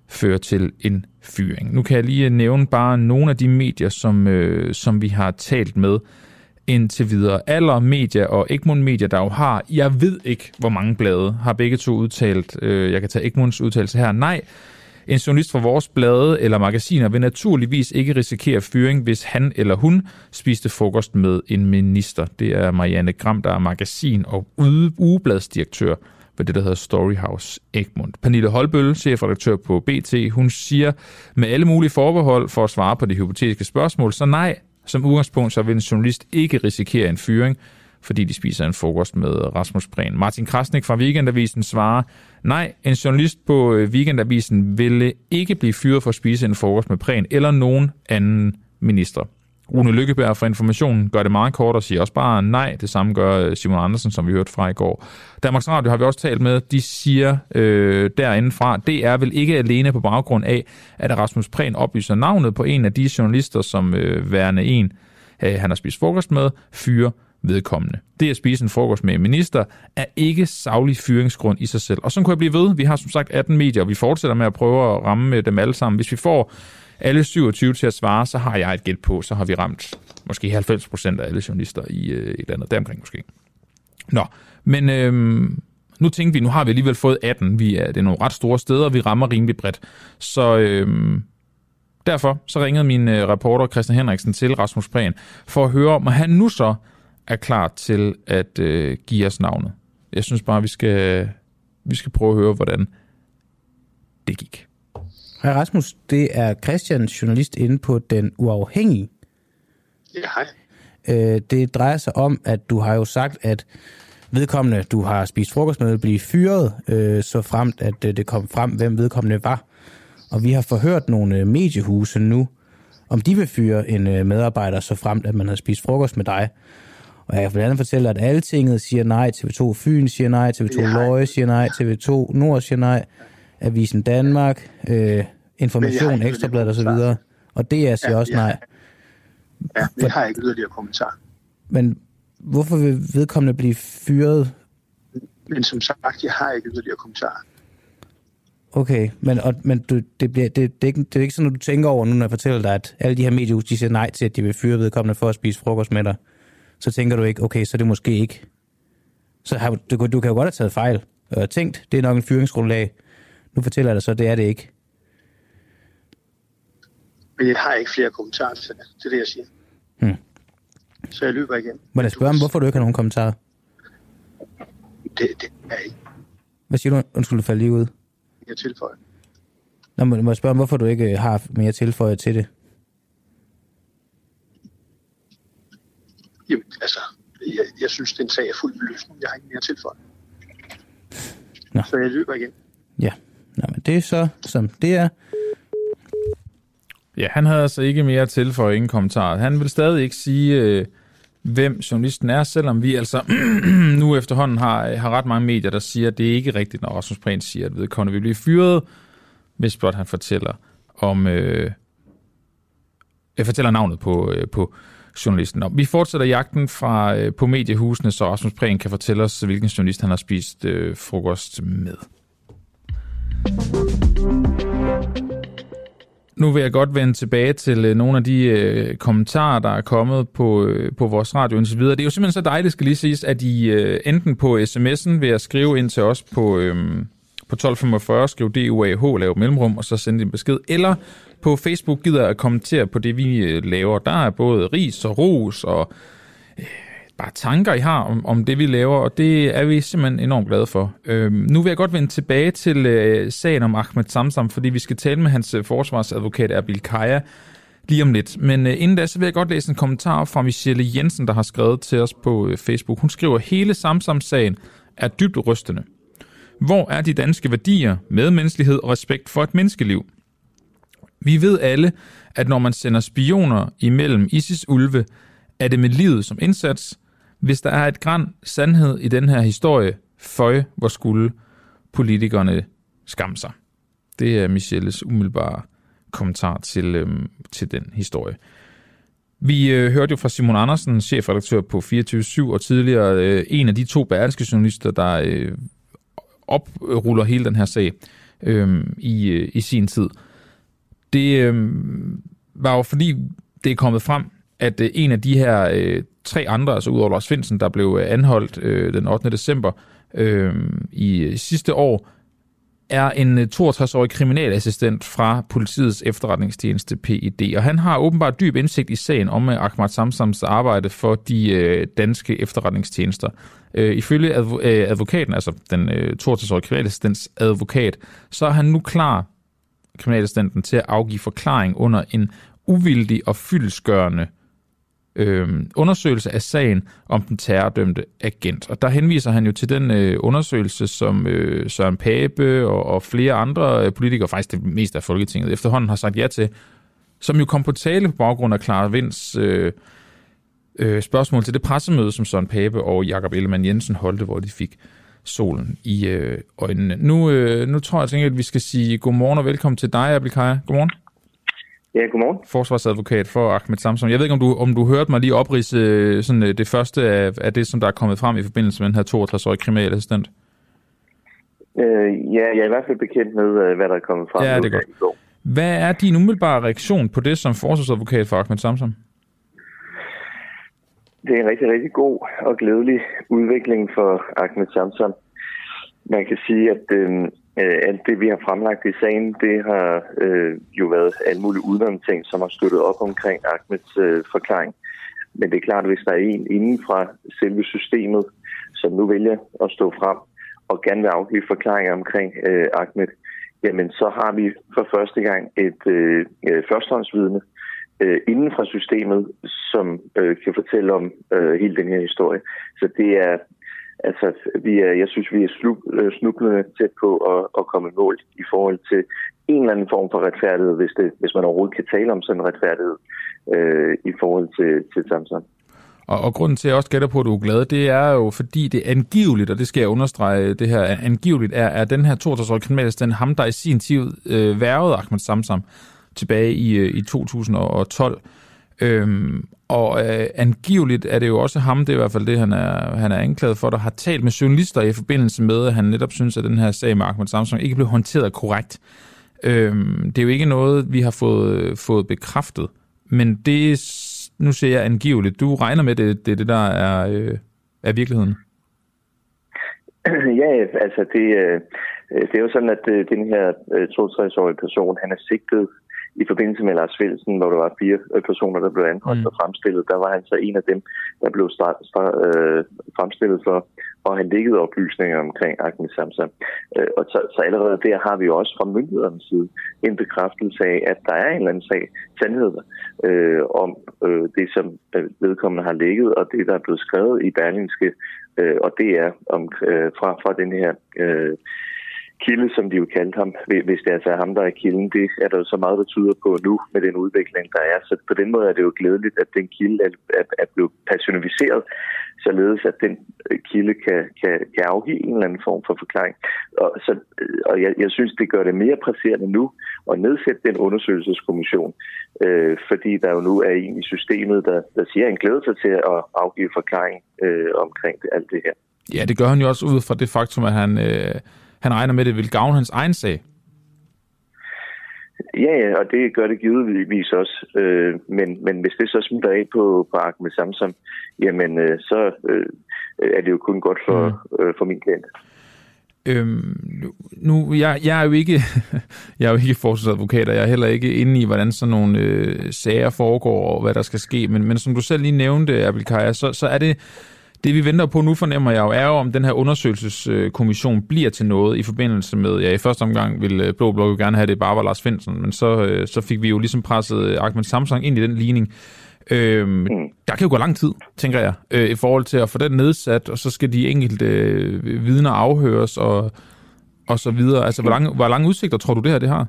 føre til en fyring. Nu kan jeg lige nævne bare nogle af de medier, som, øh, som vi har talt med indtil videre. Aller Media og Egmont Media, der jo har, jeg ved ikke, hvor mange blade, har begge to udtalt, øh, jeg kan tage Egmonts udtalelse her, nej, en journalist fra vores blade eller magasiner vil naturligvis ikke risikere fyring, hvis han eller hun spiste frokost med en minister. Det er Marianne Gram, der er magasin- og ugebladsdirektør ved det, der hedder Storyhouse Egmont. Pernille Holbølle, chefredaktør på B T, hun siger med alle mulige forbehold for at svare på de hypotetiske spørgsmål, så nej, som udgangspunkt så vil en journalist ikke risikere en fyring, fordi de spiser en frokost med Rasmus Prehn. Martin Krasnik fra Weekendavisen svarer, nej, en journalist på Weekendavisen ville ikke blive fyret for at spise en frokost med Prehn eller nogen anden minister. Rune Lykkeberg fra Informationen gør det meget kort og siger også bare nej. Det samme gør Simon Andersen, som vi hørte fra i går. Danmarks Radio har vi også talt med. De siger øh, derindefra, det er vel ikke alene på baggrund af, at Rasmus Prehn oplyser navnet på en af de journalister, som øh, værende en, øh, han har spist frokost med, fyrer vedkommende. Det at spise en frokost med en minister er ikke saglig fyringsgrund i sig selv. Og sådan kunne jeg blive ved. Vi har som sagt atten medier, og vi fortsætter med at prøve at ramme dem alle sammen. Hvis vi får alle syvogtyve til at svare, så har jeg et gæt på, så har vi ramt måske halvfems procent af alle journalister i øh, et andet deromkring måske. Nå, men øhm, nu tænkte vi, nu har vi alligevel fået atten. Vi er, det er nogle ret store steder, vi rammer rimelig bredt. Så øhm, derfor så ringede min øh, reporter Christian Henriksen til Rasmus Prehn for at høre, om han nu så er klar til at øh, give os navnet. Jeg synes bare, vi skal, vi skal prøve at høre, hvordan det gik. Hej Rasmus, det er Christian, journalist inde på Den Uafhængige. Ja, hej. Det drejer sig om, at du har jo sagt, at vedkommende, du har spist frokost med, vil blive fyret, så fremt, at det kom frem, hvem vedkommende var. Og vi har forhørt nogle mediehuse nu, om de vil fyre en medarbejder, så fremt, at man har spist frokost med dig. Og jeg kan blandt andet fortælle, at Altinget siger nej, T V to Fyn siger nej, T V to Løje siger nej, T V to Nord siger nej, Avisen Danmark, øh, Information, Ekstrabladet og så videre. Og D R siger ja, også nej. Ja, det For, har jeg ikke yderligere kommentar. Men hvorfor vil vedkommende blive fyret? Men som sagt, jeg har ikke yderligere kommentar. Okay, men, og, men du, det, bliver, det, det, er ikke, det er ikke sådan, at du tænker over nu, når jeg fortæller dig, at alle de her mediehus, de siger nej til, at de vil fyre vedkommende for at spise frokost med dig. Så tænker du ikke, okay, så er det måske ikke. Så har, du, du kan jo godt have taget fejl og tænkt, det er nok en fyringsgrundlag. Nu fortæller jeg dig så, det er det ikke. Men jeg har ikke flere kommentarer til det. Det er det, jeg siger. Hmm. Så jeg løber igen. Må jeg spørge om, hvorfor du ikke har nogen kommentarer? Det, det er ikke. Hvad siger du? Undskyld, du faldt lige ud. Jeg tilføjer. Nå, må jeg spørge om, hvorfor du ikke har mere tilføjet til det? Jamen, altså, jeg, jeg synes, den sag er fuldt belysning. Jeg har ikke mere tilføjet. Nå. Så jeg løber igen. Ja, nå, men det er så, som det er. Ja, han havde altså ikke mere til for ingen kommentar. Han vil stadig ikke sige, øh, hvem journalisten er, selvom vi altså nu efterhånden har, har ret mange medier, der siger, at det er ikke rigtigt, når Rasmus Prehn siger, at vedkommende vil blive fyret, hvis blot han fortæller om øh, jeg fortæller navnet på, øh, på journalisten. Og vi fortsætter jagten fra øh, på mediehusene, så Rasmus Prehn kan fortælle os, hvilken journalist han har spist øh, frokost med. Nu vil jeg godt vende tilbage til øh, nogle af de øh, kommentarer, der er kommet på, øh, på vores radio indtil videre. Det er jo simpelthen så dejligt, skal lige siges, at I øh, enten på sms'en ved at skrive ind til os på, øh, på tolv femogfyrre, skriv D U A H, lave mellemrum, og så sende en besked. Eller på Facebook gider at kommentere på det, vi øh, laver. Der er både ris og ros og øh, bare tanker, I har om, om det, vi laver, og det er vi simpelthen enormt glade for. Øh, nu vil jeg godt vende tilbage til øh, sagen om Ahmed Samsam, fordi vi skal tale med hans øh, forsvarsadvokat Erbil Kaya lige om lidt. Men øh, inden da, så vil jeg godt læse en kommentar fra Michelle Jensen, der har skrevet til os på øh, Facebook. Hun skriver, hele Samsam-sagen er dybt rystende. Hvor er de danske værdier, medmenneskelighed og respekt for et menneskeliv? Vi ved alle, at når man sender spioner imellem ISIS-ulve, er det med livet som indsats. Hvis der er et gran sandhed i den her historie, føj, hvor skulle politikerne skamme sig. Det er Michelles umiddelbare kommentar til, øhm, til den historie. Vi øh, hørte jo fra Simon Andersen, chefredaktør på fireogtyve syv, og tidligere øh, en af de to berlingske journalister, der øh, opruller hele den her sag. øh, i, øh, i sin tid. Det øh, var jo fordi, det er kommet frem, at øh, en af de her øh, tre andre, altså udover Lars Findsen, der blev anholdt øh, den ottende december øh, i sidste år, er en toogtres-årig kriminalassistent fra politiets efterretningstjeneste P E D, og han har åbenbart dyb indsigt i sagen om Ahmad Samsams arbejde for de øh, danske efterretningstjenester. Øh, ifølge adv- øh, advokaten, altså den øh, toogtres-årige kriminalassistents advokat, så er han nu klar, kriminalassistenten, til at afgive forklaring under en uvildig og fyldestgørende øh, undersøgelse af sagen om den terrordømte agent. Og der henviser han jo til den øh, undersøgelse, som øh, Søren Pape og, og flere andre øh, politikere, faktisk det meste af Folketinget, efterhånden har sagt ja til, som jo kom på tale på baggrund af Clara Winds øh, øh, spørgsmål til det pressemøde, som Søren Pape og Jakob Ellemann-Jensen holdte, hvor de fik solen i øh, øjnene. Nu, øh, nu tror jeg, at vi skal sige godmorgen og velkommen til dig, Abelkaya. Godmorgen. Ja, godmorgen. Forsvarsadvokat for Ahmed Samsam. Jeg ved ikke, om du, om du hørte mig lige opridse sådan, det første af, af det, som der er kommet frem i forbindelse med den her toogtres-årige kriminalassistent. Øh, ja, jeg er i hvert fald bekendt med, hvad der er kommet frem. Ja, det er godt. Hvad er din umiddelbare reaktion på det som forsvarsadvokat for Ahmed Samsam? Det er en rigtig, rigtig god og glædelig udvikling for Ahmed Samsam. Man kan sige, at øh, alt det, vi har fremlagt i sagen, det har øh, jo været alle mulige udenomting, som har støttet op omkring Ahmeds øh, forklaring. Men det er klart, at hvis der er en inden fra selve systemet, som nu vælger at stå frem og gerne vil afgive forklaringer omkring øh, Ahmed, jamen så har vi for første gang et øh, førstehåndsvidne øh, inden fra systemet, som øh, kan fortælle om øh, hele den her historie. Så det er Altså, vi er, jeg synes, vi er snublende tæt på at, at komme i mål i forhold til en eller anden form for retfærdighed, hvis, det, hvis man overhovedet kan tale om sådan en retfærdighed øh, i forhold til, til Samsam. Og, og grunden til, at jeg også gætter på, at du er glad, det er jo, fordi det angiveligt, og det skal jeg understrege, det her angiveligt er, er den her toogtres-årige kriminalassistent ham, der i sin tid øh, værvede Ahmed Samsam tilbage i, øh, i to tusind og tolv. Øhm, og øh, angiveligt er det jo også ham, det er i hvert fald det, han er, han er anklaget for, der har talt med journalister i forbindelse med, at han netop synes, at den her sag med Ahmed Samsam ikke blev håndteret korrekt. Øhm, det er jo ikke noget, vi har fået, fået bekræftet, men det, nu siger jeg angiveligt, du regner med, det det, det der er, øh, er virkeligheden? Ja, altså det, øh, det er jo sådan, at øh, den her øh, toogtres-årige person, han er sigtet i forbindelse med Lars Findsen, hvor der var fire personer, der blev anholdt mm. og fremstillet. Der var han så en af dem, der blev start, start, øh, fremstillet for, og han lækkede oplysninger omkring Ahmed Samsam. Øh, og så, så allerede der har vi jo også fra myndighedernes side en bekræftelse af, at der er en eller anden sag, sandhed øh, om øh, det, som vedkommende har lækket, og det, der er blevet skrevet i Berlingske, øh, og det er om, øh, fra, fra den her øh, kilde, som de jo kaldte ham, hvis det altså er ham, der er kilden, det er der jo så meget, der tyder på nu med den udvikling, der er. Så på den måde er det jo glædeligt, at den kilde er, er, er blevet personificeret, således at den kilde kan, kan, kan afgive en eller anden form for forklaring. Og, så, og jeg, jeg synes, det gør det mere presserende nu at nedsætte den undersøgelseskommission, øh, fordi der jo nu er en i systemet, der, der siger, at han glæder sig til at afgive forklaring øh, omkring det, alt det her. Ja, det gør han jo også ud fra det faktum, at han... Øh Han regner med, at det vil gavne hans egen sag. Ja, ja, og det gør det givetvis også. Øh, men, men hvis det så smitter af på, på Ahmed Samsam, jamen øh, så øh, er det jo kun godt for, mm. øh, for min klient. Øhm, nu, jeg, jeg er jo ikke, jeg er jo ikke forsvarsadvokat, og jeg er heller ikke inde i, hvordan sådan nogle øh, sager foregår, og hvad der skal ske. Men, men som du selv lige nævnte, Abelkaya, så, så er det... Det vi venter på nu, fornemmer jeg jo, er jo, om den her undersøgelseskommission bliver til noget i forbindelse med, ja, i første omgang ville Blå Blok jo gerne have det bare var Lars Findsen, men så, så fik vi jo ligesom presset Ahmed Samsam ind i den ligning. Øhm, mm. Der kan jo gå lang tid, tænker jeg, øh, i forhold til at få den nedsat, og så skal de enkelte øh, vidner afhøres og, og så videre. Altså, hvor lange, hvor lange udsigter tror du, det her det har?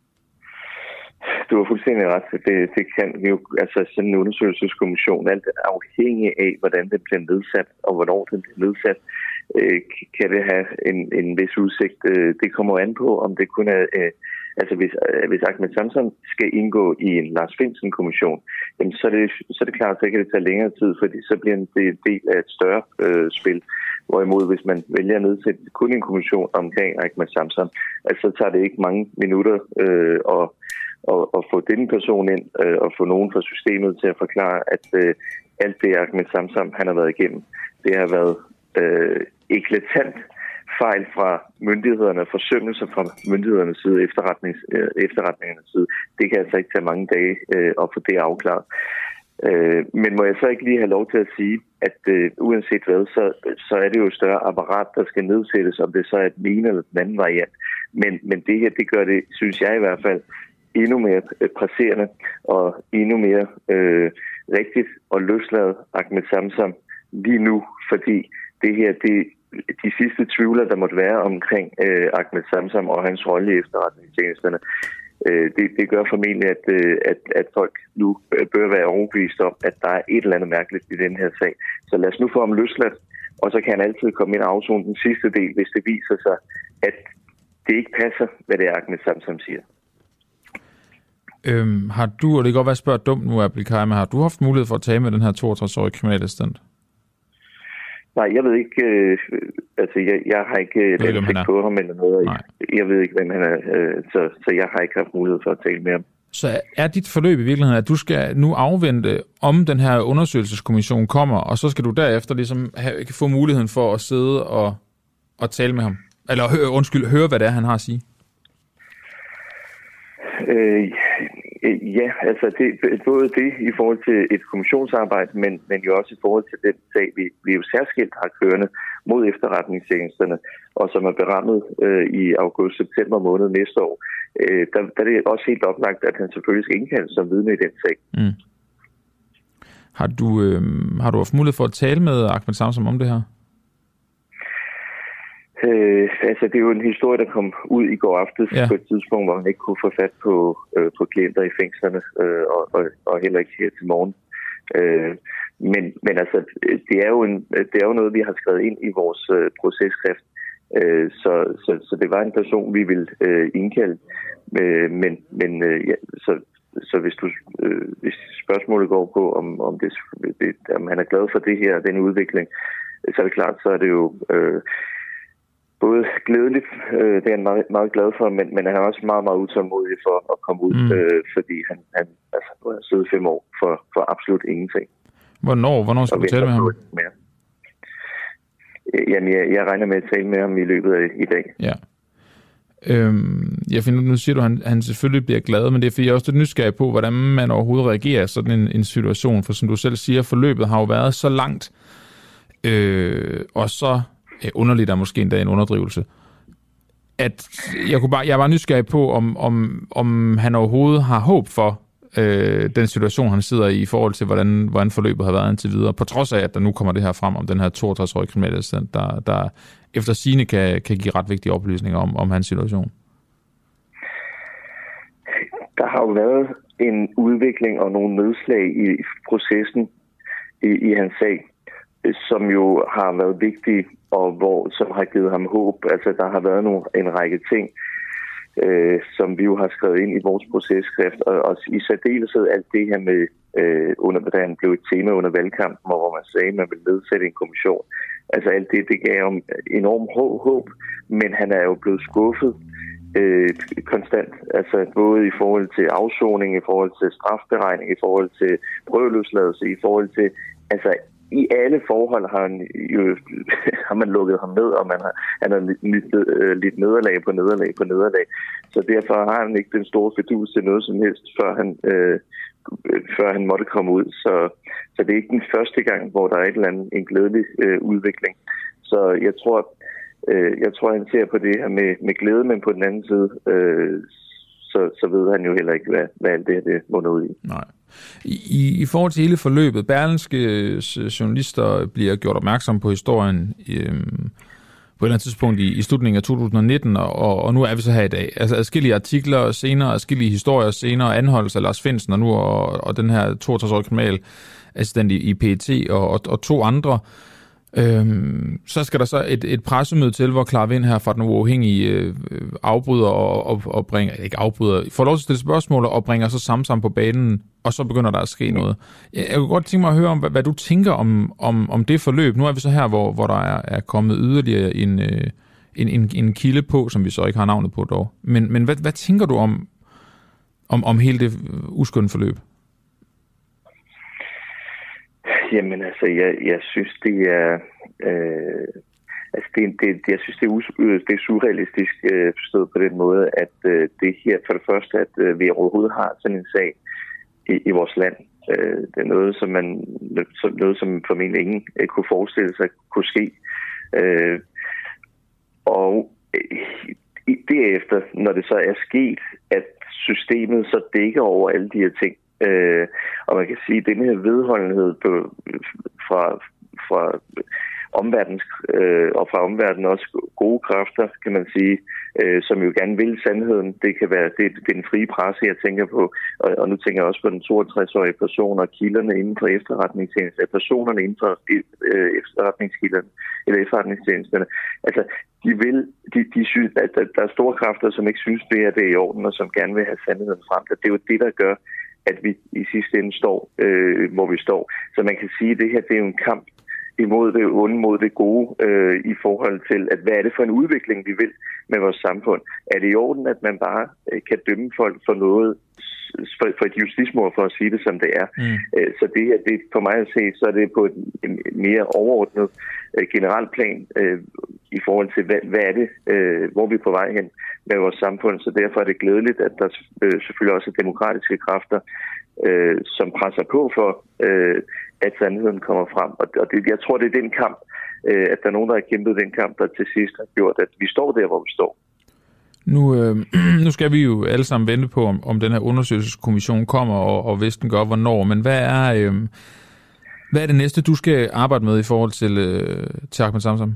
Du har fuldstændig ret. Det, det kan jo, altså sådan en undersøgelseskommission, alt afhængig af, hvordan den bliver nedsat, og hvornår den bliver nedsat, øh, kan det have en, en vis udsigt. Det kommer an på, om det kun er, øh, altså hvis, øh, hvis Ahmed Samsam skal indgå i en Lars Findsen-kommission, jamen så er, det, så er det klart, at så kan det tage længere tid, fordi så bliver det en del af et større øh, spil. Hvorimod, hvis man vælger at nedsætte kun en kommission omkring Ahmed Samsam, altså, så tager det ikke mange minutter øh, at, at, at få den person ind øh, og få nogen fra systemet til at forklare, at øh, alt det Ahmed Samsam han har været igennem, det har været øh, eklatant fejl fra myndighederne, forsømmelser fra myndighedernes side, efterretnings, øh, efterretningernes side. Det kan altså ikke tage mange dage øh, at få det afklaret. Øh, men må jeg så ikke lige have lov til at sige, at øh, uanset hvad, så, så er det jo et større apparat, der skal nedsættes, om det så er den ene eller den anden variant. Men, men det her, det gør det, synes jeg i hvert fald, endnu mere presserende og endnu mere øh, rigtigt og løsladet Ahmed Samsam lige nu, fordi det her, det de sidste tvivler, der måtte være omkring øh, Ahmed Samsam og hans rolle i efterretningstjenesterne, øh, det, det gør formentlig, at, øh, at, at folk nu bør være overbevist om, at der er et eller andet mærkeligt i den her sag. Så lad os nu få ham løsladt, og så kan han altid komme ind og afzone den sidste del, hvis det viser sig, at det ikke passer, hvad det er, Ahmed Samsam siger. Øhm, har du, og det kan godt være spørgt dumt nu, Abdelkader, men har du haft mulighed for at tale med den her toogtres-årige kriminalassistent? Nej, jeg ved ikke, øh, altså jeg, jeg har ikke ansigt på ham eller noget. Jeg, jeg ved ikke, hvem han er, øh, så, så jeg har ikke haft mulighed for at tale med ham. Så er dit forløb i virkeligheden, at du skal nu afvente, om den her undersøgelseskommission kommer, og så skal du derefter ligesom have, få muligheden for at sidde og, og tale med ham? Eller høre, undskyld, høre, hvad det er, han har at sige? Øh, ja, altså det, både det i forhold til et kommissionsarbejde, men, men jo også i forhold til den sag, vi, vi jo særskilt har kørende mod efterretningstjenesterne, og som er berammet øh, i august-september måned næste år. Øh, der, der er det også helt oplagt, at han selvfølgelig skal indkaldes som vidne i den sag. Mm. Har du, øh, har du haft mulighed for at tale med Ahmed Samsam om det her? Øh, altså, det er jo en historie, der kom ud i går aftes ja. På et tidspunkt, hvor han ikke kunne få fat på, øh, på klienter i fængslerne, øh, og, og, og heller ikke her til morgen. Øh, men, men altså, det er, jo en, det er jo noget, vi har skrevet ind i vores øh, processkrift. Øh, så, så, så det var en person, vi ville øh, indkalde. Øh, men men øh, ja, så, så hvis, du, øh, hvis spørgsmålet går på, om, om, det, det, om han er glad for det her, den udvikling, så er det klart, så er det jo... Øh, Både glædeligt, øh, det er han meget, meget glad for, men, men han er også meget, meget utålmodig for at komme ud, mm. øh, fordi han, han altså, har siddet fem år for, for absolut ingenting. Hvornår, hvornår skal du tale med ham? Mere. Jamen, jeg, jeg regner med at tale med ham i løbet af i dag. Ja. Øhm, jeg finder, nu siger du, at han, han selvfølgelig bliver glad, men det er fordi, jeg er også lidt nysgerrig på, hvordan man overhovedet reagerer i sådan en, en situation, for som du selv siger, forløbet har jo været så langt, øh, og så Ja, underligt er måske endda en underdrivelse, at jeg, kunne bare, jeg var nysgerrig på, om, om, om han overhovedet har håb for øh, den situation, han sidder i, i forhold til, hvordan, hvordan forløbet har været indtil videre, på trods af, at der nu kommer det her frem om den her toogtres-årige kriminalassistent, der, der efter sigende kan, kan give ret vigtige oplysninger om, om hans situation. Der har jo været en udvikling og nogle nedslag i processen i, i hans sag, som jo har været vigtige, og hvor, som har givet ham håb. Altså, der har været nogle, en række ting, øh, som vi jo har skrevet ind i vores processkrift, og, og i særdeleshed alt det her med, øh, under, da han blev et tema under valgkampen, hvor man sagde, at man ville nedsætte en kommission. Altså, alt det, det gav ham enormt håb, men han er jo blevet skuffet øh, konstant. Altså, både i forhold til afsoning, i forhold til strafberegning, i forhold til prøveløsladelse, i forhold til, altså, i alle forhold har, han jo, har man lukket ham ned, og man har, han har lidt, lidt nederlag på nederlag på nederlag. Så derfor har han ikke den store fidus til noget som helst, før han, øh, før han måtte komme ud. Så, så det er ikke den første gang, hvor der er et eller andet, en glædelig øh, udvikling. Så jeg tror, øh, jeg tror, han ser på det her med, med glæde, men på den anden side, øh, så, så ved han jo heller ikke, hvad, hvad alt det her det munder ud i. Nej. I, I forhold til hele forløbet, Berlingske journalister bliver gjort opmærksom på historien øhm, på et eller andet tidspunkt i, i slutningen af to tusind nitten, og, og nu er vi så her i dag. Altså adskillige artikler senere, adskillige historier senere, anholdelse af Lars Findsen og nu, og, og den her toogtres-årige kriminalassistent i, i P E T og, og, og to andre. Øhm, så skal der så et, et pressemøde til, hvor Clara Vind her fra Den Uafhængige øh, afbryder og, og, og bringer, ikke afbryder, får lov til at stille spørgsmål og bringer så Samsam på banen, og så begynder der at ske noget. Jeg, jeg kunne godt tænke mig at høre om, hvad, hvad du tænker om, om, om det forløb. Nu er vi så her, hvor, hvor der er, er kommet yderligere en, øh, en, en, en kilde på, som vi så ikke har navnet på dog. Men, men hvad, hvad tænker du om, om, om hele det uskønne forløb? Jamen altså, jeg, jeg synes, det er... Øh, altså, det, det, jeg synes, det er, us, det er surrealistisk øh, forstået på den måde, at øh, det her, for det første, at øh, vi overhovedet har sådan en sag i, i vores land. Øh, det er noget, som man noget, som formentlig ingen øh, kunne forestille sig kunne ske. Øh, og øh, derefter, når det så er sket, at systemet så dækker over alle de her ting, Øh, og man kan sige, at den her vedholdenhed på, fra, fra omverdens, øh, og fra omverdenen også gode kræfter, kan man sige, øh, som jo gerne vil sandheden. Det kan være det, det er den frie presse, jeg tænker på, og, og nu tænker jeg også på den toogtres-årige person og kilderne inden for efterretningstjenesterne, personerne inden for øh, efterretningskilderne, eller efterretningstjenesterne. Altså, de vil, de, de synes, at der, der er store kræfter, som ikke synes, det er det i orden, og som gerne vil have sandheden frem. Det er jo det, der gør, at vi i sidste ende står, øh, hvor vi står. Så man kan sige, at det her det er jo en kamp imod det onde, mod det gode, øh, i forhold til, at hvad er det for en udvikling, vi vil med vores samfund? Er det i orden, at man bare øh, kan dømme folk for noget, for, for et justitsmord, for at sige det, som det er? Mm. Øh, så det her, det, for mig at se, så er det på et, en mere overordnet øh, generelt plan, øh, i forhold til, hvad, hvad er det, øh, hvor vi er på vej hen med vores samfund. Så derfor er det glædeligt, at der øh, selvfølgelig også er demokratiske kræfter, øh, som presser på for, øh, at sandheden kommer frem. Og, og det, jeg tror, det er den kamp, øh, at der er nogen, der har kæmpet den kamp, der til sidst har gjort, at vi står der, hvor vi står. Nu, øh, nu skal vi jo alle sammen vente på, om, om den her undersøgelseskommission kommer, og, og hvis den gør, hvornår. Men hvad er, øh, hvad er det næste, du skal arbejde med i forhold til, øh, til Ahmed Samsam?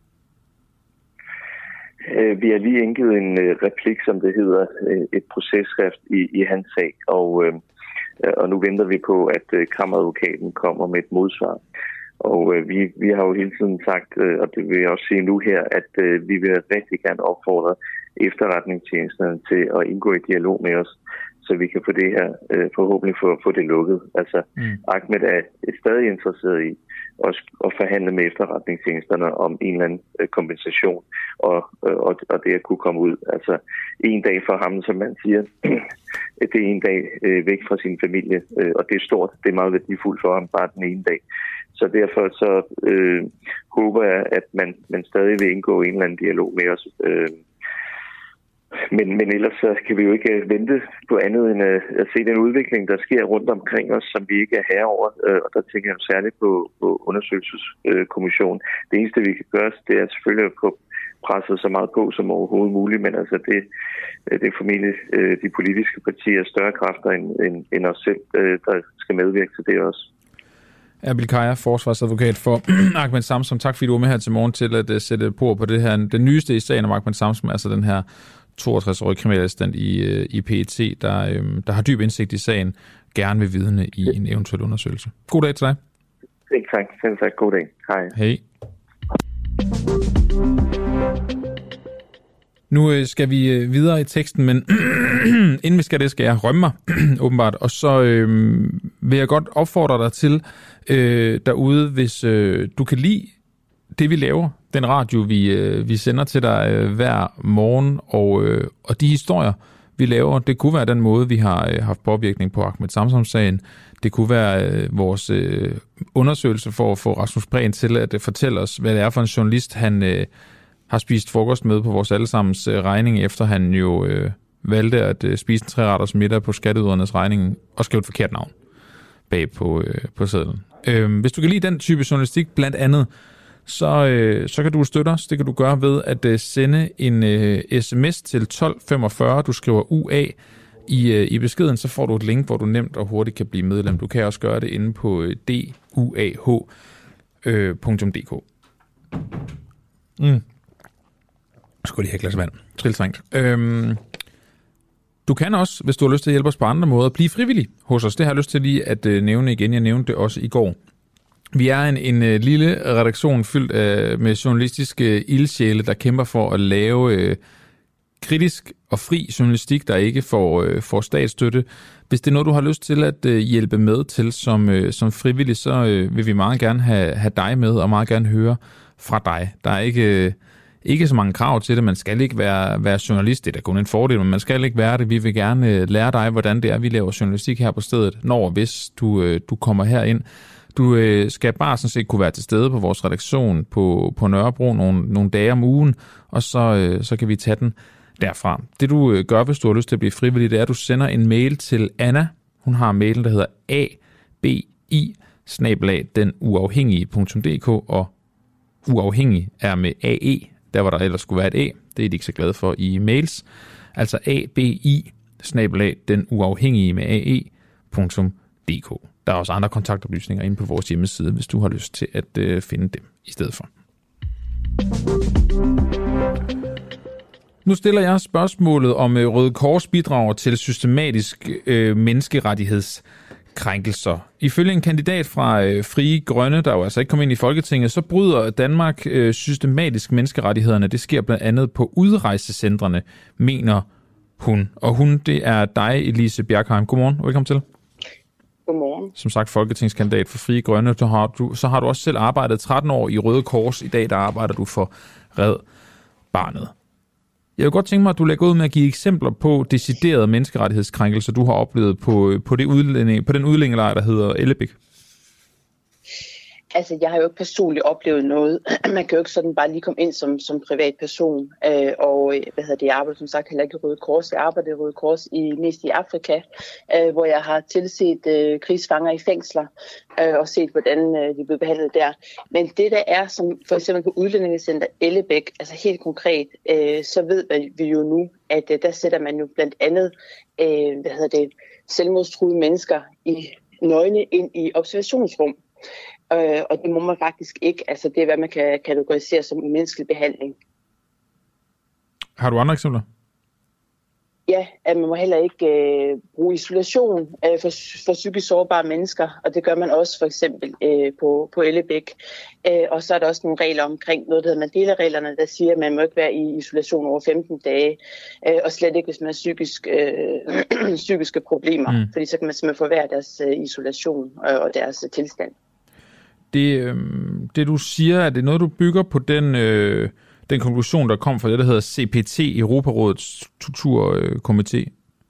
Vi har lige indgivet en uh, replik, som det hedder, uh, et processkrift i, i hans sag, og, uh, og nu venter vi på, at uh, kammeradvokaten kommer med et modsvar. Og uh, vi, vi har jo hele tiden sagt, uh, og det vil jeg også sige nu her, at uh, vi vil rigtig gerne opfordre efterretningstjenesterne til at indgå i dialog med os, så vi kan få det her uh, forhåbentlig få, få det lukket. Altså, mm. Ahmed er stadig interesseret i også at forhandle med efterretningstjenesterne om en eller anden uh, kompensation, og, uh, og, og det at kunne komme ud. Altså, en dag for ham, som man siger, det er en dag uh, væk fra sin familie, uh, og det er stort, det er meget værdifuldt for ham, bare den ene dag. Så derfor så øh, håber jeg, at man, man stadig vil indgå en eller anden dialog med os. Øh, Men, men ellers så kan vi jo ikke vente på andet end at, at se den udvikling, der sker rundt omkring os, som vi ikke er herre over. Og der tænker jeg særligt på, på undersøgelseskommissionen. Det eneste, vi kan gøre, det er selvfølgelig at få presset så meget på som overhovedet muligt, men altså det, det er formentlig de politiske partier større kræfter end, end, end os selv, der skal medvirke til det også. Erbil Kaya, forsvarsadvokat for Ahmed Samsam. Tak fordi du var med her til morgen til at uh, sætte på på det her. Den nyeste i sagen om Ahmed Samsam, altså den her toogtres-årige kriminalassistent i, uh, i P E T, der, um, der har dyb indsigt i sagen, gerne vil vidne i en eventuel undersøgelse. God dag til dig. Ikke tak. Selv tak. God dag. Hej. Hej. Nu skal vi videre i teksten, men inden vi skal det, skal jeg rømme mig, åbenbart. Og så øh, vil jeg godt opfordre dig til øh, derude, hvis øh, du kan lide det, vi laver, den radio, vi, øh, vi sender til dig øh, hver morgen, og, øh, og de historier, vi laver, det kunne være den måde, vi har øh, haft påvirkning på Ahmed Samsam-sagen. Det kunne være øh, vores øh, undersøgelse for at få Rasmus Prehn til at øh, fortælle os, hvad det er for en journalist, han øh, har spist frokost med på vores allesammens øh, regning, efter han jo øh, valgte at øh, spise en treretters middag på skatteydernes regning og skrev et forkert navn bag på, øh, på sedlen. Øh, hvis du kan lide den type journalistik, blandt andet, så, øh, så kan du støtte os. Det kan du gøre ved at øh, sende en øh, sms til tolv femogfyrre. Du skriver U A i, øh, i beskeden, så får du et link, hvor du nemt og hurtigt kan blive medlem. Du kan også gøre det inde på øh, d u a h punktum d k. Mm. Jeg skulle lige have et glas vand. Triltrængt. Øhm, du kan også, hvis du har lyst til at hjælpe os på andre måder, blive frivillig hos os. Det har jeg lyst til lige at øh, nævne igen. Jeg nævnte det også i går. Vi er en, en uh, lille redaktion fyldt uh, med journalistiske ildsjæle, der kæmper for at lave uh, kritisk og fri journalistik, der ikke får, uh, får statsstøtte. Hvis det er noget, du har lyst til at uh, hjælpe med til som, uh, som frivillig, så uh, vil vi meget gerne have, have dig med, og meget gerne høre fra dig. Der er ikke... Uh, Ikke så mange krav til det. Man skal ikke være, være journalist. Det er da kun en fordel, men man skal ikke være det. Vi vil gerne lære dig, hvordan det er, vi laver journalistik her på stedet, når og hvis du, du kommer herind. Du skal bare sådan set kunne være til stede på vores redaktion på, på Nørrebro nogle, nogle dage om ugen, og så, så kan vi tage den derfra. Det du gør, hvis du har lyst til at blive frivillig, det er, at du sender en mail til Anna. Hun har mailen, der hedder a b i bindestreg den uafhængige punktum d k, og uafhængig er med A E. Der hvor der ellers skulle være et A, det er de ikke så glade for i mails. Altså a b i bindestreg den uafhængige med A E punktum d k. Der er også andre kontaktoplysninger inde på vores hjemmeside, hvis du har lyst til at øh, finde dem i stedet for. Nu stiller jeg spørgsmålet om øh, Røde Kors bidrager til systematisk øh, menneskerettigheds krænkelser. Ifølge en kandidat fra øh, Frie Grønne, der jo altså ikke kom ind i Folketinget, så bryder Danmark øh, systematisk menneskerettighederne. Det sker blandt andet på udrejsecentrene, mener hun. Og hun, det er dig, Elise Bjerkheim. Godmorgen, og velkommen til. Godmorgen. Som sagt, folketingskandidat for Frie Grønne. Så har, du, så har du også selv arbejdet tretten år i Røde Kors. I dag der arbejder du for Red Barnet. Jeg vil godt tænke mig, at du lægger ud med at give eksempler på deciderede menneskerettighedskrænkelser, du har oplevet på, på, det udlænding, på den udlændingelejr, der hedder Ellebæk. Altså, jeg har jo ikke personligt oplevet noget. Man kan jo ikke sådan bare lige komme ind som, som privatperson. Øh, og hvad hedder det, jeg arbejder som sagt heller ikke i Røde Kors. Jeg arbejder i Røde Kors i, mest i Afrika, øh, hvor jeg har tilset øh, krigsfanger i fængsler øh, og set, hvordan øh, de blev behandlet der. Men det der er, som for eksempel på udlændingecenter Ellebæk, altså helt konkret, øh, så ved vi jo nu, at øh, der sætter man jo blandt andet øh, hvad hedder det, selvmordstruede mennesker i nøgne ind i observationsrum. Øh, og det må man faktisk ikke. Altså det er, hvad man kan kategorisere som umenneskelig behandling. Har du andre eksempler? Ja, at man må heller ikke øh, bruge isolation øh, for, for psykisk sårbare mennesker, og det gør man også for eksempel øh, på, på Ellebæk. Øh, og så er der også nogle regler omkring noget, der hedder Mandela-reglerne, der siger, at man må ikke være i isolation over femten dage, øh, og slet ikke, hvis man har psykisk, øh, psykiske problemer, mm. fordi så kan man simpelthen forværre deres øh, isolation og, og deres øh, tilstand. Det, øh, det du siger, er det noget, du bygger på den, øh, den konklusion, der kom fra det, der hedder C P T, Europarådets torturkomité?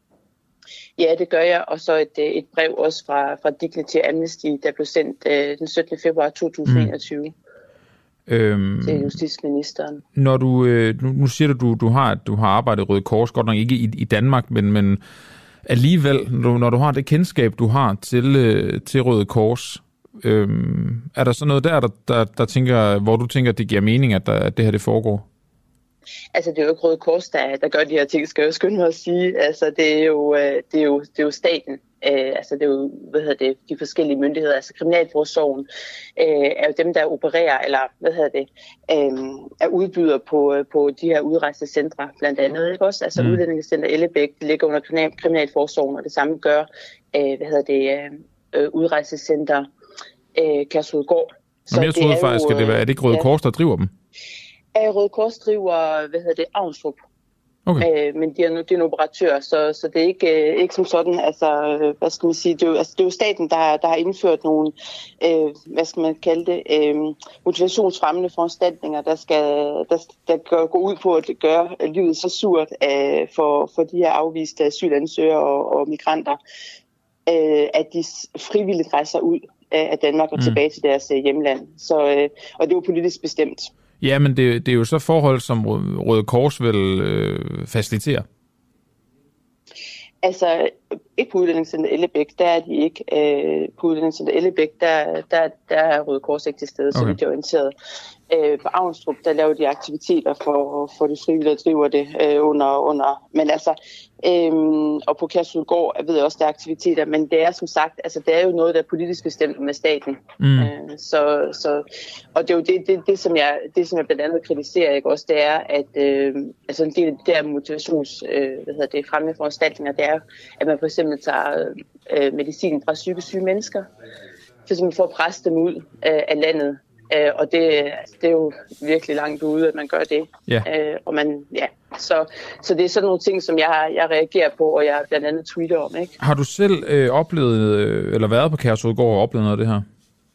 Ja, det gør jeg, og så et, et brev også fra, fra Dignity Amnesty, der blev sendt øh, den syttende februar to tusind og enogtyve mm. øhm, til justitsministeren. Når du, øh, nu, nu siger du, du, du har, du har arbejdet i Røde Kors, godt nok ikke i, i Danmark, men, men alligevel, når du, når du har det kendskab, du har til, øh, til Røde Kors, Øhm, er der så noget der, der, der, der tænker, hvor du tænker, at det giver mening, at, der, at det her det foregår? Altså, det er jo ikke Røde Kors, der, der gør de her ting, skal jeg jo skynde mig at sige. Altså, det er jo, det er jo, det er jo staten. Øh, altså, det er jo, hvad hedder det, de forskellige myndigheder. Altså, Kriminalforsorgen øh, er jo dem, der opererer, eller hvad hedder det, øh, er udbyder på, på de her udrejsecentre, blandt andet, ikke også? Altså, mm. Udlændingecenter Ellebæk ligger under Kriminalforsorgen, og det samme gør, øh, hvad hedder det, øh, udrejsecenter Øh, Kærshovedgård. Så Men jeg troede faktisk, jo, at det var, er det ikke Røde ja. Kors, der driver dem? Ja, Røde Kors driver, hvad hedder det, Avnstrup. Okay. Øh, men de er, de er en operatør, så, så det er ikke, øh, ikke som sådan, altså, hvad skal man sige, det er jo, altså, det er jo staten, der, der har indført nogle, øh, hvad skal man kalde det, øh, motivationsfremmende foranstaltninger, der skal, der, der gør, gå ud på at gøre livet så surt øh, for, for de her afviste asylansøgere og, og migranter, øh, at de frivilligt rejser ud af Danmark og mm. tilbage til deres hjemland. Så, øh, og det er jo politisk bestemt. Ja, men det, det er jo så forhold, som Røde Kors vil øh, facilitere. Altså, ikke på Udlændingscenter Ellebæk, der er de ikke. Øh, på Udlændingscenter Ellebæk, der, der, der er Røde Kors ikke til stede, okay. Så vidt jeg er orienteret. Øh, på Avnstrup, der laver de aktiviteter for, for de frivillige, der driver det øh, under, under. Men altså, øh, og på Kærshovedgård ved jeg også, der er aktiviteter, men det er som sagt, altså det er jo noget, der er politisk bestemt med staten. Mm. Øh, så, så, og det er jo det, det, det, som jeg, det, som jeg blandt andet kritiserer, ikke også, det er, at øh, altså en del af det der motivations, øh, hvad hedder det, fremmede foranstaltninger, det er, at man for eksempel tager øh, medicin fra psykisk syge mennesker, for simpelthen for at presse dem ud af, af landet. Øh, og det, altså, det er jo virkelig langt ude, at man gør det. Ja. Øh, og man, ja. så, så det er sådan nogle ting, som jeg, jeg reagerer på, og jeg blandt andet tweeter om. Ikke? Har du selv øh, oplevet, øh, eller været på Kærshovedgård og oplevet noget af det her?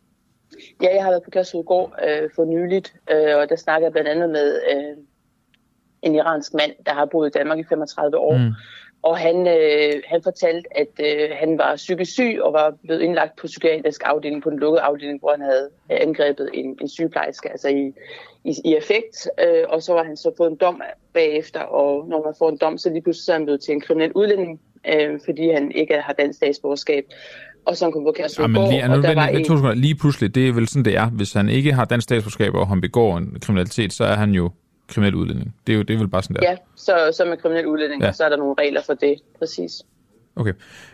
Ja, jeg har været på Kærshovedgård øh, for nyligt, øh, og der snakker jeg blandt andet med øh, en iransk mand, der har boet i Danmark i femogtredive år. Mm. Og han, øh, han fortalte, at øh, han var psykisk syg og var blevet indlagt på psykiatrisk afdeling, på den lukkede afdeling, hvor han havde angrebet en, en sygeplejerske, altså i, i, i effekt. Øh, og så var han så fået en dom bagefter, og når man får en dom, så lige pludselig så er han blevet til en kriminel udlænding, øh, fordi han ikke har dansk statsborgerskab. Og så han kom på Kærshovedgård, ja, lige, og der var en... en... Lige pludselig, det er vel sådan, det er. Hvis han ikke har dansk statsborgerskab, og han begår en kriminalitet, så er han jo kriminel udlænding. Det er jo det er vel bare sådan der. Ja, så, så med kriminel udlænding, ja. Og så er der nogle regler for det, præcis. Okay.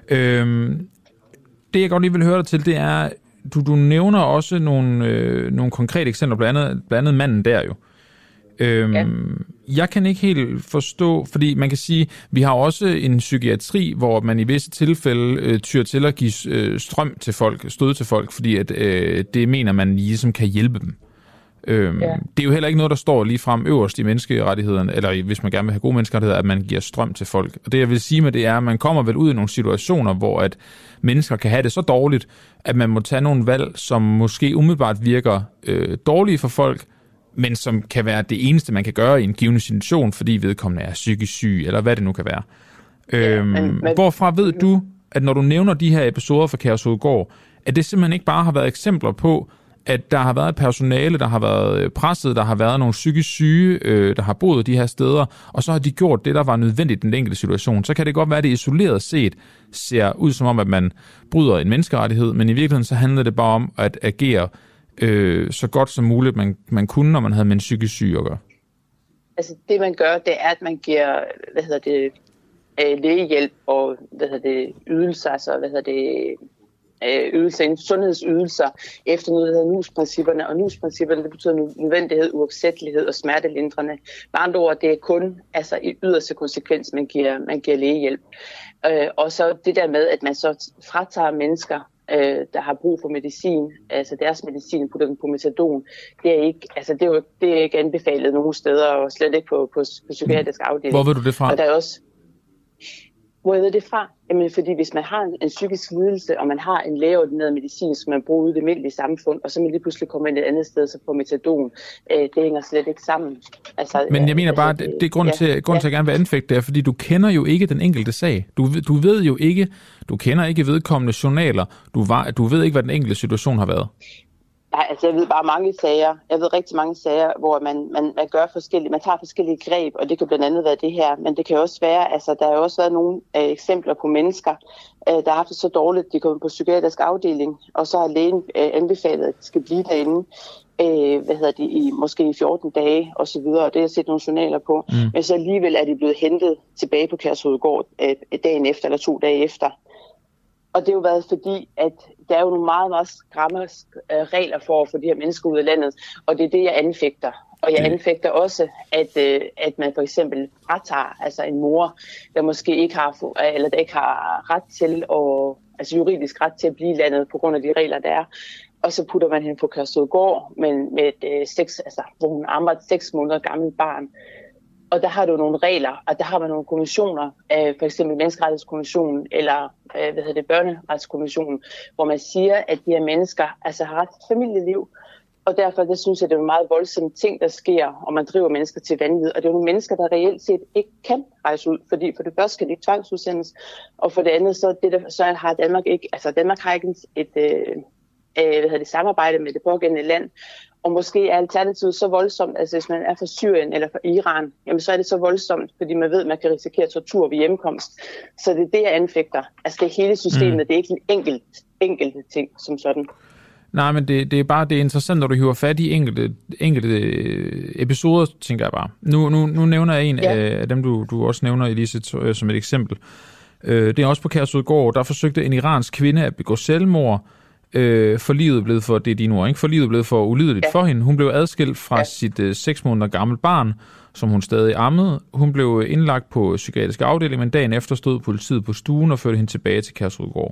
Øhm, det jeg godt lige vil høre dig til, det er, du, du nævner også nogle, øh, nogle konkrete eksempler, blandt andet, blandt andet manden der jo. Øhm, ja. Jeg kan ikke helt forstå, fordi man kan sige, vi har også en psykiatri, hvor man i visse tilfælde øh, tyr til at give øh, strøm til folk, stød til folk, fordi at, øh, det mener man ligesom kan hjælpe dem. Øhm, ja. Det er jo heller ikke noget, der står lige frem øverst i menneskerettighederne, eller hvis man gerne vil have gode menneskerettigheder, at man giver strøm til folk. Og det jeg vil sige med det er, at man kommer vel ud i nogle situationer, hvor at mennesker kan have det så dårligt, at man må tage nogle valg, som måske umiddelbart virker øh, dårlige for folk, men som kan være det eneste, man kan gøre i en given situation, fordi vedkommende er psykisk syg, eller hvad det nu kan være. Ja, øhm, men, men... Hvorfra ved du, at når du nævner de her episoder fra Kærshovedgård, at det simpelthen ikke bare har været eksempler på, at der har været personale, der har været presset, der har været nogle psykisk syge, øh, der har boet de her steder, og så har de gjort det, der var nødvendigt i den enkelte situation. Så kan det godt være, at det isoleret set ser ud som om, at man bryder en menneskerettighed, men i virkeligheden så handler det bare om at agere øh, så godt som muligt, man, man kunne, når man havde med en psykisk syg at gøre. Altså det, man gør, det er, at man giver, hvad hedder det, lægehjælp og, hvad hedder det, ydelser, altså, hvad hedder det, ydelser, sundhedsydelser efter noget, der hedder N U S-principperne, og N U S-principperne, det betyder nødvendighed, uopsættelighed og smertelindrende. Med andre ord, det er kun altså, i yderste konsekvens, man giver, man giver lægehjælp. Øh, og så det der med, at man så fratager mennesker, øh, der har brug for medicin, altså deres medicin, putter den på metadon, det er ikke, altså, det er jo, det er ikke anbefalet nogen steder, og slet ikke på, på, på psykiatrisk afdeling. Hvor ved du det fra? Og der er også... Hvor jeg ved det fra? Jamen, fordi hvis man har en, en psykisk lidelse, og man har en lægeordineret medicin, som man bruger ude i det almindelige samfund, og så man lige pludselig kommer ind et andet sted, så får metadon, øh, det hænger slet ikke sammen. Altså, Men jeg mener bare, altså, det, det er grund ja, til, grund til, at jeg gerne vil anfægte det, fordi du kender jo ikke den enkelte sag. Du, du ved jo ikke, du kender ikke vedkommende journaler, du, var, du ved ikke, hvad den enkelte situation har været. Nej, altså jeg ved bare mange sager, jeg ved rigtig mange sager, hvor man, man, man gør forskellige, man tager forskellige greb, og det kan blandt andet være det her, men det kan også være, altså der har jo også været nogle øh, eksempler på mennesker, øh, der har haft det så dårligt, de kommer på psykiatrisk afdeling, og så har lægen øh, anbefalet, at de skal blive derinde, øh, hvad hedder det, i måske i fjorten dage, og så videre, og det har jeg set nogle journaler på, mm. men så alligevel er de blevet hentet tilbage på Kærshovedgård øh, dagen efter, eller to dage efter. Og det har jo været fordi, at der er jo nogle meget, meget skræmme regler for at få de her mennesker ud af landet, og det er det, jeg anfægter. Og jeg anfægter også, at, at man for eksempel fratager altså en mor, der måske ikke har, eller der ikke har ret til, at, altså juridisk ret til at blive i landet på grund af de regler, der er. Og så putter man hende på Kærshovedgård med, med et seks, altså, hvor hun ammer et seks måneder gammelt barn. Og der har du nogle regler, og der har man nogle kommissioner, øh, for eksempel Menneskerettighedskommissionen eller øh, hvad hedder det, Børneretskommissionen, hvor man siger, at de her mennesker altså har ret til familieliv. Og derfor det synes jeg, det er en meget voldsom ting, der sker, og man driver mennesker til vanvid. Og det er nogle mennesker, der reelt set ikke kan rejse ud, fordi for det første kan de ikke tvangsudsendes, og for det andet så, det der, så har Danmark ikke, altså Danmark har ikke et, et øh, hvad hedder det, samarbejde med det pågældende land. Og måske er alternativet så voldsomt, altså hvis man er fra Syrien eller fra Iran, jamen så er det så voldsomt, fordi man ved, at man kan risikere tortur ved hjemkomst. Så det er det, jeg anfægter. Altså det er hele systemet, mm. det er ikke en enkelt, enkelte ting som sådan. Nej, men det, det er bare det er interessant, når du hiver fat i enkelte, enkelte episoder, tænker jeg bare. Nu, nu, nu nævner jeg en ja. af dem, du, du også nævner, Elise, som et eksempel. Det er også på Kærshovedgård, der forsøgte en iransk kvinde at begå selvmord, Øh, for livet blev for, det er dine ord, ikke? For livet blev for ulideligt ja. for hende. Hun blev adskilt fra ja. sit øh, seks måneder gammelt barn, som hun stadig ammede. Hun blev indlagt på psykiatrisk afdeling, men dagen efter stod politiet på stuen og førte hende tilbage til Kærshovedgård.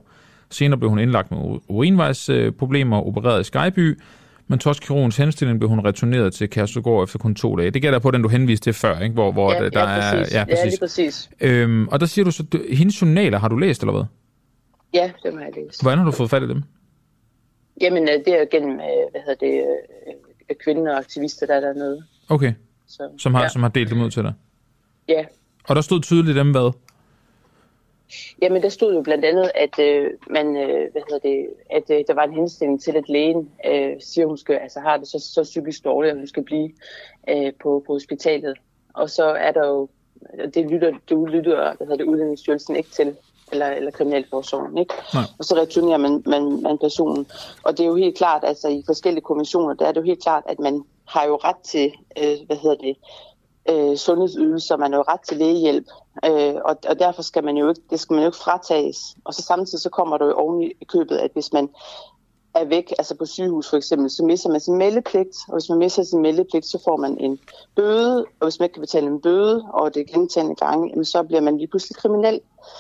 Senere blev hun indlagt med urinvejsproblemer og opereret i Skejby, men trods kirurgens henstilling blev hun returneret til Kærshovedgård efter kun to dage. Det gælder på den, du henviste til før, ikke? Hvor, hvor ja, der ja, præcis. er... Ja, præcis. Ja, lige præcis. Øhm, og der siger du så, du, hendes journaler har du læst, eller hvad? Ja, det har jeg læst. Hvordan har du fået fat i dem? Jamen, det er jo gennem, hvad hedder det, kvinder og aktivister, der er dernede. Okay, så, som, har, ja. som har delt dem ud til dig? Ja. Og der stod tydeligt dem hvad? Jamen, der stod jo blandt andet, at øh, man, øh, hvad hedder det, at øh, der var en henstilling til, at lægen øh, siger, hun skal, altså har det så, så psykisk dårligt, at hun skal blive øh, på, på hospitalet. Og så er der jo, det lytter, det lytter hvad hedder det, Udlændingsstyrelsen ikke til, eller, eller kriminalforsorgen, ikke? Nej. Og så returnerer man, man, man personen. Og det er jo helt klart, altså i forskellige konventioner, der er det jo helt klart, at man har jo ret til, øh, hvad hedder det, øh, sundhedsydelser, man har jo ret til lægehjælp, øh, og, og derfor skal man jo ikke, det skal man jo ikke fratages. Og så samtidig så kommer der jo oven i købet, at hvis man er væk, altså på sygehus for eksempel, så mister man sin meldepligt, og hvis man mister sin meldepligt, så får man en bøde, og hvis man ikke kan betale en bøde, og det er gentagende gange, så bliver man lige pludselig kriminel.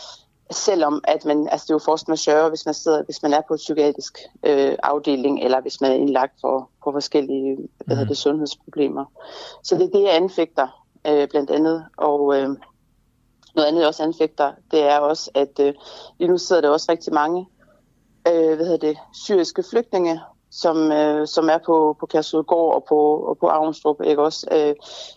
Selvom at man, altså det er jo force majeure, hvis man sidder, hvis man er på en psykiatrisk øh, afdeling, eller hvis man er indlagt for, for forskellige hvad hedder det, sundhedsproblemer. Så det er det, jeg anfægter øh, blandt andet. Og øh, noget andet, jeg også anfægter, det er også, at øh, lige nu sidder der også rigtig mange øh, hvad hedder det, syriske flygtninge, som, øh, som er på, på Kærshovedgård og på, og på Avnstrup, ikke også? Øh,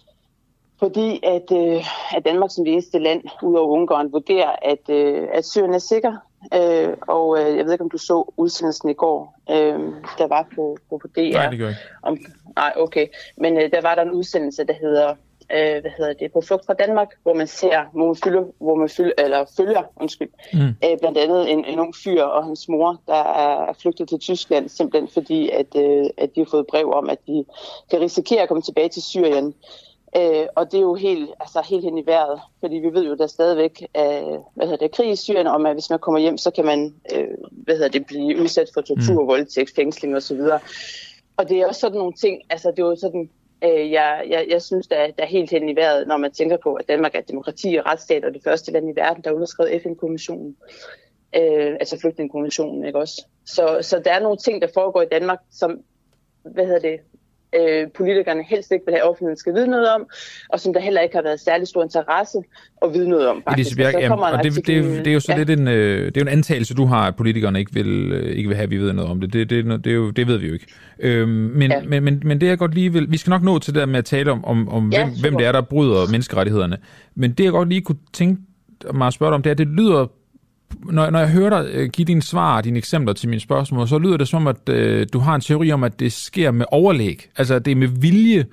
Fordi at, øh, at Danmark som det eneste land, ud over Ungarn, vurderer, at, øh, at Syrien er sikker. Øh, og øh, jeg ved ikke, om du så udsendelsen i går, øh, der var på, på, på D R. Nej, det gør jeg ikke. Om, nej, okay. Men øh, der var der en udsendelse, der hedder, øh, hvad hedder det, På flugt fra Danmark, hvor man ser, hvor man, fylder, hvor man fylder, eller følger, undskyld, mm. øh, blandt andet en, en ung fyr og hans mor, der er flygtet til Tyskland, simpelthen fordi, at, øh, at de har fået brev om, at de kan risikere at komme tilbage til Syrien. Øh, og det er jo helt, altså helt hen i vejret, fordi vi ved jo, der er stadigvæk øh, hvad hedder det, krig i Syrien, og at hvis man kommer hjem, så kan man øh, hvad hedder det, blive udsat for tortur, mm. voldtægt, fængsling osv. Og det er også sådan nogle ting, altså det er jo sådan, øh, jeg, jeg, jeg synes, der, der er helt hen i vejret, når man tænker på, at Danmark er et demokrati og retsstat, og det første land i verden, der har underskrevet F N-konventionen, øh, altså flygtningekonventionen, ikke også? Så, så der er nogle ting, der foregår i Danmark, som, hvad hedder det, Øh, politikerne helst ikke vil have, offentligheden skal vide noget om, og som der heller ikke har været særlig stor interesse at vide noget om, faktisk. Bjerg, så jamen, og det, det, det er jo så ja. lidt en, øh, det er jo en antagelse, du har, at politikerne ikke vil, øh, ikke vil have, at vi ved noget om det. Det, det, det, er jo, det ved vi jo ikke. Øhm, men, ja. men, men, men det jeg godt lige vil... Vi skal nok nå til det der med at tale om, om, om ja, hvem, hvem det er, der bryder menneskerettighederne. Men det jeg godt lige kunne tænke mig at spørge dig om, det er, at det lyder... Når, når jeg hører dig øh, give dine svar og dine eksempler til mine spørgsmål, så lyder det som, at øh, du har en teori om, at det sker med overlæg. Altså, at det er med vilje,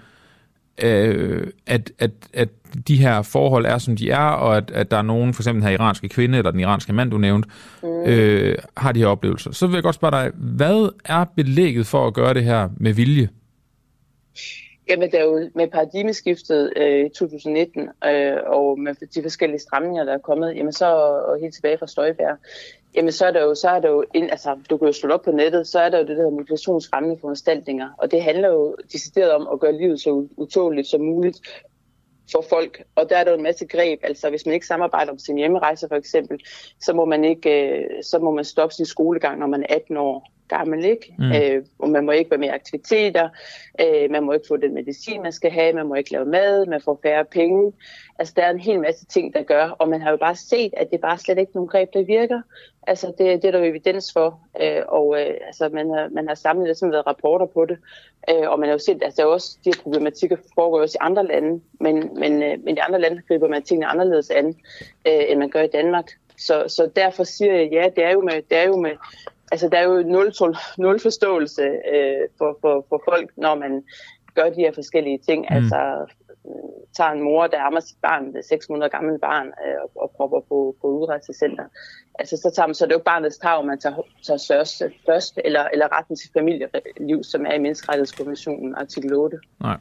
øh, at, at, at de her forhold er, som de er, og at, at der er nogen, for eksempel den her iranske kvinde, eller den iranske mand, du nævnte, øh, har de her oplevelser. Så vil jeg godt spørge dig, hvad er belægget for at gøre det her med vilje? Jamen, der er jo med paradigmeskiftet øh, i to tusind nitten, øh, og med de forskellige stramninger, der er kommet, jamen så, og helt tilbage fra Støjberg, jamen så er der jo, så er der jo ind, altså du kan jo slå op på nettet, så er der jo det der motivationsfremmende foranstaltninger, og det handler jo decideret om at gøre livet så utåligt som muligt for folk, og der er der jo en masse greb, altså hvis man ikke samarbejder om sin hjemmerejse for eksempel, så må man ikke, øh, så må man stoppe sin skolegang, når man er atten år gammel, ikke? Mm. Øh, og man må ikke være med i aktiviteter, øh, man må ikke få den medicin, man skal have, man må ikke lave mad, man får færre penge. Altså, der er en hel masse ting, der gør, og man har jo bare set, at det er bare slet ikke nogen greb, der virker. Altså, det, det er der jo evidens for, øh, og øh, altså, man har, man har samlet der sådan været rapporter på det, øh, og man har jo set, at altså, også de her problematikker foregår også i andre lande, men, men, øh, men i andre lande griber man tingene anderledes an, øh, end man gør i Danmark. Så, så derfor siger jeg, ja, det er jo med, det er jo med altså, der er jo nul, nul forståelse øh, for, for, for folk, når man gør de her forskellige ting. Mm. Altså, tager en mor, der ammer sit barn, det seks måneder gammel barn, øh, og, og propper på, på udrejsecenter. Altså, så, tager man, så er det jo ikke barnets tarv, man tager, tager størst, først, eller, eller retten til familieliv, som er i Menneskerettighedskonventionen, artikel otte. Nej.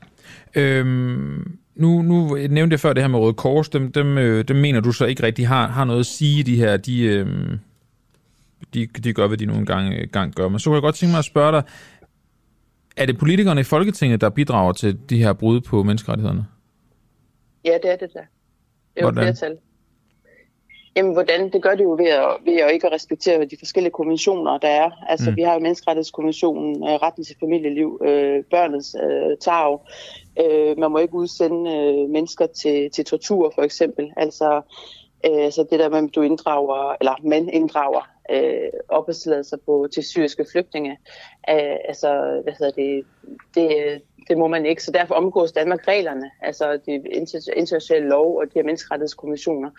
Øhm, nu, nu nævnte jeg før det her med Røde Kors. Dem, dem, øh, dem mener du så ikke rigtig har, har noget at sige, de her... De, øh, De, de gør, hvad de nogle gange gang gør. Men så kunne jeg godt tænke mig at spørge dig, er det politikerne i Folketinget, der bidrager til de her brud på menneskerettighederne? Ja, det er det da. Det er jo flertal. Jamen, hvordan? Det gør det jo ved at, ved at ikke at respektere de forskellige konventioner, der er. Altså, mm. vi har jo menneskerettighedskonventionen, øh, retten til familieliv, øh, børnets øh, tarv. Øh, man må ikke udsende øh, mennesker til, til tortur, for eksempel. Altså, øh, altså det der med, at du inddrager, eller man inddrager øh, opholdstilladelser på til syriske flygtninge. Øh, altså, hvad hedder det? Det Det må man ikke, så derfor omgås Danmark reglerne, altså det internationale lov og de her menneskerettighedskonventioner.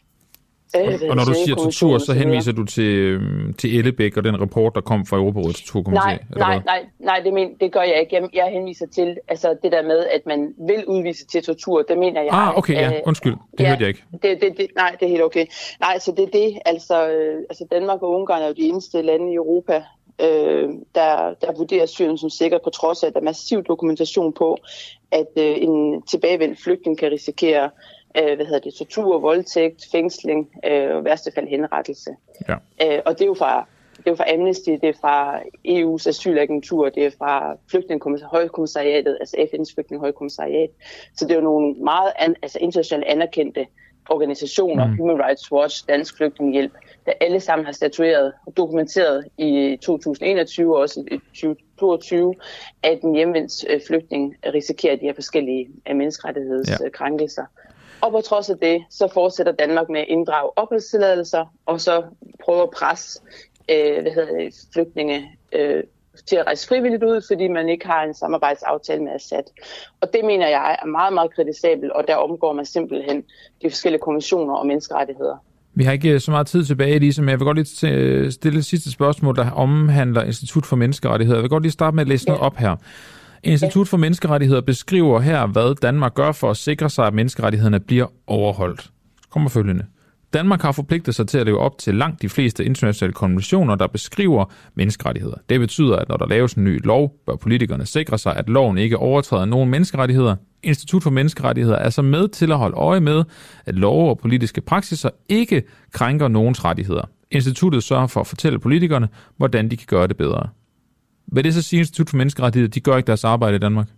Og, og når du siger tortur, så henviser du til, til Ellebæk og den rapport, der kom fra Europarådets torturkomité? Nej, nej, nej, nej det, men, det gør jeg ikke. Jeg, jeg henviser til altså det der med, at man vil udvise til tortur, det mener jeg. Ah, okay, ja, undskyld, det ja, hørte jeg ikke. Det, det, det, nej, det er helt okay. Nej, så det er det, altså, øh, altså Danmark og Ungarn er jo de eneste lande i Europa, Øh, der, der vurderer Syrien som sikkert, på trods af, at der er massiv dokumentation på, at øh, en tilbagevendt flygtning kan risikere øh, hvad hedder det, tortur, voldtægt, fængsling øh, og i værste fald henrettelse. Ja. Øh, og det er jo fra det er jo fra Amnesty, det er fra E U's asylagentur, det er fra flygtningehøjkommissariatet, altså F N's flygtningehøjkommissariat. Så det er jo nogle meget an, altså internationalt anerkendte organisationer, mm. Human Rights Watch, Dansk Flygtningehjælp, der alle sammen har statueret og dokumenteret i to tusind og enogtyve og også i tyve toogtyve, at en hjemvendt flygtning risikerer de her forskellige menneskerettighedskrænkelser. Ja. Og på trods af det, så fortsætter Danmark med at inddrage opholdstilladelser, og så prøver at presse øh, hvad hedder det, flygtninge øh, til at rejse frivilligt ud, fordi man ikke har en samarbejdsaftale med Assad. Og det mener jeg er meget, meget kritisabelt, og der omgår man simpelthen de forskellige konventioner og menneskerettigheder. Vi har ikke så meget tid tilbage, Lise, men jeg vil godt lige stille et sidste spørgsmål, der omhandler Institut for Menneskerettigheder. Jeg vil godt lige starte med at læse ja. noget op her. Institut for Menneskerettigheder beskriver her, hvad Danmark gør for at sikre sig, at menneskerettighederne bliver overholdt. Så kommer følgende. Danmark har forpligtet sig til at leve op til langt de fleste internationale konventioner, der beskriver menneskerettigheder. Det betyder, at når der laves en ny lov, bør politikerne sikre sig, at loven ikke overtræder nogen menneskerettigheder. Institut for Menneskerettigheder er så med til at holde øje med, at love og politiske praksiser ikke krænker nogens rettigheder. Instituttet sørger for at fortælle politikerne, hvordan de kan gøre det bedre. Hvad det så siger Institut for Menneskerettigheder, de gør ikke deres arbejde i Danmark?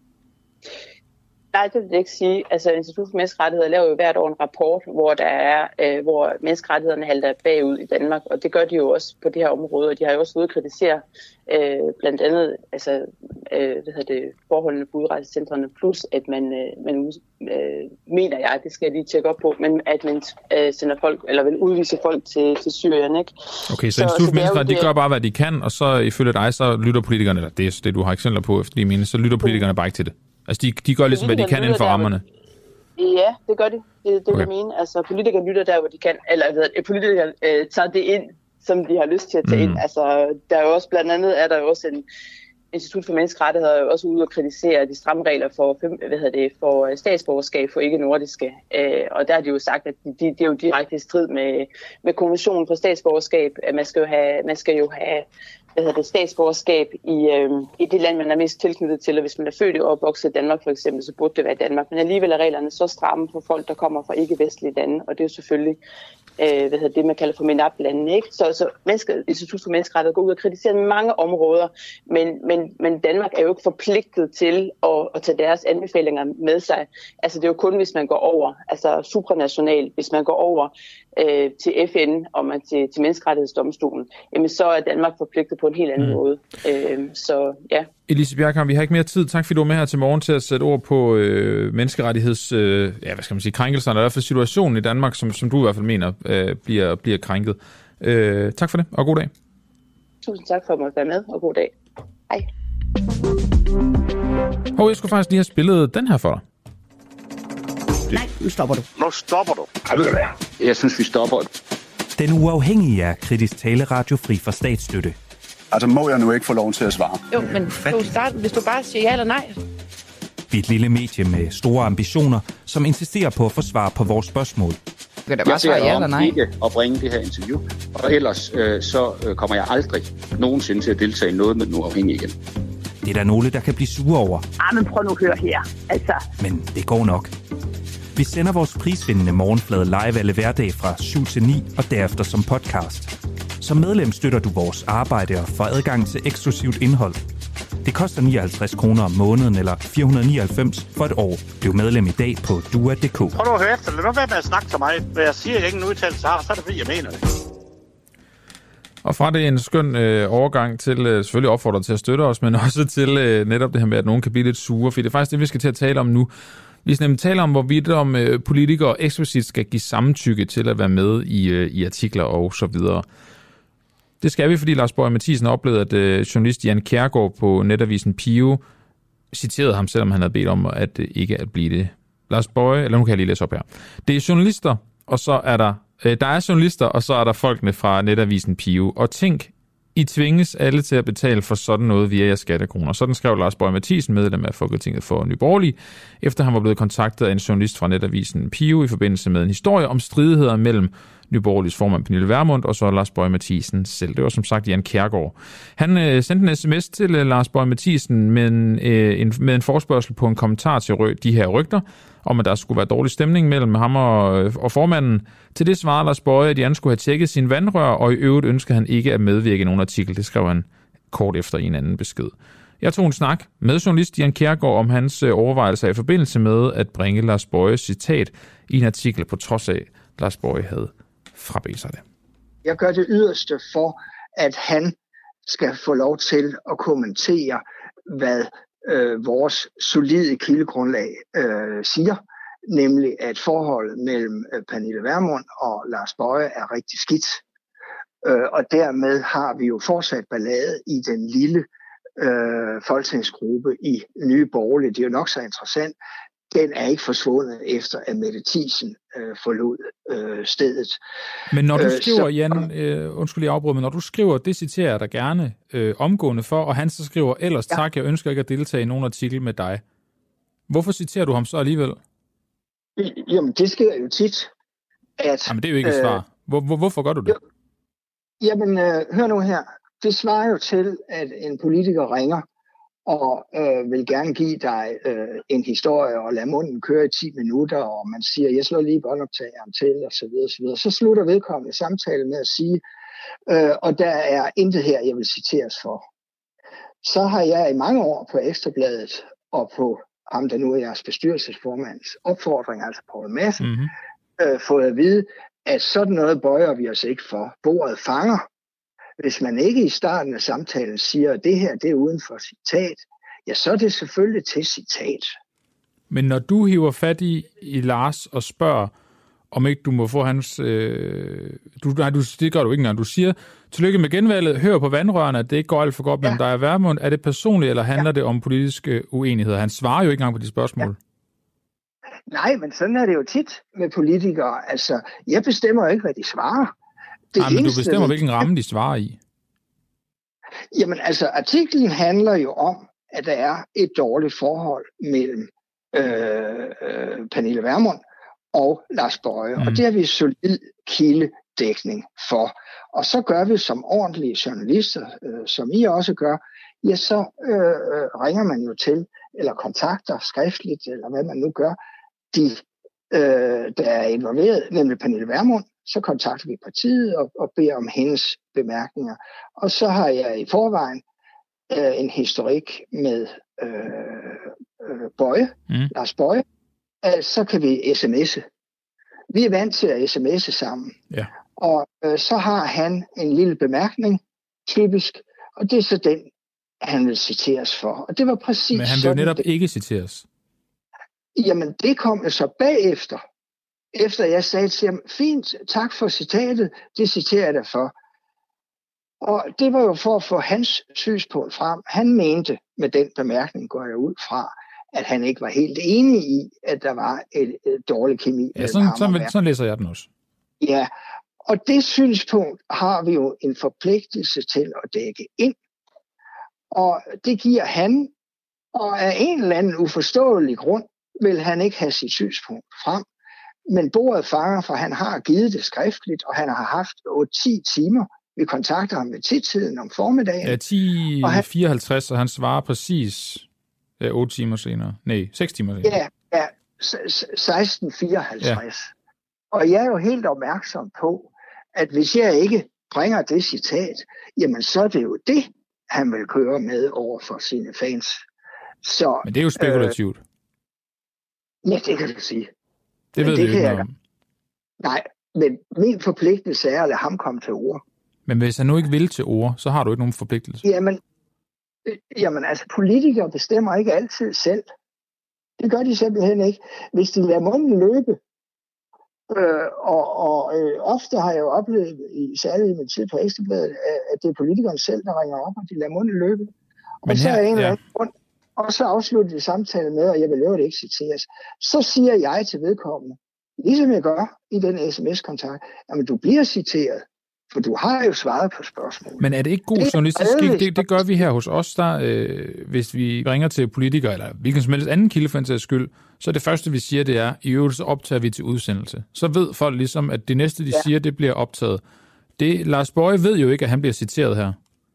Nej, det vil jeg ikke sige. Altså, Institut for Menneskerettigheder laver jo hvert år en rapport, hvor der er, øh, hvor menneskerettighederne halter bagud i Danmark, og det gør de jo også på det her område, og de har jo også ude at kritisere øh, blandt andet altså, øh, hvad hedder det, forholdene på udrejsecentrene, plus at man, øh, man øh, mener jeg, det skal jeg lige tjekke op på, men at man øh, sender folk, eller vil udvise folk til, til Syrien, ikke? Okay, så, så Institut for Menneskerettigheder, de gør bare, hvad de kan, og så ifølge dig, så lytter politikerne, eller det er det, du har eksempler på, efter de mener, så lytter politikerne bare ikke til det. Altså, de, de gør ligesom, hvad de kan inden for rammerne. Ja, det gør de. Det er det, okay. jeg mener. Altså, politikere lytter der, hvor de kan. Eller, jeg ved, politikere øh, tager det ind, som de har lyst til at tage mm. ind. Altså, der er jo også, blandt andet er der jo også en Institut for Menneskerettigheder, der er også ude at kritisere de stramme regler for, hvad hedder det, for statsborgerskab for ikke-nordiske. Øh, og der har de jo sagt, at de, de er jo direkte i strid med, med konventionen for statsborgerskab. At man skal jo have, man skal jo have hvad hedder det, statsborgerskab i, øh, i det land, man er mest tilknyttet til, og hvis man er født og opvokset i Danmark for eksempel, så burde det være i Danmark. Men alligevel er reglerne så stramme for folk, der kommer fra ikke-vestlige lande, og det er jo selvfølgelig øh, hvad hedder det, man kalder for M E N A P-landene, ikke? Så, så menneske, Institut for Menneskerettigheder går ud og kritiserer mange områder, men, men, men Danmark er jo ikke forpligtet til at, at tage deres anbefalinger med sig. Altså det er jo kun, hvis man går over, altså supranationalt, hvis man går over øh, til F N og man til, til Menneskerettighedsdomstolen, jamen så er Danmark forpligtet på en helt anden mm. måde. Øh, så ja. Elise Bjergkamp, vi har ikke mere tid. Tak fordi du var med her til morgen til at sætte ord på øh, menneskerettigheds, øh, ja, hvad skal man sige, krænkelser, eller i hvert fald situationen i Danmark, som, som du i hvert fald mener øh, bliver, bliver krænket. Øh, tak for det, og god dag. Tusind tak for at måtte være med, og god dag. Hej. Og jeg skulle faktisk lige have spillet den her for dig. Nej, nu stopper du. Nu stopper du. Jeg synes, vi stopper. Den Uafhængige er kritisk taleradio fri for statsstøtte. Altså, må jeg nu ikke få lov til at svare? Jo, men du start, hvis du bare siger ja eller nej. Vi er et lille medie med store ambitioner, som insisterer på at få svar på vores spørgsmål. Kan der bare svare ja eller nej? Ikke at bringe det her interview, og ellers øh, så øh, kommer jeg aldrig nogensinde til at deltage i noget med Den Uafhængige igen. Det er der nogle, der kan blive sure over. Ah, men prøv nu at høre her, altså. Men det går nok. Vi sender vores prisvindende morgenflade live alle hverdag fra syv til ni, og derefter som podcast. Som medlem støtter du vores arbejde og får adgang til eksklusivt indhold. Det koster nioghalvtreds kroner om måneden eller fire hundrede og nioghalvfems for et år. Bliv medlem i dag på dua punktum d k. Prøv nu at høre efter. Lad nu være med at snakke til mig. Hvad jeg siger, jeg ikke en udtalelse har, så er det fordi, jeg mener det. Og fra det en skøn øh, overgang til, øh, selvfølgelig opfordret til at støtte os, men også til øh, netop det her med, at nogen kan blive lidt sure, for det er faktisk det, vi skal til at tale om nu. Vi skal nemlig tale om, hvorvidt om øh, politikere eksplicit skal give samtykke til at være med i, øh, i artikler og så videre. Det skal vi, fordi Lars Boje Mathiesen oplevede, at øh, journalist Jan Kjærgaard på netavisen Pio citerede ham, selvom han havde bedt om at øh, ikke at blive det. Lars Boje, eller nu kan jeg lige læse op her. Det er journalister, og så er der Der er journalister, og så er der folkene fra netavisen Pio. Og tænk, I tvinges alle til at betale for sådan noget via jeres skattekroner. Sådan skrev Lars Boje Mathiesen, medlem af Folketinget for Nye Borgerlige, efter han var blevet kontaktet af en journalist fra netavisen Pio i forbindelse med en historie om stridigheder mellem Nye Borgerliges formand Pernille Vermund og så Lars Boje Mathiesen selv. Det var som sagt Jan Kjærgaard. Han øh, sendte en sms til øh, Lars Boje Mathiesen med en, øh, en, med en forespørgsel på en kommentar til rø- de her rygter, om at der skulle være dårlig stemning mellem ham og, og formanden. Til det svarede Lars Boje, at Jan skulle have tjekket sin vandrør, og i øvrigt ønskede han ikke at medvirke i nogen artikel. Det skrev han kort efter en anden besked. Jeg tog en snak med journalist Jan Kjærgaard om hans overvejelser i forbindelse med at bringe Lars Bojes citat i en artikel, på trods af, at Lars Boje havde frabedt sig det. Jeg gør det yderste for, at han skal få lov til at kommentere, hvad øh, vores solide kildegrundlag øh, siger, nemlig at forholdet mellem øh, Pernille Vermund og Lars Boje er rigtig skidt. Øh, og dermed har vi jo fortsat ballade i den lille øh, folketingsgruppe i Nye Borgerlige. Det er jo nok så interessant. Den er ikke forsvundet efter, at Mette Thiesen øh, forlod øh, stedet. Men når du skriver, øh, så, Jan, øh, undskyld jeg afbryder, men når du skriver, det citerer jeg dig gerne øh, omgående for, og han så skriver, ellers ja. tak, jeg ønsker ikke at deltage i nogen artikel med dig. Hvorfor citerer du ham så alligevel? Jamen, det sker jo tit. At, Jamen, det er jo ikke et svar. Hvor, hvor, hvorfor gør du det? Jo, jamen, øh, hør nu her. Det svarer jo til, at en politiker ringer, og øh, vil gerne give dig øh, en historie og lade munden køre i ti minutter, og man siger, jeg slår lige båndoptageren til, og så videre, så videre. Så slutter vedkommende samtale med at sige, øh, og der er intet her, jeg vil citeres for. Så har jeg i mange år på Ekstrabladet og på ham, der nu er jeres bestyrelsesformands opfordring, altså Poul Madsen, mm-hmm. øh, fået at vide, at sådan noget bøjer vi os ikke for. Bordet fanger. Hvis man ikke i starten af samtalen siger, at det her det er uden for citat, ja, så er det selvfølgelig til citat. Men når du hiver fat i, i Lars og spørger, om ikke du må få hans... Øh, du, nej, du, det gør du ikke engang. Du siger, tillykke med genvalget, hør på vandrørene, at det ikke går alt for godt mellem ja. dig og Vermund. Er det personligt, eller handler ja. det om politiske uenigheder? Han svarer jo ikke engang på de spørgsmål. Ja. Nej, men sådan er det jo tit med politikere. Altså, jeg bestemmer ikke, hvad de svarer. Det Nej, men eneste, du bestemmer, hvilken ramme de svarer i. Jamen altså, artiklen handler jo om, at der er et dårligt forhold mellem øh, øh, Pernille Vermund og Lars Boje. Mm. Og det har vi solid kildedækning for. Og så gør vi som ordentlige journalister, øh, som I også gør, ja, så øh, ringer man jo til, eller kontakter skriftligt, eller hvad man nu gør, de, øh, der er involveret, nemlig Pernille Vermund. Så kontakter vi partiet og, og beder om hendes bemærkninger. Og så har jeg i forvejen øh, en historik med øh, øh, Boje, mm. Lars Boje. Øh, så kan vi sms'e. Vi er vant til at sms'e sammen. Ja. Og øh, så har han en lille bemærkning, typisk, og det er så den, han vil citeres for. Og det var præcis Men han vil netop det. ikke citeres. Jamen, det kom jo så bagefter. Efter jeg sagde til ham, fint, tak for citatet, det citerer jeg dig for. Og det var jo for at få hans synspunkt frem. Han mente, med den bemærkning går jeg ud fra, at han ikke var helt enig i, at der var et, et dårligt kemi. Ja, sådan, sådan, sådan læser jeg den også. Ja, og det synspunkt har vi jo en forpligtelse til at dække ind. Og det giver han, og af en eller anden uforståelig grund, vil han ikke have sit synspunkt frem. Men bordet fanger, for han har givet det skriftligt, og han har haft otte ti timer. Vi kontakter ham ved ti-tiden om formiddagen. Ja, ti fireoghalvtreds, og han svarer præcis ja, otte timer senere. Nej, seks timer senere. Ja, ja seksten fireoghalvtreds. Ja. Og jeg er jo helt opmærksom på, at hvis jeg ikke bringer det citat, jamen så er det jo det, han vil køre med over for sine fans. Så, Men det er jo spekulativt. Øh, ja, det kan du sige. Det ved det vi ikke noget om. Nej, men min forpligtelse er at lade ham komme til ord. Men hvis han nu ikke vil til ord, så har du ikke nogen forpligtelse. Jamen, jamen altså, politikere bestemmer ikke altid selv. Det gør de simpelthen ikke. Hvis de lader munden løbe, øh, og, og øh, ofte har jeg jo oplevet, i særligt i min tid på Ekstrabladet, at det er politikerne selv, der ringer op, og de lader munden løbe. Og Men så her, er en ja. grund, og så afslutter de samtalen med, og jeg vil love, det ikke citeres. Så siger jeg til vedkommende, ligesom jeg gør i den sms-kontakt, jamen du bliver citeret, for du har jo svaret på spørgsmålet. Men er det ikke god journalistisk skik? Det, det gør vi her hos os, der, øh, hvis vi ringer til politikere, eller hvilken som helst anden kilde for en sags skyld, så det første, vi siger, det er, i øvrigt så optager vi til udsendelse. Så ved folk ligesom, at det næste, de ja. siger, det bliver optaget. Det, Lars Boje ved jo ikke, at han bliver citeret her.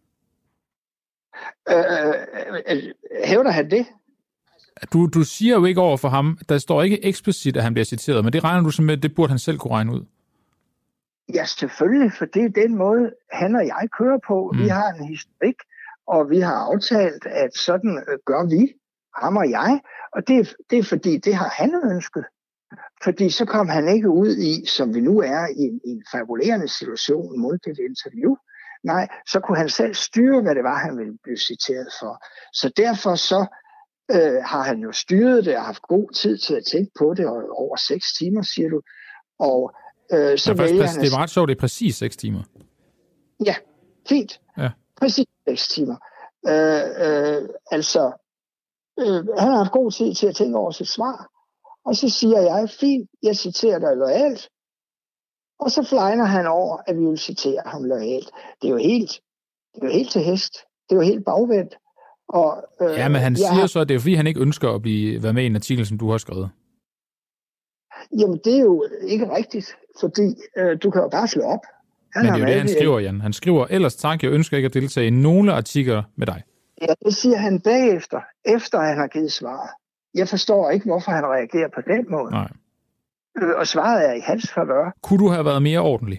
Øh, øh, hævder han det? Du, du siger jo ikke over for ham, der står ikke eksplicit, at han bliver citeret, men det regner du som med, det burde han selv kunne regne ud. Ja, selvfølgelig, for det er den måde, han og jeg kører på. Mm. Vi har en historik, og vi har aftalt, at sådan øh, gør vi, ham og jeg. Og det, det er fordi, det har han ønsket. Fordi så kom han ikke ud i, som vi nu er, i en, i en fabulerende situation, mundtligt interview. Nej, så kunne han selv styre, hvad det var, han ville blive citeret for. Så derfor så øh, har han jo styret det og haft god tid til at tænke på det, og over seks timer, siger du. Og øh, så vælger vælger han... Det er meget sjovt, det er præcis seks timer. Ja, fint. Ja. Præcis seks timer. Øh, øh, altså, øh, han har haft god tid til at tænke over sit svar. Og så siger jeg, fint, jeg citerer dig loyalt. Og så flyner han over, at vi vil citere ham loyalt. Det er jo helt, det er jo helt til hest. Det er jo helt bagvendt. Og, øh, ja, men han siger har... så, at det er fordi, han ikke ønsker at blive, være med i en artikel, som du har skrevet. Jamen, det er jo ikke rigtigt, fordi øh, du kan jo bare slå op. Han men det er jo det, han skriver, Jan. Han skriver, ellers tak, jeg ønsker ikke at deltage i nogle artikler med dig. Ja, det siger han bagefter, efter han har givet svaret. Jeg forstår ikke, hvorfor han reagerer på den måde. Nej. Og svaret er i hans favør. Kunne du have været mere ordentlig?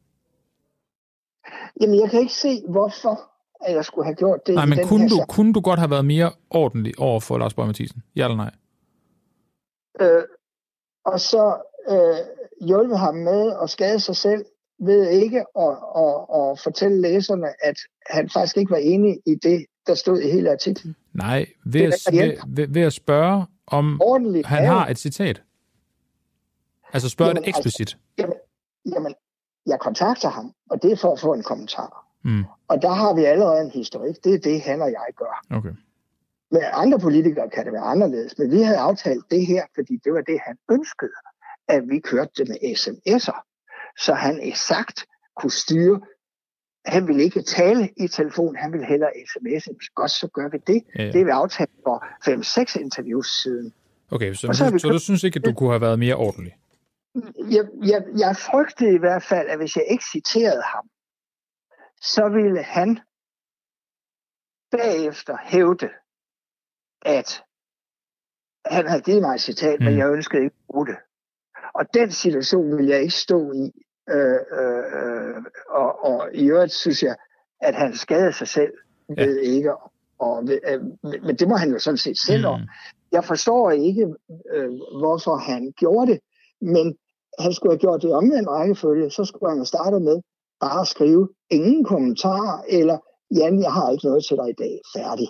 Jamen, jeg kan ikke se, hvorfor at jeg skulle have gjort det. Nej, men kunne du, kunne du godt have været mere ordentlig over for Lars Boje Mathiesen? Ja eller nej? Øh, og så øh, hjælpe ham med at skade sig selv, ved ikke at, at, at fortælle læserne, at han faktisk ikke var enig i det, der stod i hele artiklen. Nej, ved, at, ved, ved, ved at spørge, om ordentligt, han har et citat. Altså spørg det eksplicit. Altså, jamen, jamen, jeg kontakter ham, og det er for at få en kommentar. Mm. Og der har vi allerede en historik. Det er det, han og jeg gør. Okay. Med andre politikere kan det være anderledes, men vi havde aftalt det her, fordi det var det, han ønskede, at vi kørte det med sms'er. Så han eksakt kunne styre. Han ville ikke tale i telefon, han ville hellere sms'e. Godt, så gør vi det. Ja, ja. Det er vi aftalt for fem seks interviews siden. Okay, så, så, så, så du synes ikke, at du kunne have været mere ordentlig? Jeg, jeg, jeg frygtede i hvert fald, at hvis jeg ikke citerede ham, så ville han bagefter hævde, at han havde givet mig et citat, mm. men jeg ønskede ikke at bruge det. Og den situation ville jeg ikke stå i. Øh, øh, og, og i øvrigt synes jeg, at han skadede sig selv ved ja. ikke. Og, øh, men det må han jo sådan set selv mm. om. Jeg forstår ikke, øh, hvorfor han gjorde det, men han skulle have gjort det omvendt rækkefølge, så skulle han have startet med bare at skrive ingen kommentarer, eller Jan, jeg har ikke noget til dig i dag. Færdig.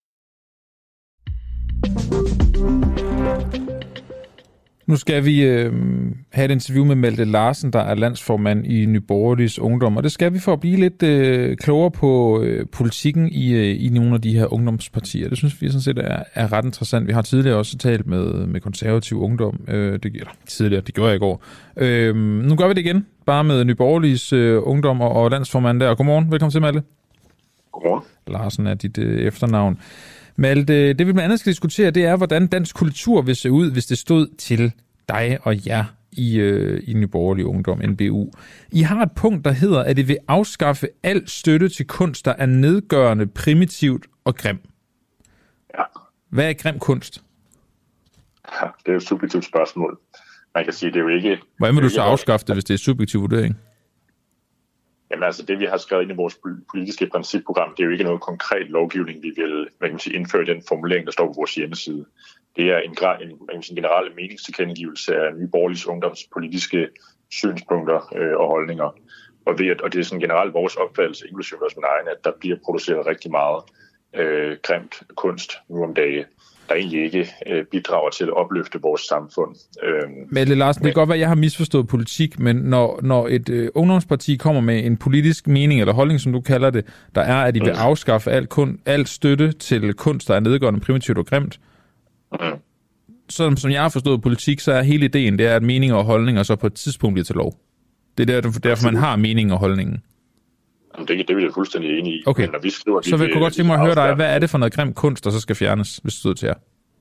Nu skal vi øh, have et interview med Malte Larsen, der er landsformand i Nye Borgerliges Ungdom, og det skal vi for at blive lidt øh, klogere på øh, politikken i, øh, i nogle af de her ungdomspartier. Det synes vi sådan set er, er ret interessant. Vi har tidligere også talt med, med konservativ ungdom. Øh, det, eller, tidligere, det gjorde jeg i går. Øh, nu gør vi det igen, bare med Nye Borgerliges øh, Ungdom og, og landsformand der. Godmorgen, velkommen til, Malte. Godmorgen. Larsen er dit øh, efternavn. Malte, det vi blandt andet skal diskutere, det er, hvordan dansk kultur vil se ud, hvis det stod til dig og jer i, øh, i Nye Borgerlige Ungdom, N B U. I har et punkt, der hedder, at det vil afskaffe al støtte til kunst, der er nedgørende, primitivt og grim. Ja. Hvad er grim kunst? Ja, det er jo et subjektivt spørgsmål. Man kan sige, det er jo ikke... Hvordan vil du så afskaffe det, hvis det er subjektiv vurdering? Jamen altså, det vi har skrevet ind i vores politiske principprogram, det er jo ikke noget konkret lovgivning, vi vil hvad kan man sige, indføre den formulering, der står på vores hjemmeside. Det er en, en, en generel meningstilkendegivelse af Nye Borgerliges ungdomspolitiske synspunkter øh, og holdninger. Og, ved at, og det er sådan generelt vores opfattelse, inklusive også min egen, at der bliver produceret rigtig meget øh, grimt kunst nu om dagen, der egentlig ikke øh, bidrager til at opløfte vores samfund. Øh, Mette Larsen, det kan godt være, at jeg har misforstået politik, men når, når et øh, ungdomsparti kommer med en politisk mening eller holdning, som du kalder det, der er, at de vil afskaffe alt, kun, alt støtte til kunst, der er nedgående, primitivt og grimt, mm. så som jeg har forstået politik, så er hele ideen, det er, at meninger og holdninger så på et tidspunkt bliver til lov. Det er der, derfor, man har mening og holdningen. Jamen, det, det er vi fuldstændig enige i. Okay, men når vi skriver, så vil jeg kunne godt tænke mig at høre dig, hvad er det for noget grim kunst, der så skal fjernes, hvis det stod til jer?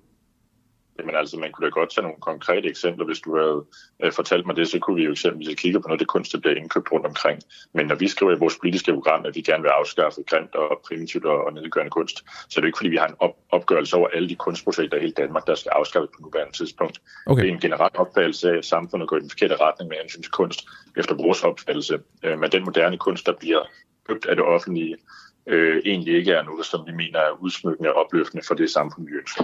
Jamen altså, man kunne da godt tage nogle konkrete eksempler. Hvis du havde øh, fortalt mig det, så kunne vi jo eksempelvis kigge på noget af det kunst, der bliver indkøbt rundt omkring. Men når vi skriver i vores politiske program, at vi gerne vil afskaffe grimt og primitivt og, og nedgørende kunst, så er det ikke, fordi vi har en op- opgørelse over alle de kunstprojekter i hele Danmark, der skal afskaffes på nuværende tidspunkt. Okay. Det er en generel opfattelse af, at samfundet går i den forkerte retning med hensyn til kunst, efter vores opfattelse. Øh, men den moderne kunst, der bliver købt af det offentlige, øh, egentlig ikke er noget, som vi mener er udsmykkende og opløftende for det samfund, vi ønsker.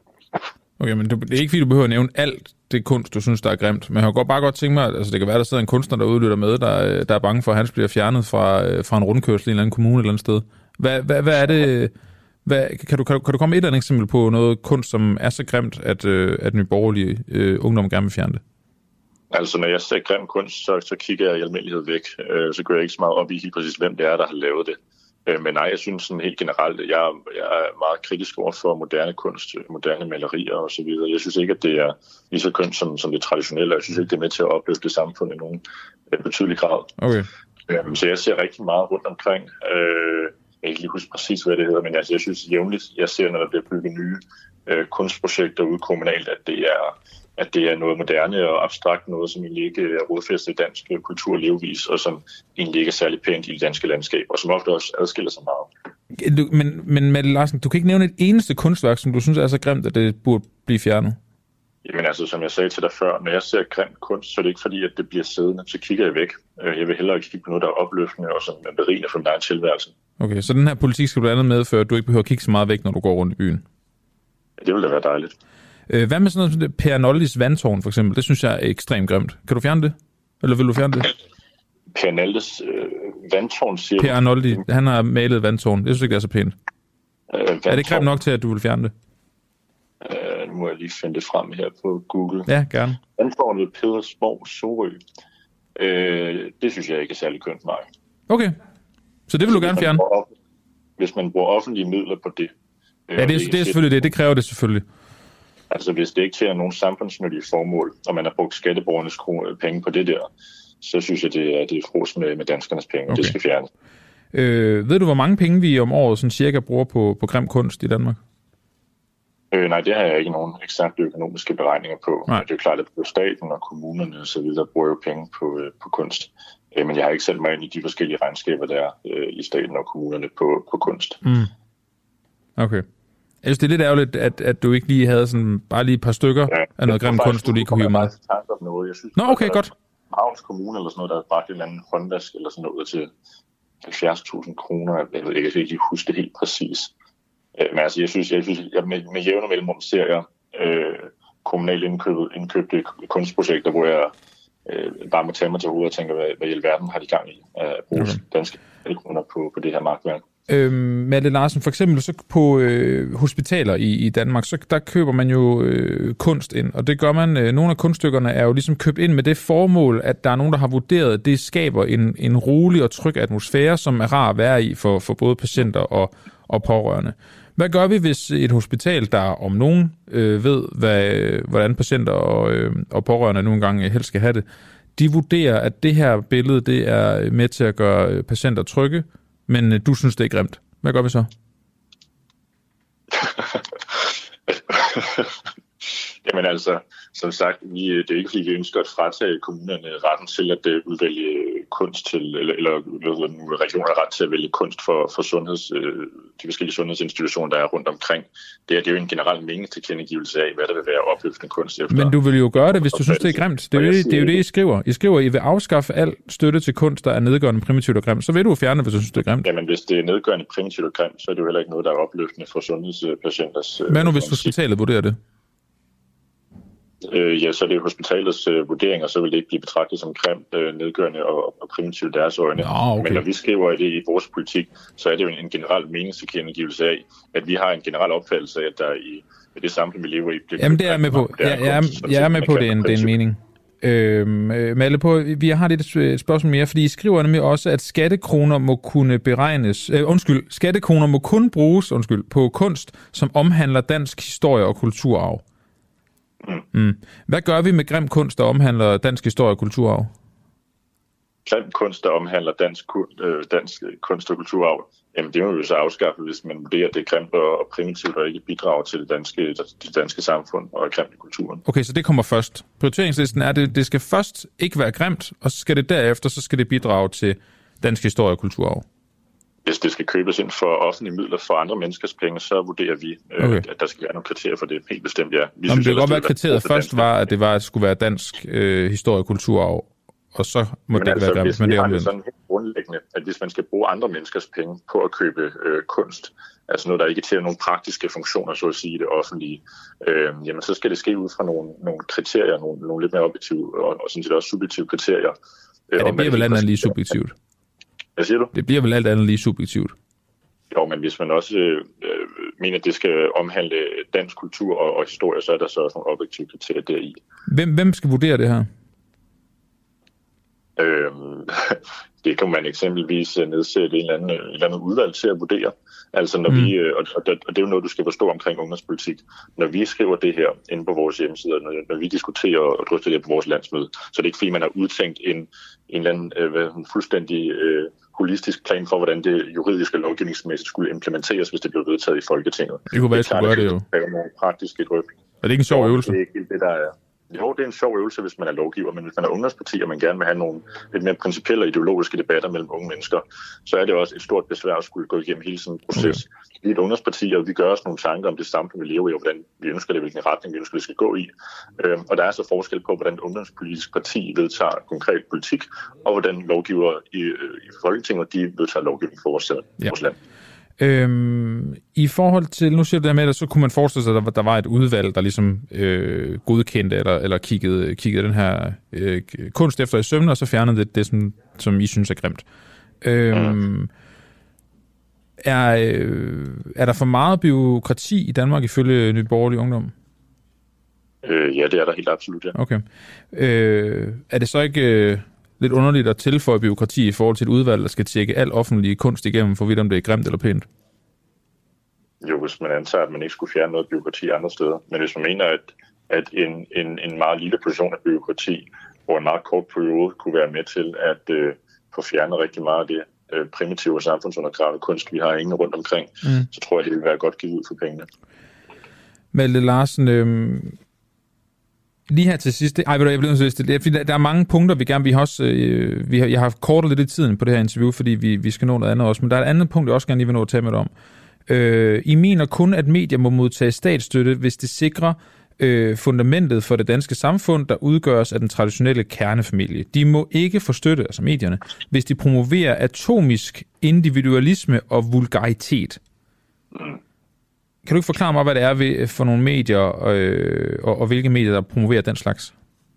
Okay, men det er ikke fordi, du behøver at nævne alt det kunst, du synes, der er grimt. Men jeg har godt bare godt tænkt mig, at altså, det kan være, der sidder en kunstner, der udlytter med, der, der er bange for, at han bliver fjernet fra, fra en rundkørsel i en eller anden kommune eller andet sted. Hvad, hvad, hvad er det... Hvad, kan, du, kan, du, kan du komme et eller andet eksempel på noget kunst, som er så grimt, at, øh, at Nye Borgerlige øh, ungdom gerne vil fjerne det? Altså, når jeg ser grim kunst, så, så kigger jeg i almindelighed væk. Øh, så går jeg ikke så meget op i helt præcis, hvem det er, der har lavet det. Men nej, jeg synes sådan helt generelt, at jeg, jeg er meget kritisk over for moderne kunst, moderne malerier og så videre. Jeg synes ikke, at det er lige så kønt som, som det traditionelle, jeg synes ikke, det er med til at opløfte samfundet i nogen betydelig grad. Okay. Så jeg ser rigtig meget rundt omkring. Jeg kan ikke lige huske præcis, hvad det hedder, men altså, jeg synes jævnligt, jeg ser, når der bliver bygget nye kunstprojekter ude kommunalt, at det er at det er noget moderne og abstrakt, noget, som egentlig ikke er rodfæstet i dansk kultur og levevis, og som egentlig ikke er særlig pænt i det danske landskab, og som ofte også adskiller sig meget. Du, men, men Mette Larsen, du kan ikke nævne et eneste kunstværk, som du synes er så grimt, at det burde blive fjernet? Jamen altså, som jeg sagde til dig før, når jeg ser grimt kunst, så er det ikke fordi, at det bliver siddende, så kigger jeg væk. Jeg vil hellere kigge på noget, der er opløftende og som er berigende for min egen tilværelse. Okay, så den her politik skal du andet medføre, at du ikke behøver at kigge så meget væk, når du går rundt i byen? Ja, det ville da være dejligt. Hvad med sådan noget som det Per Noldes vandtårn, for eksempel? Det synes jeg er ekstremt grimt. Kan du fjerne det? Eller vil du fjerne det? Per Noldes øh, vandtårn, siger Per Nolde, han har malet vandtårn. Jeg synes ikke, det er så pænt. Øh, er det grimt nok til, at du vil fjerne det? Øh, nu må jeg lige finde det frem her på Google. Ja, gerne. Vandtårnet ved Pedersborg, Sorø. Øh, det synes jeg ikke er særlig kønt, nej. Okay, så det vil du gerne fjerne? Hvis man bruger offentlige midler på det. Øh, ja, det er, det er selvfølgelig det. Det kræver det selvfølgelig. Altså hvis det ikke tjener nogen samfundsnyttige formål, og man har brugt skatteborgernes penge på det der, så synes jeg, det er, det er fros med, med danskernes penge, okay. Det skal fjernes. Øh, ved du, hvor mange penge vi om året sådan cirka bruger på, på grim kunst i Danmark? Øh, nej, det har jeg ikke nogen eksakte økonomiske beregninger på. Nej. Det er jo klart, at på staten og kommunerne og så videre bruger jo penge på, på kunst. Øh, men jeg har ikke sat mig ind i de forskellige regnskaber, der er øh, i staten og kommunerne på, på kunst. Mm. Okay. Jeg synes, det er lidt ærgerligt, at, at du ikke lige havde sådan bare lige et par stykker ja, af noget grim kunst, du lige kunne hive med. Jeg synes, Nå, okay, godt. Havns Kommune eller sådan noget, der har bragt en eller anden håndvask eller sådan noget til halvfjerds tusind kroner. Jeg ved ikke, jeg kan ikke huske det helt præcis. Men altså, jeg synes, jeg synes jeg med, med jævne mellemrum ser jeg øh, kommunalt indkøbte, indkøbte kunstprojekter, hvor jeg øh, bare må tage mig til hovedet og tænker, hvad, hvad i alverden har de gang i at bruge okay. danske kroner på, på det her markværk. Øhm, Mette Larsen, for eksempel så på øh, hospitaler i, i Danmark, så der køber man jo øh, kunst ind, og det gør man, øh, nogle af kunststykkerne er jo ligesom købt ind med det formål, at der er nogen, der har vurderet, at det skaber en, en rolig og tryg atmosfære, som er rar at være i for, for både patienter og, og pårørende. Hvad gør vi, hvis et hospital, der om nogen øh, ved, hvad, hvordan patienter og, øh, og pårørende nogle gange helst skal have det, de vurderer, at det her billede det er med til at gøre patienter trygge, men øh, du synes, det er grimt. Hvad gør vi så? Jamen altså, som sagt, vi, det er ikke fordi, vi ønsker at fratage kommunerne retten til at uh, udvælge kunst til, eller, eller regioner ret til at vælge kunst for, for sundheds, uh, de forskellige sundhedsinstitutioner, der er rundt omkring. Det er, det er jo en generel meningstilkendegivelse af, hvad der vil være opløftende kunst efter. Men du vil jo gøre det, hvis du synes, det er grimt. Det er jo det, det, er jo det I skriver. I skriver, I vil afskaffe al støtte til kunst, der er nedgørende, primitivt og grimt. Så vil du fjerne det, hvis du synes, det er grimt. Jamen, hvis det er nedgørende, primitivt og grimt, så er det jo heller ikke noget, der er opløftende for sundhedspatienters... Hvad nu, hvis hospitalet vurderer det? Øh, ja, så er det hospitalets øh, vurderinger, så vil det ikke blive betragtet som grimt, øh, nedgørende og, og primitivt i deres øjne. Nå, okay. Men når vi skriver det i vores politik, så er det jo en, en generel meningstilkendegivelse af, at vi har en generel opfattelse af, at der i det samfund, vi lever i... Det Jamen, det er jeg med på. Jeg, jeg, er, jeg er med på, det er en, det er en mening. Øhm, øh, Malle, på, vi har lidt et spørgsmål mere, fordi I skriver nemlig også, at skattekroner må kunne beregnes... Øh, undskyld, skattekroner må kun bruges undskyld, på kunst, som omhandler dansk historie og kulturarv. Mm. Mm. Hvad gør vi med grim kunst, der omhandler dansk historie og kulturarv? Grim kunst, der omhandler dansk, øh, dansk kunst og kulturarv, jamen det må vi jo så afskaffe, hvis man vurderer, at det er grimt og primitivt og ikke bidrager til det danske, det danske samfund og grimt i kulturen. Okay, så det kommer først. Prioriteringslisten er, at det, det skal først ikke være grimt, og så skal det derefter, så skal det bidrage til dansk historie og kulturarv. Hvis det skal købes ind for offentlige midler for andre menneskers penge, så vurderer vi, okay. øh, at der skal være nogle kriterier for det. Helt bestemt, ja. Vi Nå, synes, det kan godt være, at kriteriet først var, at det var, at skulle være dansk øh, historie og kulturarv, og så må men det altså, ikke være grimt, men det er omvendt. Sådan helt grundlæggende, at hvis man skal bruge andre menneskers penge på at købe øh, kunst, altså noget, der ikke tjener nogle praktiske funktioner, så at sige, i det offentlige, øh, jamen så skal det ske ud fra nogle, nogle kriterier, nogle, nogle lidt mere objektive og, og sådan set også subjektive kriterier. Ja, det bliver vel andet lige subjektivt. Hvad siger du? Det bliver vel alt andet lige subjektivt. Jo, men hvis man også øh, mener, at det skal omhandle dansk kultur og, og historie, så er der så også nogle objektive kriterier deri. Hvem, hvem skal vurdere det her? Øhm, det kan man eksempelvis nedsætte en eller anden, en eller anden udvalg til at vurdere. Altså når mm. vi, og, og det er jo noget, du skal forstå omkring ungdomspolitik. Når vi skriver det her inde på vores hjemmeside, når, når vi diskuterer og drøfter det på vores landsmøde, så er det ikke fordi, man har udtænkt en, en eller anden øh, en fuldstændig øh, holistisk plan for, hvordan det juridiske og lovgivningsmæssigt skulle implementeres, hvis det blev vedtaget i Folketinget. Det kunne være, at gøre det jo. Det er nogle praktiske drøftelser. Er det ikke en sjov øvelse? Det er ikke det, der er. Jo, det er en sjov øvelse, hvis man er lovgiver, men hvis man er ungdomsparti, og man gerne vil have nogle lidt mere principielle og ideologiske debatter mellem unge mennesker, så er det også et stort besvær at skulle gå igennem hele sådan en proces. Okay. Vi er et ungdomsparti, og vi gør os nogle tanker om det samfund, vi lever i, og hvordan vi ønsker det, hvilken retning vi ønsker, det skal gå i. Og der er så forskel på, hvordan et ungdomspolitisk parti vedtager konkret politik, og hvordan lovgivere i, i Folketinget, de vedtager lovgivning for vores, ja. vores land. Øhm, I forhold til, nu siger du det med, at så kunne man forestille sig, at der, der var et udvalg, der ligesom øh, godkendte eller, eller kiggede, kiggede den her øh, kunst efter i sømne, og så fjernede det, det som, som I synes er grimt. Øhm, mm. er, øh, er der for meget bureaukrati i Danmark ifølge Nye Borgerlige Ungdom? Øh, ja, det er der helt absolut, ja. Okay. Øh, er det så ikke... Øh, lidt underligt at tilføje bureaukrati i forhold til et udvalg, der skal tjekke al offentlig kunst igennem, for vidt om det er grimt eller pænt? Jo, hvis man antager, at man ikke skulle fjerne noget bureaukrati andre steder. Men hvis man mener, at, at en, en, en meget lille portion af bureaukrati over en meget kort periode kunne være med til at øh, få fjernet rigtig meget af det øh, primitive og samfundsundergravende kunst, vi har ingen rundt omkring, mm. så tror jeg, det vil være godt givet ud for pengene. Malte Larsen, øh... lige her til sidst, ej, jeg bliver nødt til det, der er mange punkter, vi gerne, vi har også, øh, vi har, jeg har kortet lidt i tiden på det her interview, fordi vi, vi skal nå noget andet også, men der er et andet punkt, jeg også gerne lige vil nå at tage med dig om. Øh, I mener kun, at medier må modtage statsstøtte, hvis det sikrer øh, fundamentet for det danske samfund, der udgøres af den traditionelle kernefamilie. De må ikke få støtte, altså medierne, hvis de promoverer atomisk individualisme og vulgaritet. Kan du ikke forklare mig, hvad det er ved, for nogle medier, øh, og, og hvilke medier, der promoverer den slags?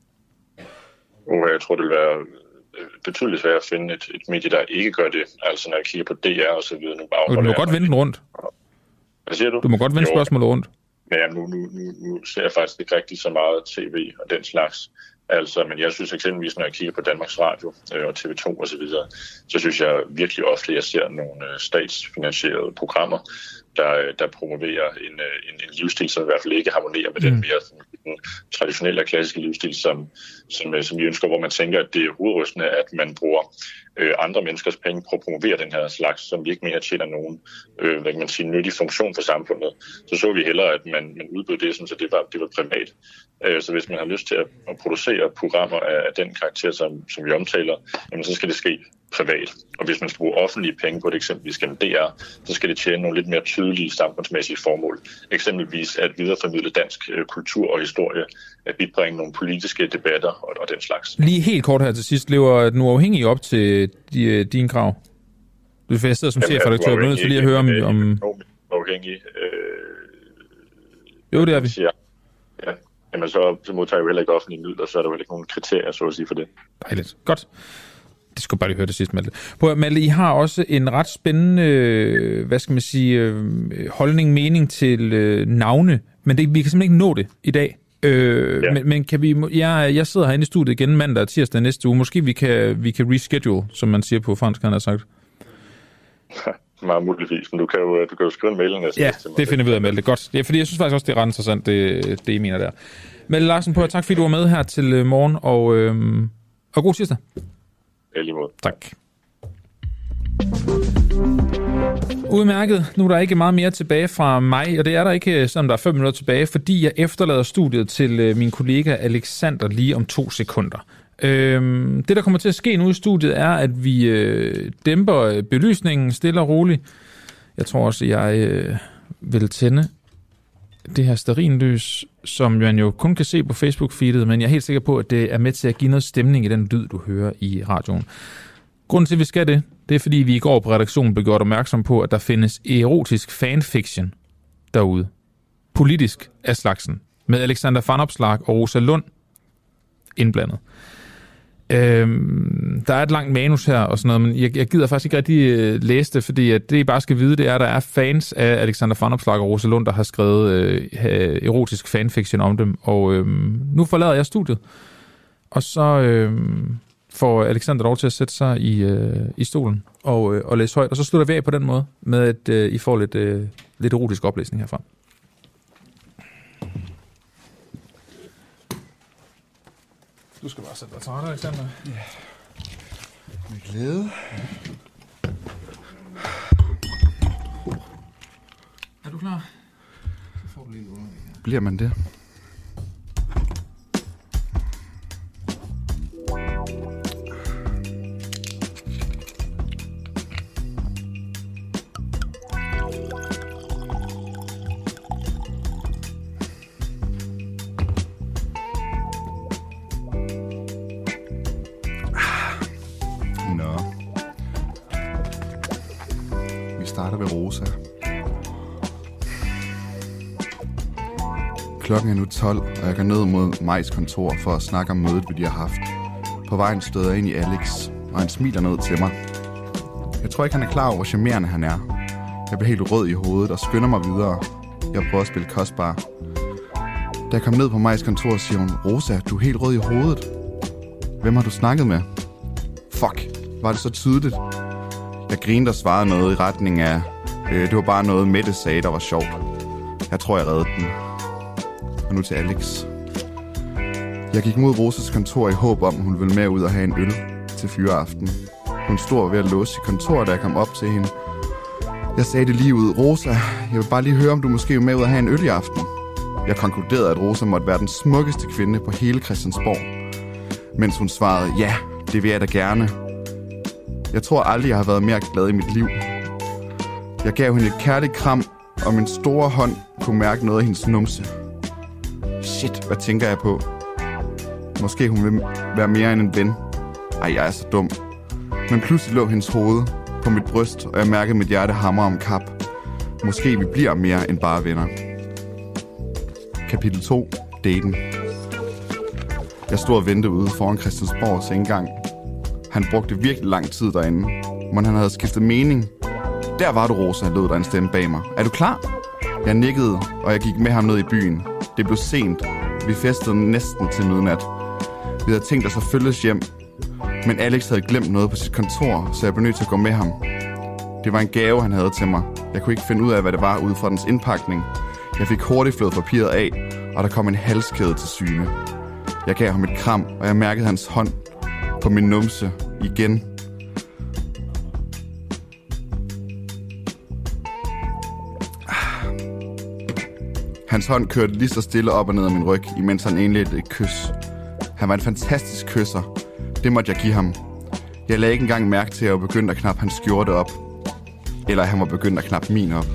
Uh, jeg tror, det vil være betydeligt svært at finde et, et medie, der ikke gør det. Altså når jeg kigger på D R og så videre. Nu bare du må godt vende den rundt. Hvad siger du? Du må godt vende jo. spørgsmålet rundt. Ja, nu, nu, nu, nu ser jeg faktisk ikke rigtig så meget tv og den slags. Altså, men jeg synes eksempelvis, når jeg kigger på Danmarks Radio øh, og T V to og så videre, så synes jeg virkelig ofte, at jeg ser nogle øh, statsfinansierede programmer, der, der promoverer en, en, en livsstil, som i hvert fald ikke harmonerer med mm. den mere den traditionelle og klassiske livsstil, som, som, som vi ønsker, hvor man tænker, at det er hovedrystende, at man bruger øh, andre menneskers penge på at promovere den her slags, som vi ikke mener tjener nogen øh, hvad kan man sige, nyttig funktion for samfundet. Så så vi hellere, at man, man udbød det, som så det var, det var privat. Øh, så hvis man har lyst til at, at producere programmer af, af den karakter, som, som vi omtaler, jamen, så skal det ske privat. Og hvis man skal bruge offentlige penge på det, eksempelvis gennem D R, så skal det tjene nogle lidt mere tydelige samfundsmæssige formål. Eksempelvis at videreformidle dansk kultur og historie, at bibringe nogle politiske debatter og, og den slags. Lige helt kort her til sidst, lever den uafhængige op til de, din krav? Du er sidder som chefredaktør, men så lige at høre om... om... Uafhængig. Øh... Jo, det er vi. Ja. Jamen, så, så modtager jeg jo heller ikke offentlige midler, så er der jo heller ikke nogen kriterier, så at sige, for det. Dejligt. Godt. Det skulle bare lige høre det sidste, Malte. På Malte, I har også en ret spændende, hvad skal man sige, holdning, mening til øh, navne, men det, vi kan simpelthen ikke nå det i dag. Øh, ja. men, men kan vi, jeg, jeg sidder herinde i studiet igen mandag og tirsdag næste uge. Måske vi kan, vi kan reschedule, som man siger på fransk, han har sagt. Meget muligvis, men du kan jo, du kan jo skrive en mail næste. Ja, det finder vi ud af, Malte. Godt. Ja, fordi jeg synes faktisk også, det er ret interessant, det, det I mener der. Malte Larsen, på tak fordi du var med her til morgen, og, øhm, og god tirsdag. Ja, lige måde. Tak. Udmærket. Nu er der ikke meget mere tilbage fra mig, og det er der ikke, selvom der er fem minutter tilbage, fordi jeg efterlader studiet til min kollega Alexander lige om to sekunder. Øhm, det, der kommer til at ske nu i studiet, er, at vi øh, dæmper belysningen stille og roligt. Jeg tror også, at jeg øh, vil tænde det her stearinlys, som man jo kun kan se på Facebook-feedet, men jeg er helt sikker på, at det er med til at give noget stemning i den lyd, du hører i radioen. Grunden til, at vi skal det, det er, fordi vi i går på redaktionen blev gjort opmærksom på, at der findes erotisk fanfiction derude. Politisk af slagsen. Med Alexander Van Opslark og Rosa Lund indblandet. Øhm, der er et langt manus her og sådan noget, men jeg, jeg gider faktisk ikke rigtig øh, læse det, fordi at det, I bare skal vide, det er, at der er fans af Alexander Van Opslark og Rosa Lund, der har skrevet øh, erotisk fanfiction om dem, og øh, nu forlader jeg studiet, og så øh, får Alexander lov til at sætte sig i, øh, i stolen og, øh, og læse højt, og så slutter vi af på den måde, med at øh, I får lidt, øh, lidt erotisk oplæsning herfra. Du skal bare sætte dig til rette, Alexander. Ja. Med glæde. Er du klar? Så får du lige noget. Bliver man det? Klokken er nu tolv, og jeg går ned mod Majs kontor for at snakke om mødet, vi lige har haft. På vejen støder jeg ind i Alex, og han smiler ned til mig. Jeg tror ikke, han er klar over, hvor charmerende han er. Jeg bliver helt rød i hovedet og skynder mig videre. Jeg prøver at spille kostbar. Da jeg kom ned på Majs kontor, siger hun, Rosa, du er helt rød i hovedet. Hvem har du snakket med? Fuck, var det så tydeligt? Jeg grinede og svarede noget i retning af, øh, det var bare noget, Mette sagde, der var sjovt. Jeg tror, jeg reddede den. Og nu til Alex. Jeg gik mod Rosas kontor i håb om, at hun ville med ud og have en øl til fyreaften. Hun stod ved at låse sit kontor, da jeg kom op til hende. Jeg sagde det lige ud, Rosa, jeg vil bare lige høre, om du måske vil med ud og have en øl i aften. Jeg konkluderede, at Rosa måtte være den smukkeste kvinde på hele Christiansborg. Mens hun svarede, ja, det vil jeg da gerne. Jeg tror aldrig, jeg har været mere glad i mit liv. Jeg gav hende et kærligt kram, og min store hånd kunne mærke noget af hendes numse. Shit, hvad tænker jeg på? Måske hun vil være mere end en ven. Ej, jeg er så dum. Men pludselig lå hendes hoved på mit bryst, og jeg mærkede mit hjerte hamre om kap. Måske vi bliver mere end bare venner. Kapitel to. Daten. Jeg stod og ventede ude foran Christiansborgs indgang. Han brugte virkelig lang tid derinde, men han havde skiftet mening. Der var du, Rosa, lød der en stemme bag mig. Er du klar? Jeg nikkede, og jeg gik med ham ned i byen. Det blev sent. Vi festede næsten til midnat. Vi havde tænkt os at følges hjem, men Alex havde glemt noget på sit kontor, så jeg blev nødt til at gå med ham. Det var en gave, han havde til mig. Jeg kunne ikke finde ud af, hvad det var ud fra dens indpakning. Jeg fik hurtigt flået papiret af, og der kom en halskæde til syne. Jeg gav ham et kram, og jeg mærkede hans hånd på min numse igen. Hans hånd kørte lige så stille op og ned af min ryg, imens han indledte et kys. Han var en fantastisk kysser. Det måtte jeg give ham. Jeg lagde ikke engang mærke til, at jeg var begyndt at knappe hans skjorte op. Eller han var begyndt at knappe min op.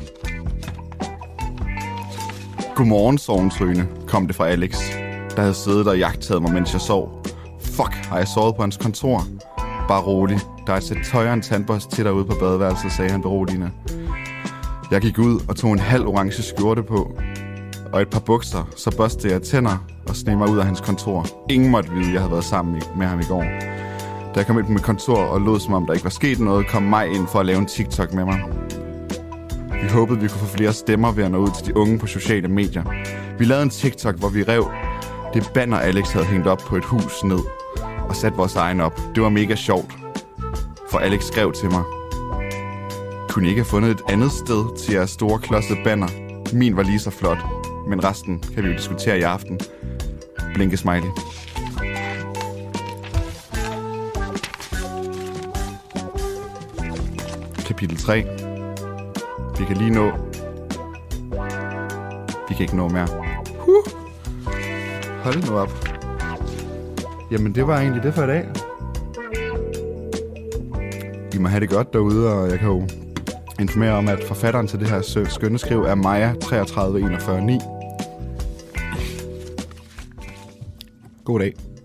Godmorgen, Soventryne, kom det fra Alex, der havde siddet og jagttaget mig, mens jeg sov. Fuck, har jeg sovet på hans kontor? Bare rolig, der er et sæt tøj og en tandbørste til derude på badeværelset, sagde han beroligende. Jeg gik ud og tog en halv orange skjorte på, og et par bukser, så børstede jeg tænder og sneg mig ud af hans kontor. Ingen måtte vide, at jeg havde været sammen med ham i går. Da jeg kom ind på mit kontor og lod som om der ikke var sket noget, kom mig ind for at lave en TikTok med mig. Vi håbede, vi kunne få flere stemmer ved at nå ud til de unge på sociale medier. Vi lavede en TikTok, hvor vi rev det banner, Alex havde hængt op på et hus ned, og satte vores egen op. Det var mega sjovt, for Alex skrev til mig: kunne I ikke have fundet et andet sted til jeres store klodsede banner? Min var lige så flot, men resten kan vi jo diskutere i aften. Blinke smiley. Kapitel tre. Vi kan lige nå. Vi kan ikke nå mere. Huh. Hold nu op. Jamen, det var egentlig det for i dag. I må have det godt derude, og jeg kan jo informere om, at forfatteren til det her skønne skriv er Maja treogtredive enogfyrre ni. God dag.